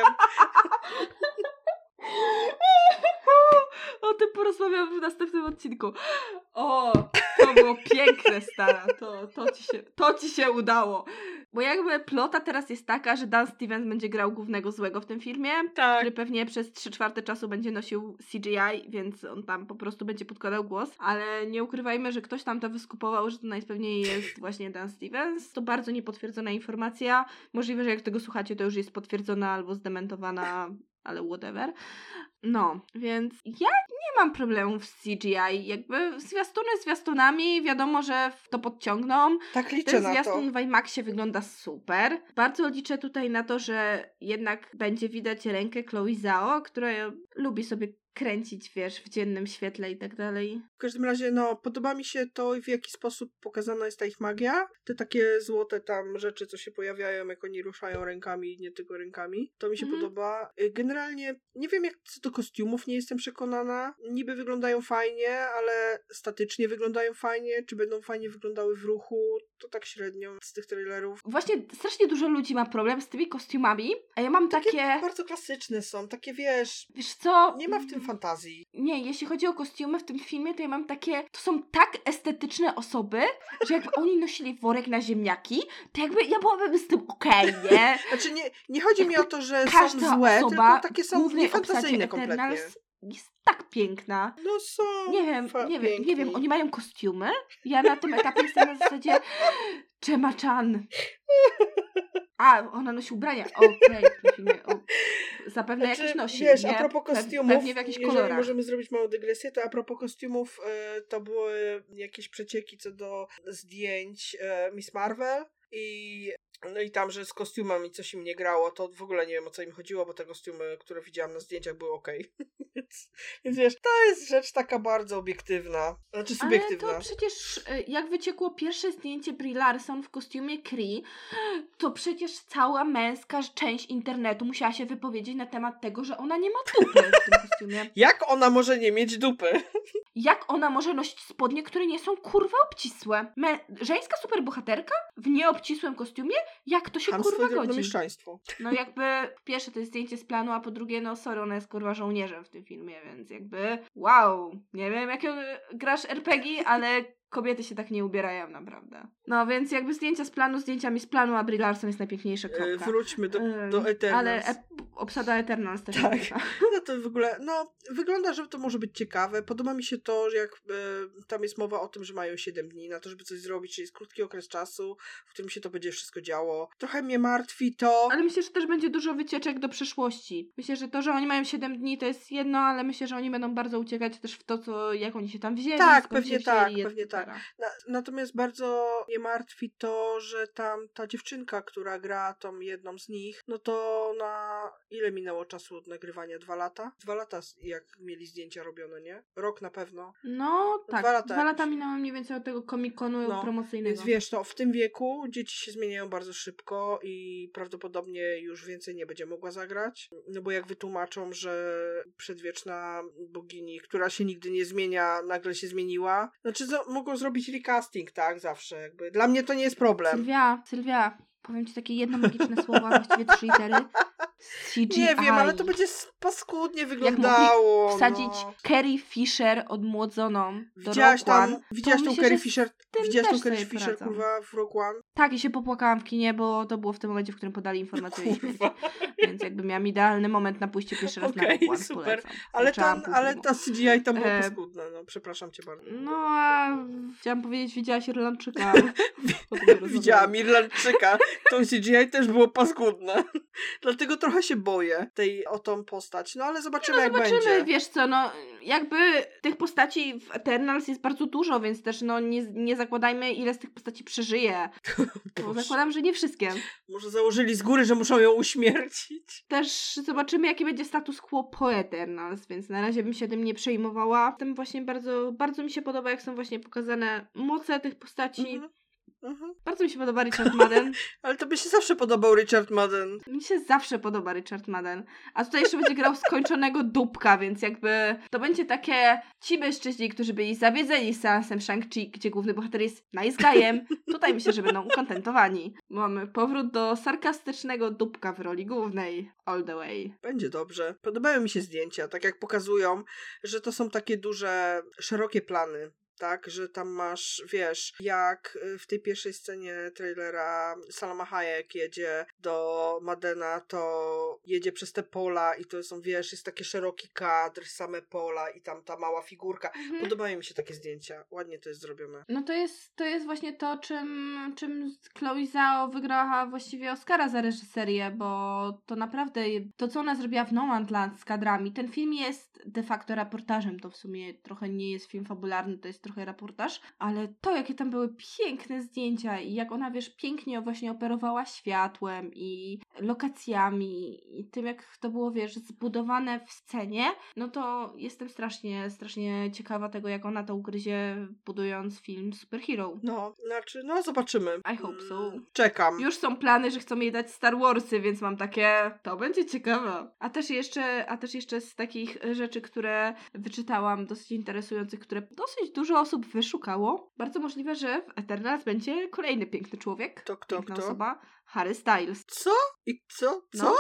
O tym porozmawiamy w następnym odcinku. O, to było piękne, stara. To, to, ci się, to ci się udało. Bo jakby plota teraz jest taka, że Dan Stevens będzie grał głównego złego w tym filmie, tak. który pewnie przez trzy czwarte czasu będzie nosił C G I, więc on tam po prostu będzie podkładał głos. Ale nie ukrywajmy, że ktoś tam to wyskupował, że to najpewniej jest właśnie Dan Stevens. To bardzo niepotwierdzona informacja. Możliwe, że jak tego słuchacie, to już jest potwierdzona albo zdementowana, ale whatever. No, więc ja nie mam problemów z C G I. Jakby zwiastuny zwiastunami, wiadomo, że to podciągną. Tak liczę Ten na to. zwiastun w IMAXie wygląda super. Bardzo liczę tutaj na to, że jednak będzie widać rękę Chloe Zhao, która lubi sobie kręcić, wiesz, w dziennym świetle i tak dalej. W każdym razie, no, podoba mi się to, w jaki sposób pokazana jest ta ich magia. Te takie złote tam rzeczy, co się pojawiają, jak oni ruszają rękami, nie tylko rękami. To mi się Mhm. podoba. Generalnie, nie wiem jak co do kostiumów, nie jestem przekonana. Niby wyglądają fajnie, ale statycznie wyglądają fajnie. Czy będą fajnie wyglądały w ruchu? To tak średnio z tych trailerów. Właśnie strasznie dużo ludzi ma problem z tymi kostiumami, a ja mam takie... Takie bardzo klasyczne są, takie wiesz... Wiesz co? Nie ma w tym fantazji. Nie, jeśli chodzi o kostiumy w tym filmie, to ja mam takie... To są tak estetyczne osoby, że jakby oni nosili worek na ziemniaki, to jakby ja byłabym z tym okej, okay, nie? Znaczy nie, nie chodzi mi o to, że Każda są złe, osoba tylko takie są głównej niefantazyjne obsadzie kompletnie. Eternals jest tak piękna. No są Nie wiem, fa- nie wiem, nie wiem, piękni. oni mają kostiumy? Ja na tym etapie jestem na zasadzie Chema-chan. A, ona nosi ubrania. Okej, w tym filmie. O, zapewne Znaczy, jakieś nosi, wiesz, nie? a propos Pe- kostiumów, Pewnie w jakichś jeżeli kolorach. możemy zrobić małą dygresję, to a propos kostiumów, y, to były jakieś przecieki co do zdjęć y, Miss Marvel i no i tam, że z kostiumami coś im nie grało, to w ogóle nie wiem o co im chodziło, bo te kostiumy, które widziałam na zdjęciach były okej. więc, więc wiesz, to jest rzecz taka bardzo obiektywna, znaczy subiektywna. Ale to przecież y, jak wyciekło pierwsze zdjęcie Brie Larson w kostiumie Kree, to przecież cała męska część internetu musiała się wypowiedzieć na temat tego, że ona nie ma dupy w tym kostiumie. Jak ona może nie mieć dupy? Jak ona może nosić spodnie, które nie są kurwa obcisłe? Me- żeńska superbohaterka w nieobcisłym kostiumie? Jak to się Hamstwo kurwa i godzi? drobnomieszczaństwo. No jakby po pierwsze to jest zdjęcie z planu, a po drugie no sorry, ona jest kurwa żołnierzem w tym filmie, więc jakby wow, nie wiem jakiego grasz er pe gie, ale kobiety się tak nie ubierają naprawdę. No więc jakby zdjęcia z planu, zdjęciami z planu, a Brie Larson jest najpiękniejsza, E, kropka. wróćmy do, Ym, do Eternals. Ale e- obsada Eternals też Tak. jest piękna. No to w ogóle, no, wygląda, że to może być ciekawe. Podoba mi się to, że jak e, tam jest mowa o tym, że mają siedem dni na to, żeby coś zrobić, czyli jest krótki okres czasu, w którym się to będzie wszystko działo. Trochę mnie martwi to... Ale myślę, że też będzie dużo wycieczek do przeszłości. Myślę, że to, że oni mają siedem dni to jest jedno, ale myślę, że oni będą bardzo uciekać też w to, co, jak oni się tam wzięli, Tak, skąd pewnie się tak, wzięli, pewnie et cetera. tak. Na, natomiast bardzo mnie martwi to, że tam ta dziewczynka, która gra tą jedną z nich, no to na ile minęło czasu od nagrywania? Dwa lata? Dwa lata jak mieli zdjęcia robione, nie? Rok na pewno. No tak, Dwa lata dwa lata jakoś. minęło mniej więcej od tego Comic-Conu No, promocyjnego. Więc wiesz, to w tym wieku dzieci się zmieniają bardzo szybko i prawdopodobnie już więcej nie będzie mogła zagrać. No bo jak wytłumaczą, że przedwieczna bogini, która się nigdy nie zmienia, nagle się zmieniła. Znaczy zo- mogą zrobić recasting, tak? Zawsze jakby. Dla mnie to nie jest problem. Sylwia, Sylwia, powiem ci takie jedno magiczne słowa, właściwie trzy litery. C G I. Nie wiem, ale to będzie paskudnie wyglądało. Wsadzić no. Carrie Fisher odmłodzoną do Widziałaś Rogue One, tam, widziałaś to tą myślę, Carrie że z Fisher, tym widziałaś tą też Carrie sobie Fisher, poradzą. kurwa, w Rogue One? Tak, i się popłakałam w kinie, bo to było w tym momencie, w którym podali informację o jej śmierci. Więc jakby miałam idealny moment na pójście pierwszy raz Okej, na Rogue One, super. polecam. Ale, Zobaczyłam ten, pół ale filmu. ta C G I tam była E, paskudna, no przepraszam cię bardzo. No, a chciałam powiedzieć, widziałaś Irlandczyka. ale potem rozmawiamy. Widziałam Irlandczyka, tą C G I też było paskudne. Dlatego trochę się boję tej o tą postać, no ale zobaczymy no, jak zobaczymy, będzie. Wiesz co, no jakby tych postaci w Eternals jest bardzo dużo, więc też no nie, nie zakładajmy, ile z tych postaci przeżyje. Bo zakładam, że nie wszystkie. Może założyli z góry, że muszą ją uśmiercić. Też zobaczymy, jaki będzie status quo po Eternals, więc na razie bym się tym nie przejmowała. Tym właśnie bardzo, bardzo mi się podoba, jak są właśnie pokazane moce tych postaci. Mhm. Mhm. Bardzo mi się podoba Richard Madden. Ale to by się zawsze podobał Richard Madden. Mi się zawsze podoba Richard Madden. A tutaj jeszcze będzie grał skończonego dupka, więc jakby to będzie takie ci mężczyźni, którzy byli zawiedzeni seansem Shang-Chi, gdzie główny bohater jest nice guyem. Tutaj myślę, że będą ukontentowani. Mamy powrót do sarkastycznego dupka w roli głównej. All the way. Będzie dobrze. Podobają mi się zdjęcia, tak jak pokazują, że to są takie duże, szerokie plany. Tak, że tam masz, wiesz, jak w tej pierwszej scenie trailera Salma Hayek jedzie do Maddena, to jedzie przez te pola i to są, wiesz, jest taki szeroki kadr, same pola i tam ta mała figurka. Mhm. Podobają mi się takie zdjęcia. Ładnie to jest zrobione. No to jest, to jest właśnie to, czym, czym Chloe Zhao wygrała właściwie Oscara za reżyserię, bo to naprawdę, to co ona zrobiła w Nomadland z kadrami, ten film jest de facto reportażem, to w sumie trochę nie jest film fabularny, to jest trochę reportaż, ale to, jakie tam były piękne zdjęcia i jak ona, wiesz, pięknie właśnie operowała światłem i lokacjami i tym, jak to było, wiesz, zbudowane w scenie, no to jestem strasznie, strasznie ciekawa tego, jak ona to ugryzie, budując film Superhero. No, znaczy, no zobaczymy. I hope so. Czekam. Już są plany, że chcą jej dać Star Warsy, więc mam takie, to będzie ciekawe. A też jeszcze, a też jeszcze z takich rzeczy, które wyczytałam, dosyć interesujących, które dosyć dużo osób wyszukało. Bardzo możliwe, że w Eternals będzie kolejny piękny człowiek. To kto, piękna kto? osoba. Harry Styles. Co? I co? Co? No.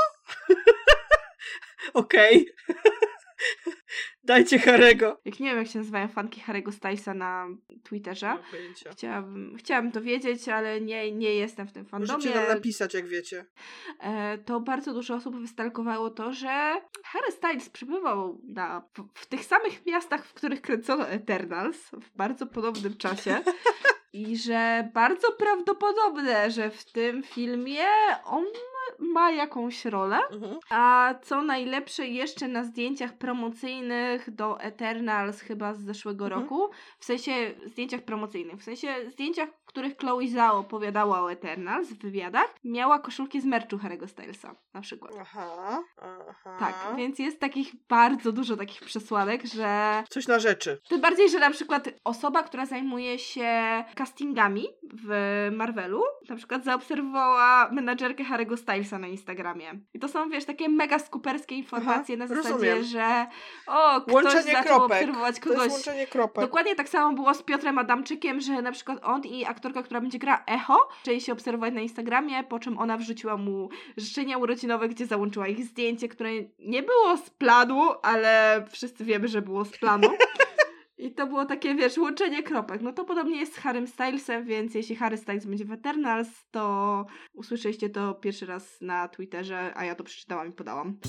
Okej. Dajcie Harego. Jak nie wiem, jak się nazywają fanki Harry'ego Stylesa na Twitterze. Nie mam pojęcia. Chciałabym, chciałabym to wiedzieć, ale nie, nie jestem w tym fandomie. Możecie nam napisać, jak wiecie. E, to bardzo dużo osób wystalkowało to, że Harry Styles przybywał na, w, w tych samych miastach, w których kręcono Eternals w bardzo podobnym czasie i że bardzo prawdopodobne, że w tym filmie on ma jakąś rolę, Mhm. a co najlepsze jeszcze na zdjęciach promocyjnych do Eternals chyba z zeszłego Mhm. roku, w sensie zdjęciach promocyjnych, w sensie zdjęciach, w których Chloe Zhao opowiadała o Eternals w wywiadach, miała koszulki z merchu Harry'ego Stylesa na przykład. Aha, aha. Tak, więc jest takich bardzo dużo takich przesłanek, że Coś na rzeczy. tym bardziej, że na przykład osoba, która zajmuje się castingami w Marvelu, na przykład zaobserwowała menadżerkę Harry'ego Stylesa na Instagramie. I to są, wiesz, takie mega skuperskie informacje Aha, na zasadzie, rozumiem. że o, ktoś Łączenie zaczął kropek. obserwować To jest kogoś. łączenie kropek. Dokładnie tak samo było z Piotrem Adamczykiem, że na przykład on i aktorka, która będzie grała Echo, zaczęli się obserwować na Instagramie, po czym ona wrzuciła mu życzenia urodzinowe, gdzie załączyła ich zdjęcie, które nie było z planu, ale wszyscy wiemy, że było z planu. I to było takie, wiesz, łączenie kropek. No to podobnie jest z Harrym Stylesem, więc jeśli Harry Styles będzie w Eternals, to usłyszeliście to pierwszy raz na Twitterze, a ja to przeczytałam i podałam.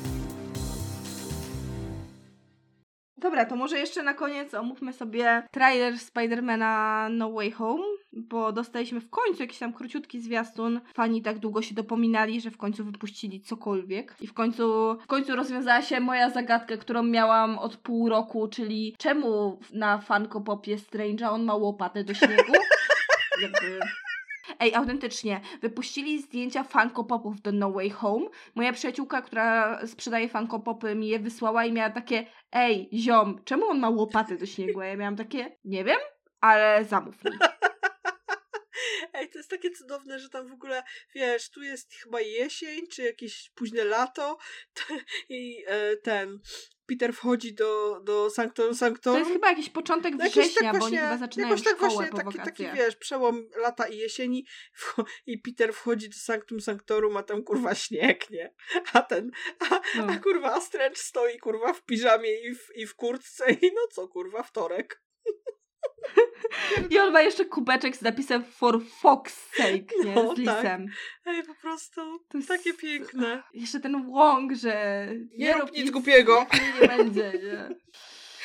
Dobra, to może jeszcze na koniec omówmy sobie trailer Spider-Mana No Way Home, bo dostaliśmy w końcu jakiś tam króciutki zwiastun. Fani tak długo się dopominali, że w końcu wypuścili cokolwiek. I w końcu, w końcu rozwiązała się moja zagadka, którą miałam od pół roku, czyli czemu na Funko Popie Strange'a on ma łopatę do śniegu? Jakby... Ej, autentycznie, wypuścili zdjęcia Funko Popów do No Way Home. Moja przyjaciółka, która sprzedaje Funko Popy, mi je wysłała i miała takie: ej, ziom, czemu on ma łopaty do śniegu? A ja miałam takie: nie wiem, ale zamów mi. Ej, to jest takie cudowne, że tam w ogóle, wiesz, tu jest chyba jesień, czy jakieś późne lato to, i e, ten Peter wchodzi do, do Sanctorum Sanctorum. To jest chyba jakiś początek No jakiś września, tak bo oni właśnie- chyba zaczynają jakoś tak szkołę właśnie, po taki, wakacjach. taki, wiesz, przełom lata i jesieni wcho- i Peter wchodzi do Sanctum Sanctorum, a tam kurwa śnieg, nie? A ten, a, No. a kurwa a Strange stoi kurwa w piżamie i w, i w kurtce i no co kurwa, wtorek. I on ma jeszcze kubeczek z napisem For Fox's sake, nie? No, Z lisem. Ej, po prostu To jest takie piękne. Jeszcze ten łąk, że Nie rób nic głupiego. jak mnie nie będzie, nie?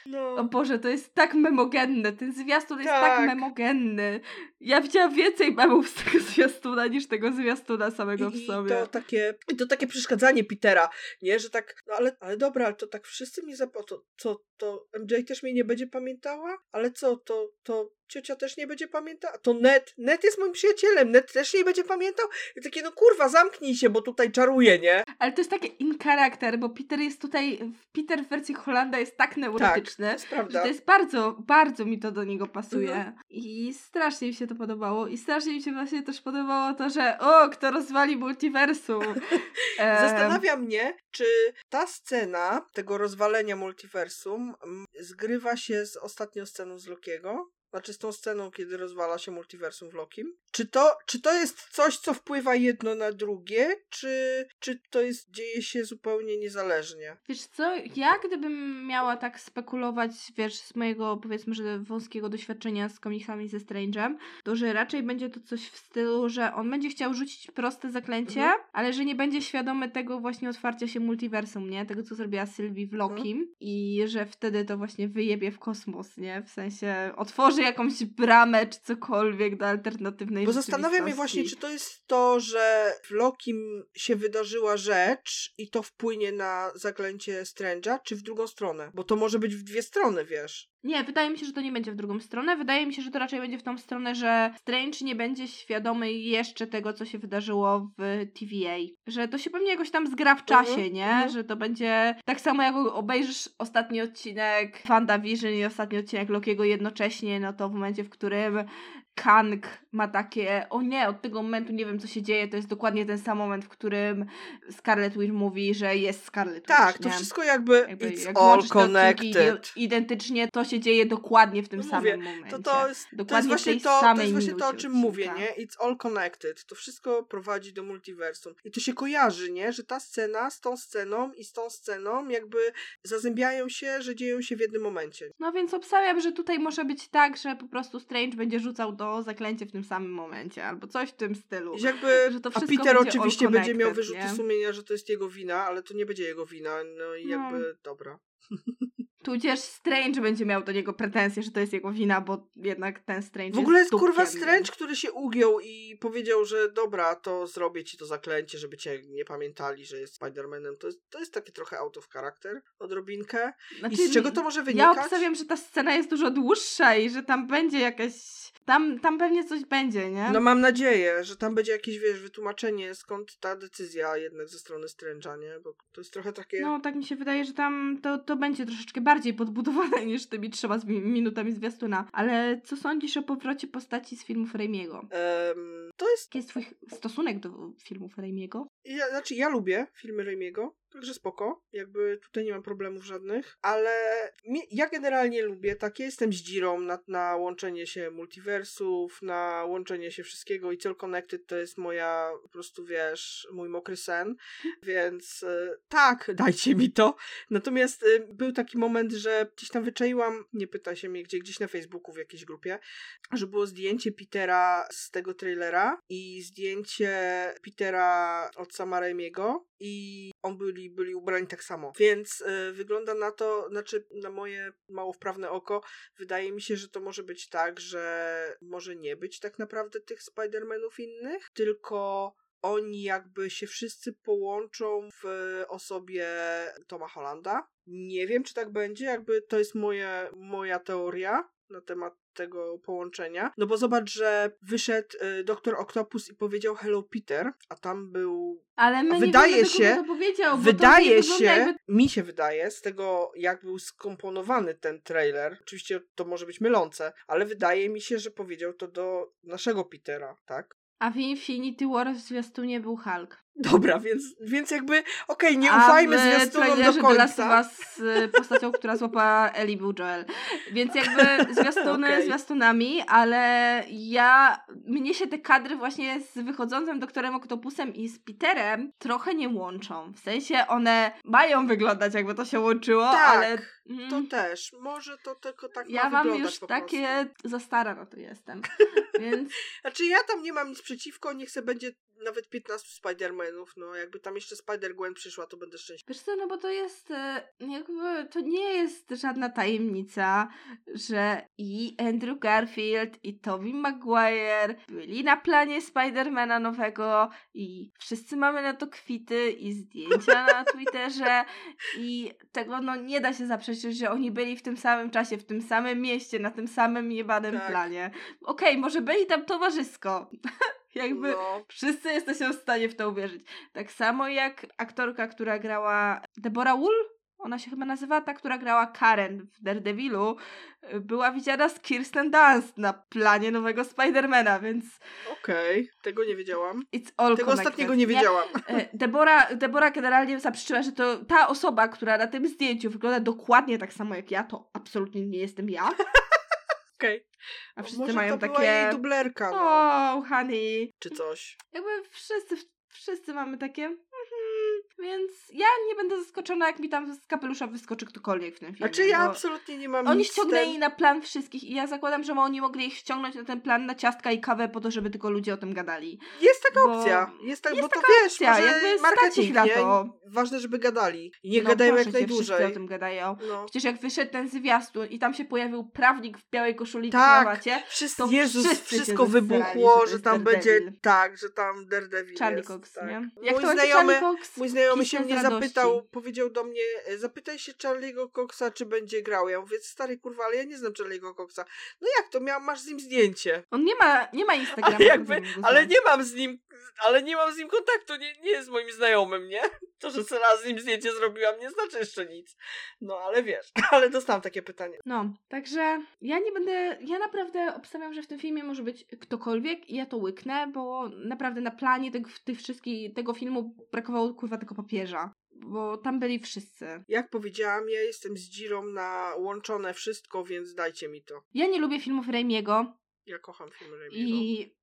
No. O Boże, to jest tak memogenne. Ten zwiastun jest tak, Tak. memogenny. Ja widziałam więcej memów z tego zwiastuna niż tego zwiastuna samego w I, sobie. I to takie, i to takie przeszkadzanie Petera, nie, że tak, no ale, ale dobra, ale to tak wszyscy mnie zap... To, co, to M J też mnie nie będzie pamiętała? Ale co, to, to ciocia też nie będzie pamiętała? To Ned, Ned jest moim przyjacielem, Ned też nie będzie pamiętał? I takie, no kurwa, zamknij się, bo tutaj czaruje, nie? Ale to jest takie in character, bo Peter jest tutaj, Peter w wersji Hollanda jest tak neurotyczny, Tak, to jest prawda. że to jest bardzo, bardzo mi to do niego pasuje. Mhm. I strasznie mi się to podobało. I strasznie mi się właśnie też podobało to, że o, kto rozwali multiversum. Em, Zastanawia mnie, czy ta scena tego rozwalenia multiversum mm, zgrywa się z ostatnią sceną z Lokiego. Znaczy z tą sceną, kiedy rozwala się multiversum w Lokim. Czy to, czy to jest coś, co wpływa jedno na drugie, czy, czy to jest, dzieje się zupełnie niezależnie? Wiesz co, ja gdybym miała tak spekulować, wiesz, z mojego powiedzmy, że wąskiego doświadczenia z komiksami ze Strange'em, to że raczej będzie to coś w stylu, że on będzie chciał rzucić proste zaklęcie, Mhm. ale że nie będzie świadomy tego właśnie otwarcia się multiversum, nie? Tego, co zrobiła Sylvie w Lokim Mhm. i że wtedy to właśnie wyjebie w kosmos, nie? W sensie otworzy jakąś bramę czy cokolwiek do alternatywnej Bo zastanawia mnie właśnie, czy to jest to, że w Lokim się wydarzyła rzecz i to wpłynie na zaklęcie Strange'a, czy w drugą stronę? Bo to może być w dwie strony, wiesz. Nie, wydaje mi się, że to nie będzie w drugą stronę. Wydaje mi się, że to raczej będzie w tą stronę, że Strange nie będzie świadomy jeszcze tego, co się wydarzyło w T V A. Że to się pewnie jakoś tam zgra w czasie, Mhm, nie? mhm. Że to będzie tak samo, jak obejrzysz ostatni odcinek WandaVision i ostatni odcinek Lokiego jednocześnie, no to w momencie, w którym Kang ma takie, o nie, od tego momentu nie wiem, co się dzieje, to jest dokładnie ten sam moment, w którym Scarlet Witch mówi, że jest Scarlet Witch, Tak, to nie? wszystko jakby, Jakby, it's jak all włączysz te odcinki connected. identycznie, to się dzieje dokładnie w tym No samym mówię, momencie. To, to, jest, to jest Dokładnie w właśnie tej to, to samej jest właśnie to, o minucie czym odcinka. mówię, nie? It's all connected. To wszystko prowadzi do multiversum. I to się kojarzy, nie? Że ta scena z tą sceną i z tą sceną jakby zazębiają się, że dzieją się w jednym momencie. No więc obstawiam, że tutaj może być tak, że po prostu Strange będzie rzucał do zaklęcie w tym samym momencie, albo coś w tym stylu. I jakby, Że to a wszystko Peter będzie oczywiście all będzie miał connected, wyrzuty nie? sumienia, że to jest jego wina, ale to nie będzie jego wina. No i No. jakby, dobra. Tudzież Strange będzie miał do niego pretensje, że to jest jego wina, bo jednak ten Strange W ogóle jest dupkiem, kurwa nie? Strange, który się ugiął i powiedział, że dobra, to zrobię ci to zaklęcie, żeby cię nie pamiętali, że jest Spider-Manem. To jest, to jest takie trochę out of character, odrobinkę. Znaczy, I z czego to może Ja wynikać? obstawiam, że ta scena jest dużo dłuższa i że tam będzie jakaś... Tam, tam pewnie coś będzie, nie? No mam nadzieję, że tam będzie jakieś, wiesz, wytłumaczenie, skąd ta decyzja jednak ze strony Strange'a, nie? Bo to jest trochę takie... No, tak mi się wydaje, że tam to, to będzie troszeczkę bardziej podbudowane niż tymi trzema z mi- minutami zwiastuna. Ale co sądzisz o powrocie postaci z filmów Raimiego? Um, to jest... Jaki jest twój stosunek do filmów Raimiego? Ja, znaczy, ja lubię filmy Raimiego, także spoko, jakby tutaj nie mam problemów żadnych, ale mi, ja generalnie lubię, tak, ja jestem z dzirą na, na łączenie się multiversów, na łączenie się wszystkiego i Cell Connected to jest moja, po prostu wiesz, mój mokry sen, więc y, tak, dajcie mi to. Natomiast y, był taki moment, że gdzieś tam wyczaiłam, nie pyta się mnie gdzie, gdzieś na Facebooku w jakiejś grupie, że było zdjęcie Petera z tego trailera i zdjęcie Petera od Sama Raimiego i on byli, byli ubrani tak samo. Więc y, wygląda na to, znaczy na moje mało wprawne oko, wydaje mi się, że to może być tak, że może nie być tak naprawdę tych Spider-Manów innych, tylko oni jakby się wszyscy połączą w osobie Toma Hollanda. Nie wiem, czy tak będzie, jakby to jest moje, moja teoria na temat tego połączenia. No bo zobacz, że wyszedł y, doktor Octopus i powiedział hello Peter, a tam był... Ale my wydaje nie wiemy, się, to powiedział, bo wydaje to nie się, wygląda jakby... mi się wydaje, z tego jak był skomponowany ten trailer, oczywiście to może być mylące, ale wydaje mi się, że powiedział to do naszego Petera, tak? A w Infinity War w zwiastunie był Hulk. Dobra, więc, więc jakby okej, okay, nie A ufajmy w zwiastunom do trailerze The Last of końca. Us z postacią, która złapała Ellie był Joel. Więc jakby zwiastuny Okej. zwiastunami, ale ja, mnie się te kadry właśnie z wychodzącym doktorem Octopusem i z Peterem trochę nie łączą. W sensie one mają wyglądać jakby to się łączyło, Tak, ale... To Mm, też. Może to tylko tak ja ma mam wyglądać już po takie... prostu. Za stara na to jestem. Więc... Znaczy ja tam nie mam nic przeciwko, niech se będzie nawet piętnastu Spider-Manów, no jakby tam jeszcze Spider-Gwen przyszła, to będę szczęśliwy. Wiesz co, no bo to jest e, jakby, to nie jest żadna tajemnica, że i Andrew Garfield i Tobey Maguire byli na planie Spidermana nowego i wszyscy mamy na to kwity i zdjęcia na Twitterze i tego no nie da się zaprzeczyć, że oni byli w tym samym czasie, w tym samym mieście, na tym samym jebanym Tak. planie. Okej, okay, może byli tam towarzysko. Jakby No. wszyscy jesteśmy w stanie w to uwierzyć. Tak samo jak aktorka, która grała Deborah Wool, ona się chyba nazywa, ta, która grała Karen w Daredevilu, była widziana z Kirsten Dunst na planie nowego Spidermana, więc... Okej, okay, tego nie wiedziałam. It's all tego connected. ostatniego nie wiedziałam. Deborah, Deborah generalnie zaprzeczyła, że to ta osoba, która na tym zdjęciu wygląda dokładnie tak samo jak ja, to absolutnie nie jestem ja. Okej. Okay. A wszyscy Może mają to takie... była jej dublerka, no. O, honey. Czy coś. Jakby wszyscy, wszyscy mamy takie... Mm-hmm. Więc ja nie będę zaskoczona, jak mi tam z kapelusza wyskoczy ktokolwiek w tym filmie. A czy ja absolutnie nie mam Oni nic ściągnęli ten... na plan wszystkich i ja zakładam, że oni mogli ich ściągnąć na ten plan na ciastka i kawę po to, żeby tylko ludzie o tym gadali. Jest taka bo... opcja. Jest, tak, jest bo to taka wiesz, opcja. może jakby marketing, na nie? to. Ważne, żeby gadali. I niech no, gadają jak cię, najdłużej. Wszyscy o tym gadają. No. Przecież jak wyszedł ten zwiastun i tam się pojawił prawnik w białej koszuli tak, i krawacie, wszyscy, to Jezus, wszyscy wszystko się wybuchło, że, że jest tam Daredevil. będzie, tak, że tam Daredevil Charlie jest. Cox, tak. nie? Mój Jak to znajomy, Charlie Cox? mój znajomy Pisem się mnie z radości. zapytał, powiedział do mnie, zapytaj się Charlie'ego Coxa, czy będzie grał. Ja mówię, stary kurwa, ale ja nie znam Charlie'ego Coxa. No jak to, Miał, masz z nim zdjęcie? On nie ma, nie ma Instagrama. Ale jakby, ale nie mam z nim, ale nie mam z nim kontaktu, nie, nie jest moim znajomym, nie? To, że sobie raz z nim zdjęcie zrobiłam, nie znaczy jeszcze nic. No, ale wiesz, ale dostałam takie pytanie. No, także ja nie będę, ja naprawdę obstawiam, że w tym filmie może być ktokolwiek i ja to łyknę, bo naprawdę na planie tych, tych wszystkich, tego filmu brakowało kurwa tylko papieża. Bo tam byli wszyscy. Jak powiedziałam, ja jestem z Dzirą na łączone wszystko, więc dajcie mi to. Ja nie lubię filmów Raimiego. Ja kocham filmy Raimiego. I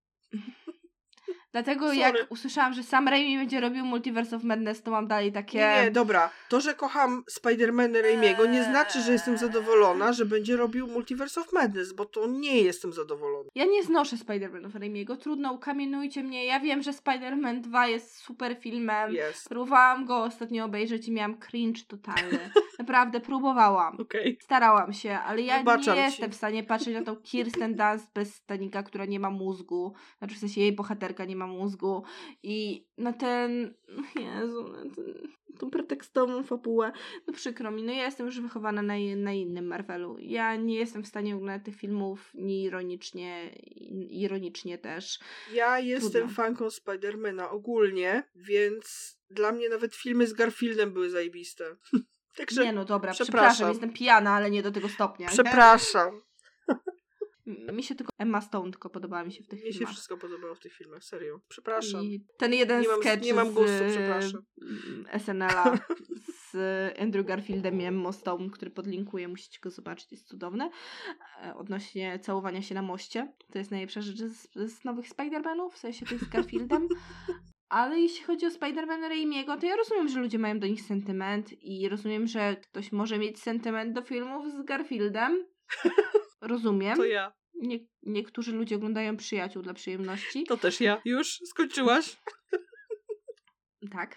dlatego Sorry. jak usłyszałam, że sam Raimi będzie robił Multiverse of Madness, to mam dalej takie... Nie, nie, dobra. To, że kocham Spider-Mana Raimiego nie znaczy, że jestem zadowolona, że będzie robił Multiverse of Madness, bo to nie jestem zadowolona. Ja nie znoszę Spider-Manów Raimiego. Trudno, ukamienujcie mnie. Ja wiem, że Spider-Man dwa jest super filmem. Jest. Próbowałam go ostatnio obejrzeć i miałam cringe totalny. Naprawdę, próbowałam. Okej. Starałam się, ale ja Wybaczam nie ci. jestem w stanie patrzeć na tą Kirsten Dunst bez stanika, która nie ma mózgu. Znaczy w sensie jej bohaterka nie ma mózgu. I na ten... Jezu, na ten... tą pretekstową fabułę. No przykro mi, no ja jestem już wychowana na, na innym Marvelu. Ja nie jestem w stanie oglądać tych filmów ni ironicznie, ironicznie też. Ja jestem Trudno. fanką Spidermana ogólnie, więc dla mnie nawet filmy z Garfieldem były zajebiste. Także Nie no dobra, przepraszam. przepraszam. jestem pijana, ale nie do tego stopnia. nie? przepraszam. Mi się tylko Emma Stone tylko podobała mi się w tych Mnie się filmach. wszystko podobało w tych filmach, serio. Przepraszam. I ten jeden Nie mam- sketch nie mam z gustu, przepraszam. mm, S N L-a z Andrew Garfieldem i Emma Stone, który podlinkuję, musicie go zobaczyć, jest cudowne. E, Odnośnie całowania się na moście. To jest najlepsza rzecz z, z nowych Spider-Manów, w sensie tych z Garfieldem. Ale jeśli chodzi o Spider-Man Raimiego, to ja rozumiem, że ludzie mają do nich sentyment i rozumiem, że ktoś może mieć sentyment do filmów z Garfieldem. Rozumiem. To ja. Nie, niektórzy ludzie oglądają Przyjaciół dla przyjemności. To też ja. Już? Skończyłaś? Tak.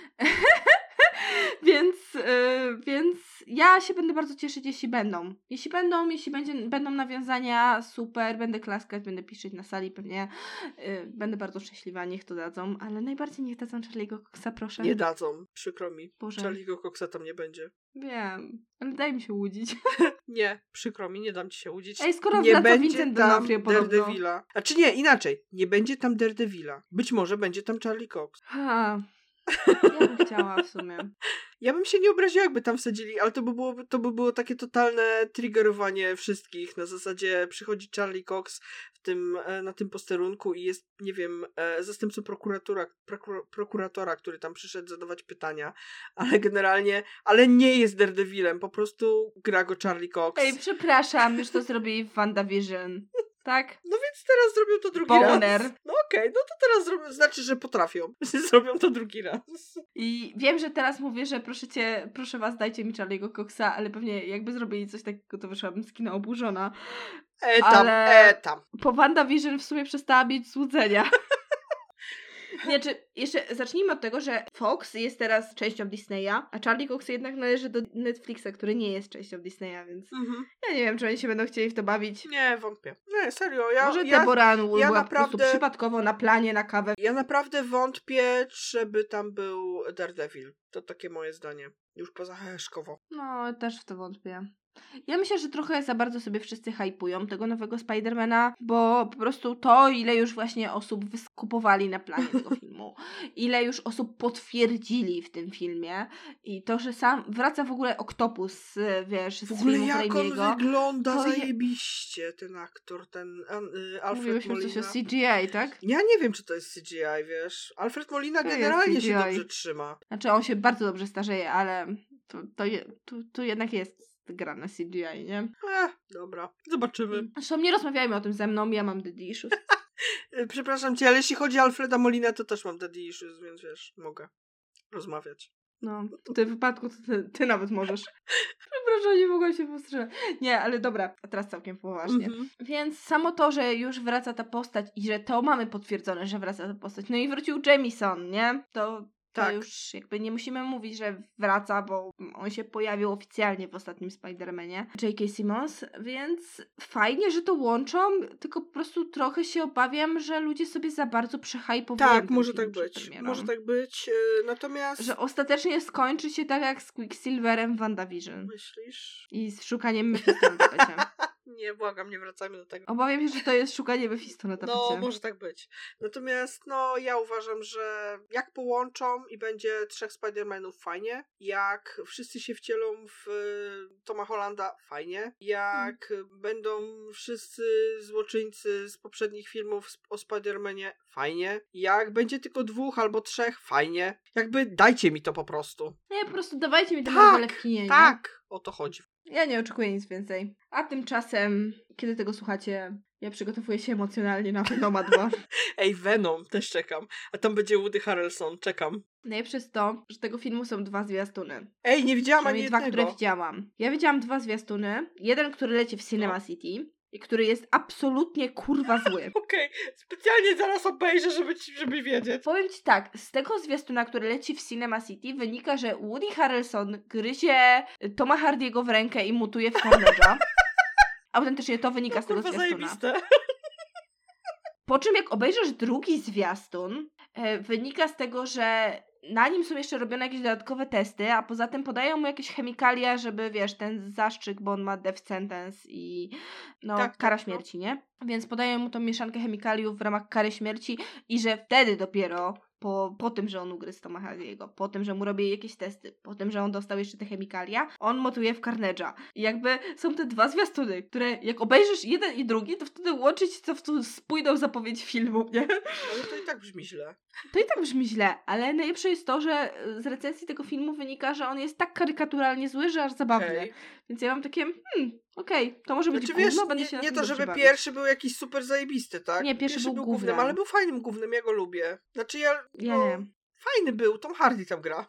więc, yy, więc ja się będę bardzo cieszyć, jeśli będą. Jeśli będą, jeśli będzie, będą nawiązania, super, będę klaskać, będę piszeć na sali, pewnie yy, będę bardzo szczęśliwa, niech to dadzą, ale najbardziej niech dadzą Charlie'ego Coxa, proszę. Nie dadzą. Przykro mi. Boże. Charlie'ego Coxa tam nie będzie. Wiem, ale daj mi się łudzić. Nie, przykro mi, nie dam ci się łudzić. Ej, skoro nie wraca będzie Vincent tam D'Onofrio podobno. Daredevila. A czy nie, inaczej. Nie będzie tam Daredevila. Być może będzie tam Charlie Cox. Ha, ja bym chciała w sumie. Ja bym się nie obraziła, jakby tam wsadzili, ale to by było, to by było takie totalne triggerowanie wszystkich. Na zasadzie przychodzi Charlie Cox w tym, e, na tym posterunku i jest, nie wiem, e, zastępcą prokuratora, prokur- prokuratora, który tam przyszedł zadawać pytania, ale generalnie, ale nie jest Daredevilem, po prostu gra go Charlie Cox. Ej, przepraszam, już to zrobili w WandaVision. Tak? No więc teraz zrobią to drugi Boner. raz. No okej, okay, no to teraz zrobią, znaczy, że potrafią. Zrobią to drugi raz. I wiem, że teraz mówię, że proszę cię, proszę was, dajcie mi Charlie'ego Coxa, ale pewnie jakby zrobili coś takiego, to wyszłabym z kina oburzona. E tam, Ale e tam. po WandaVision w sumie przestała mieć złudzenia. Znaczy, jeszcze zacznijmy od tego, że Fox jest teraz częścią Disneya, a Charlie Cox jednak należy do Netflixa, który nie jest częścią Disneya, więc Mhm. ja nie wiem, czy oni się będą chcieli w to bawić. Nie, wątpię. Nie, serio. Ja, Może ja, Deborah Ann Wood ja była naprawdę- po prostu przypadkowo na planie, na kawę. ja naprawdę wątpię, żeby tam był Daredevil. To takie moje zdanie. Już poza Heszkowo. No, też w to wątpię. Ja myślę, że trochę za bardzo sobie wszyscy hypują tego nowego Spidermana, bo po prostu to, ile już właśnie osób wyskupowali na planie tego filmu, ile już osób potwierdzili w tym filmie i to, że sam wraca w ogóle Octopus, wiesz, W z ogóle filmu jak on Raimiego. wygląda to je- zajebiście, ten aktor, ten an, y, Alfred Mówiłyśmy Molina. coś o C G I, tak? Ja nie wiem, czy to jest C G I, wiesz. Alfred Molina To jest generalnie się C G I. dobrze trzyma. Znaczy on się bardzo dobrze starzeje, ale to, to, je, to, to jednak jest grane C G I, nie? Eh, dobra, zobaczymy. Zresztą nie rozmawiajmy o tym ze mną, ja mam daddy issues. Y, Przepraszam cię, ale jeśli chodzi o Alfreda Molina, to też mam daddy issues, więc wiesz, mogę rozmawiać. No, w tym wypadku to ty, ty nawet możesz. Przepraszam, nie mogłam się powstrzymać. Nie, ale dobra, a teraz całkiem poważnie. Mhm. Więc samo to, że już wraca ta postać i że to mamy potwierdzone, że wraca ta postać. No i wrócił Jameson, nie? To, to Tak. już jakby nie musimy mówić, że wraca, bo on się pojawił oficjalnie w ostatnim Spider-Manie. J K. Simmons, więc fajnie, że to łączą, tylko po prostu trochę się obawiam, że ludzie sobie za bardzo przehajpowują Tak, ten może film tak przed być. premierą. Może tak być. y, Natomiast. Że ostatecznie skończy się tak jak z Quicksilverem w WandaVision. Myślisz? I z szukaniem Mephisto na tapecie. Nie, błagam, nie wracajmy do tego. Obawiam się, że to jest szukanie Mephisto na tapecie. No, może tak być. Natomiast, no, ja uważam, że jak połączą i będzie trzech Spider-Manów, fajnie. Jak wszyscy się wcielą w y, Toma Hollanda, fajnie. Jak Hmm. będą wszyscy złoczyńcy z poprzednich filmów sp- o Spider-Manie, fajnie. Jak będzie tylko dwóch albo trzech, fajnie. Jakby dajcie mi to po prostu. Nie, po prostu dawajcie mi to Tak, Marvele w kinie, nie? Tak! O to chodzi. Ja nie oczekuję nic więcej. A tymczasem, kiedy tego słuchacie, ja przygotowuję się emocjonalnie na Venoma dwa. Ej, Venom, też czekam. A tam będzie Woody Harrelson, czekam. Najlepsze jest to, że tego filmu są dwa zwiastuny. Ej, nie widziałam ani Przynajmniej dwa, jednego. które widziałam. Ja widziałam dwa zwiastuny. Jeden, który leci w Cinema No. City i który jest absolutnie kurwa zły. Okej, specjalnie zaraz obejrzę, żeby, ci, żeby wiedzieć. Powiem ci tak, z tego zwiastuna, który leci w Cinema City, wynika, że Woody Harrelson gryzie Toma Hardiego w rękę i mutuje w Carnage'a. Autentycznie to wynika z tego Kurwa zwiastuna. zajebiste. Po czym jak obejrzysz drugi zwiastun, e, wynika z tego, że na nim są jeszcze robione jakieś dodatkowe testy, a poza tym podają mu jakieś chemikalia, żeby, wiesz, ten zastrzyk, bo on ma death sentence i no, Tak, tak, kara no. śmierci, nie? Więc podają mu tą mieszankę chemikaliów w ramach kary śmierci i że wtedy dopiero po, po tym, że on ugryzł Toma Hardiego, po tym, że mu robi jakieś testy, po tym, że on dostał jeszcze te chemikalia, on motuje w Carnage'a. I jakby są te dwa zwiastuny, które jak obejrzysz jeden i drugi, to wtedy łączyć to w tą spójną zapowiedź filmu, nie? Ale to i tak brzmi źle. To i tak brzmi źle, ale najlepsze jest to, że z recenzji tego filmu wynika, że on jest tak karykaturalnie zły, że aż zabawny. Okej. Więc ja mam takie, hmm, okej, okay, to może być Znaczy, gówno, wiesz, będę nie, się na nie tym to, dobrze żeby bawić. pierwszy był jakiś super zajebisty, tak? Nie, pierwszy był gównem, gównem. ale był fajnym gównem, ja go lubię. Znaczy ja, Ja no, nie. fajny był, Tom Hardy tam gra.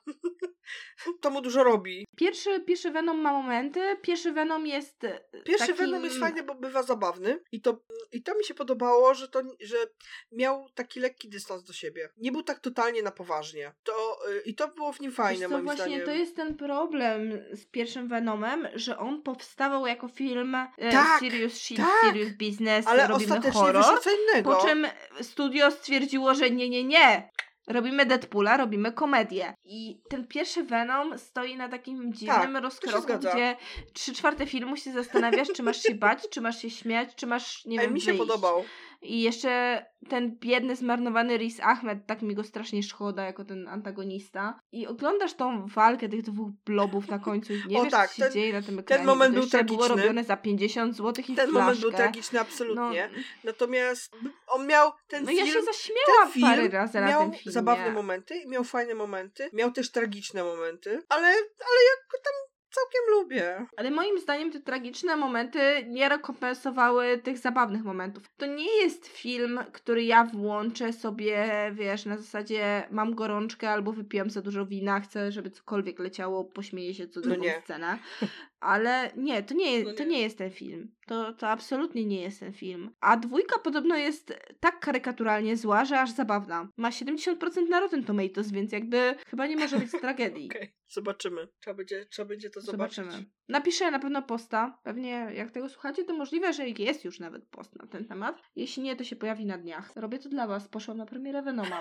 To mu dużo robi. Pierwszy, pierwszy Venom ma momenty, pierwszy Venom jest e, Pierwszy takim... Venom jest fajny, bo bywa zabawny i to, i to mi się podobało, że to, że miał taki lekki dystans do siebie. Nie był tak totalnie na poważnie. To, y, I to było w nim fajne, Wiesz co, moim właśnie zdaniem. to jest ten problem z pierwszym Venomem, że on powstawał jako film e, Tak, serious shit, tak, serious business, Ale robimy ostatecznie horror, wyszło co innego. po czym studio stwierdziło, że nie, nie, nie. Robimy Deadpoola, robimy komedię. I ten pierwszy Venom stoi na takim dziwnym Tak, rozkroku, zgadza. gdzie trzy czwarte filmu się zastanawiasz, czy masz się bać, czy masz się śmiać, czy masz, nie Ej, wiem, mi się wyjść. podobał. I jeszcze ten biedny, zmarnowany Riz Ahmed, tak mi go strasznie szkoda jako ten antagonista. I oglądasz tą walkę tych dwóch blobów na końcu i nie O wiesz, tak, co się ten- dzieje na tym ekranie. moment bo to był jeszcze było tragiczny. robione za pięćdziesiąt złotych i Ten flaszkę. moment był tragiczny, absolutnie. No, Natomiast on miał ten no film... ja się zaśmiałam ten parę film razy na miał tym filmie. zabawne momenty, miał fajne momenty, miał też tragiczne momenty, ale, ale ja go tam całkiem lubię. Ale moim zdaniem te tragiczne momenty nie rekompensowały tych zabawnych momentów. To nie jest film, który ja włączę sobie, wiesz, na zasadzie mam gorączkę albo wypiłam za dużo wina, chcę, żeby cokolwiek leciało, pośmieję się co No drugą nie. scenę. Ale nie, to nie, No nie. to nie jest ten film. To, to absolutnie nie jest ten film. A dwójka podobno jest tak karykaturalnie zła, że aż zabawna. Ma siedemdziesiąt procent na Rotten Tomatoes, więc jakby chyba nie może być tragedii. Okej, okay. Zobaczymy. Trzeba będzie, trzeba będzie to zobaczyć. Zobaczymy. Napiszę na pewno posta. Pewnie jak tego słuchacie, to możliwe, że jest już nawet post na ten temat. Jeśli nie, to się pojawi na dniach. Robię to dla was. Poszłam na premierę Venoma.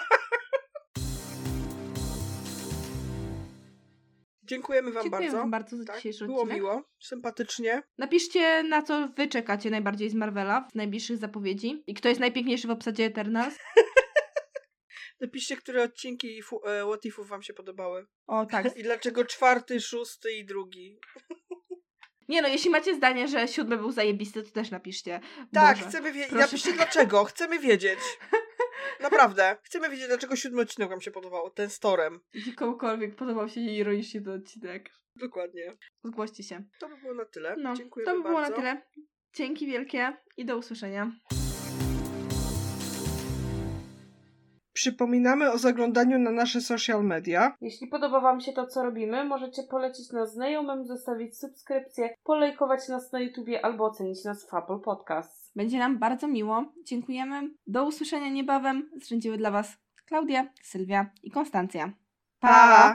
Dziękujemy wam Dziękujemy bardzo. wam bardzo za tak, dzisiejszy było odcinek. miło, sympatycznie. Napiszcie, na co wy czekacie najbardziej z Marvela w najbliższych zapowiedzi. I kto jest najpiękniejszy w obsadzie Eternals. Napiszcie, które odcinki fu- e, What Ifów wam się podobały. O, tak. I dlaczego czwarty, szósty i drugi. Nie no, jeśli macie zdanie, że siódmy był zajebisty, to też napiszcie. Tak, Boże, chcemy wiedzieć. proszę. Napiszcie dlaczego. Chcemy wiedzieć. Naprawdę. Chcemy wiedzieć, dlaczego siódmy odcinek wam się podobał. Ten z Torem. Jeśli komukolwiek podobał się ironicznie ten odcinek, Dokładnie. zgłoście się. To by było na tyle. No, Dziękujemy to by było bardzo. na tyle. Dzięki wielkie i do usłyszenia. Przypominamy o zaglądaniu na nasze social media. Jeśli podoba wam się to, co robimy, możecie polecić nas znajomym, zostawić subskrypcję, polajkować nas na YouTubie albo ocenić nas w Apple Podcasts. Będzie nam bardzo miło. Dziękujemy. Do usłyszenia niebawem. Zrzędziły dla was Klaudia, Sylwia i Konstancja. Pa!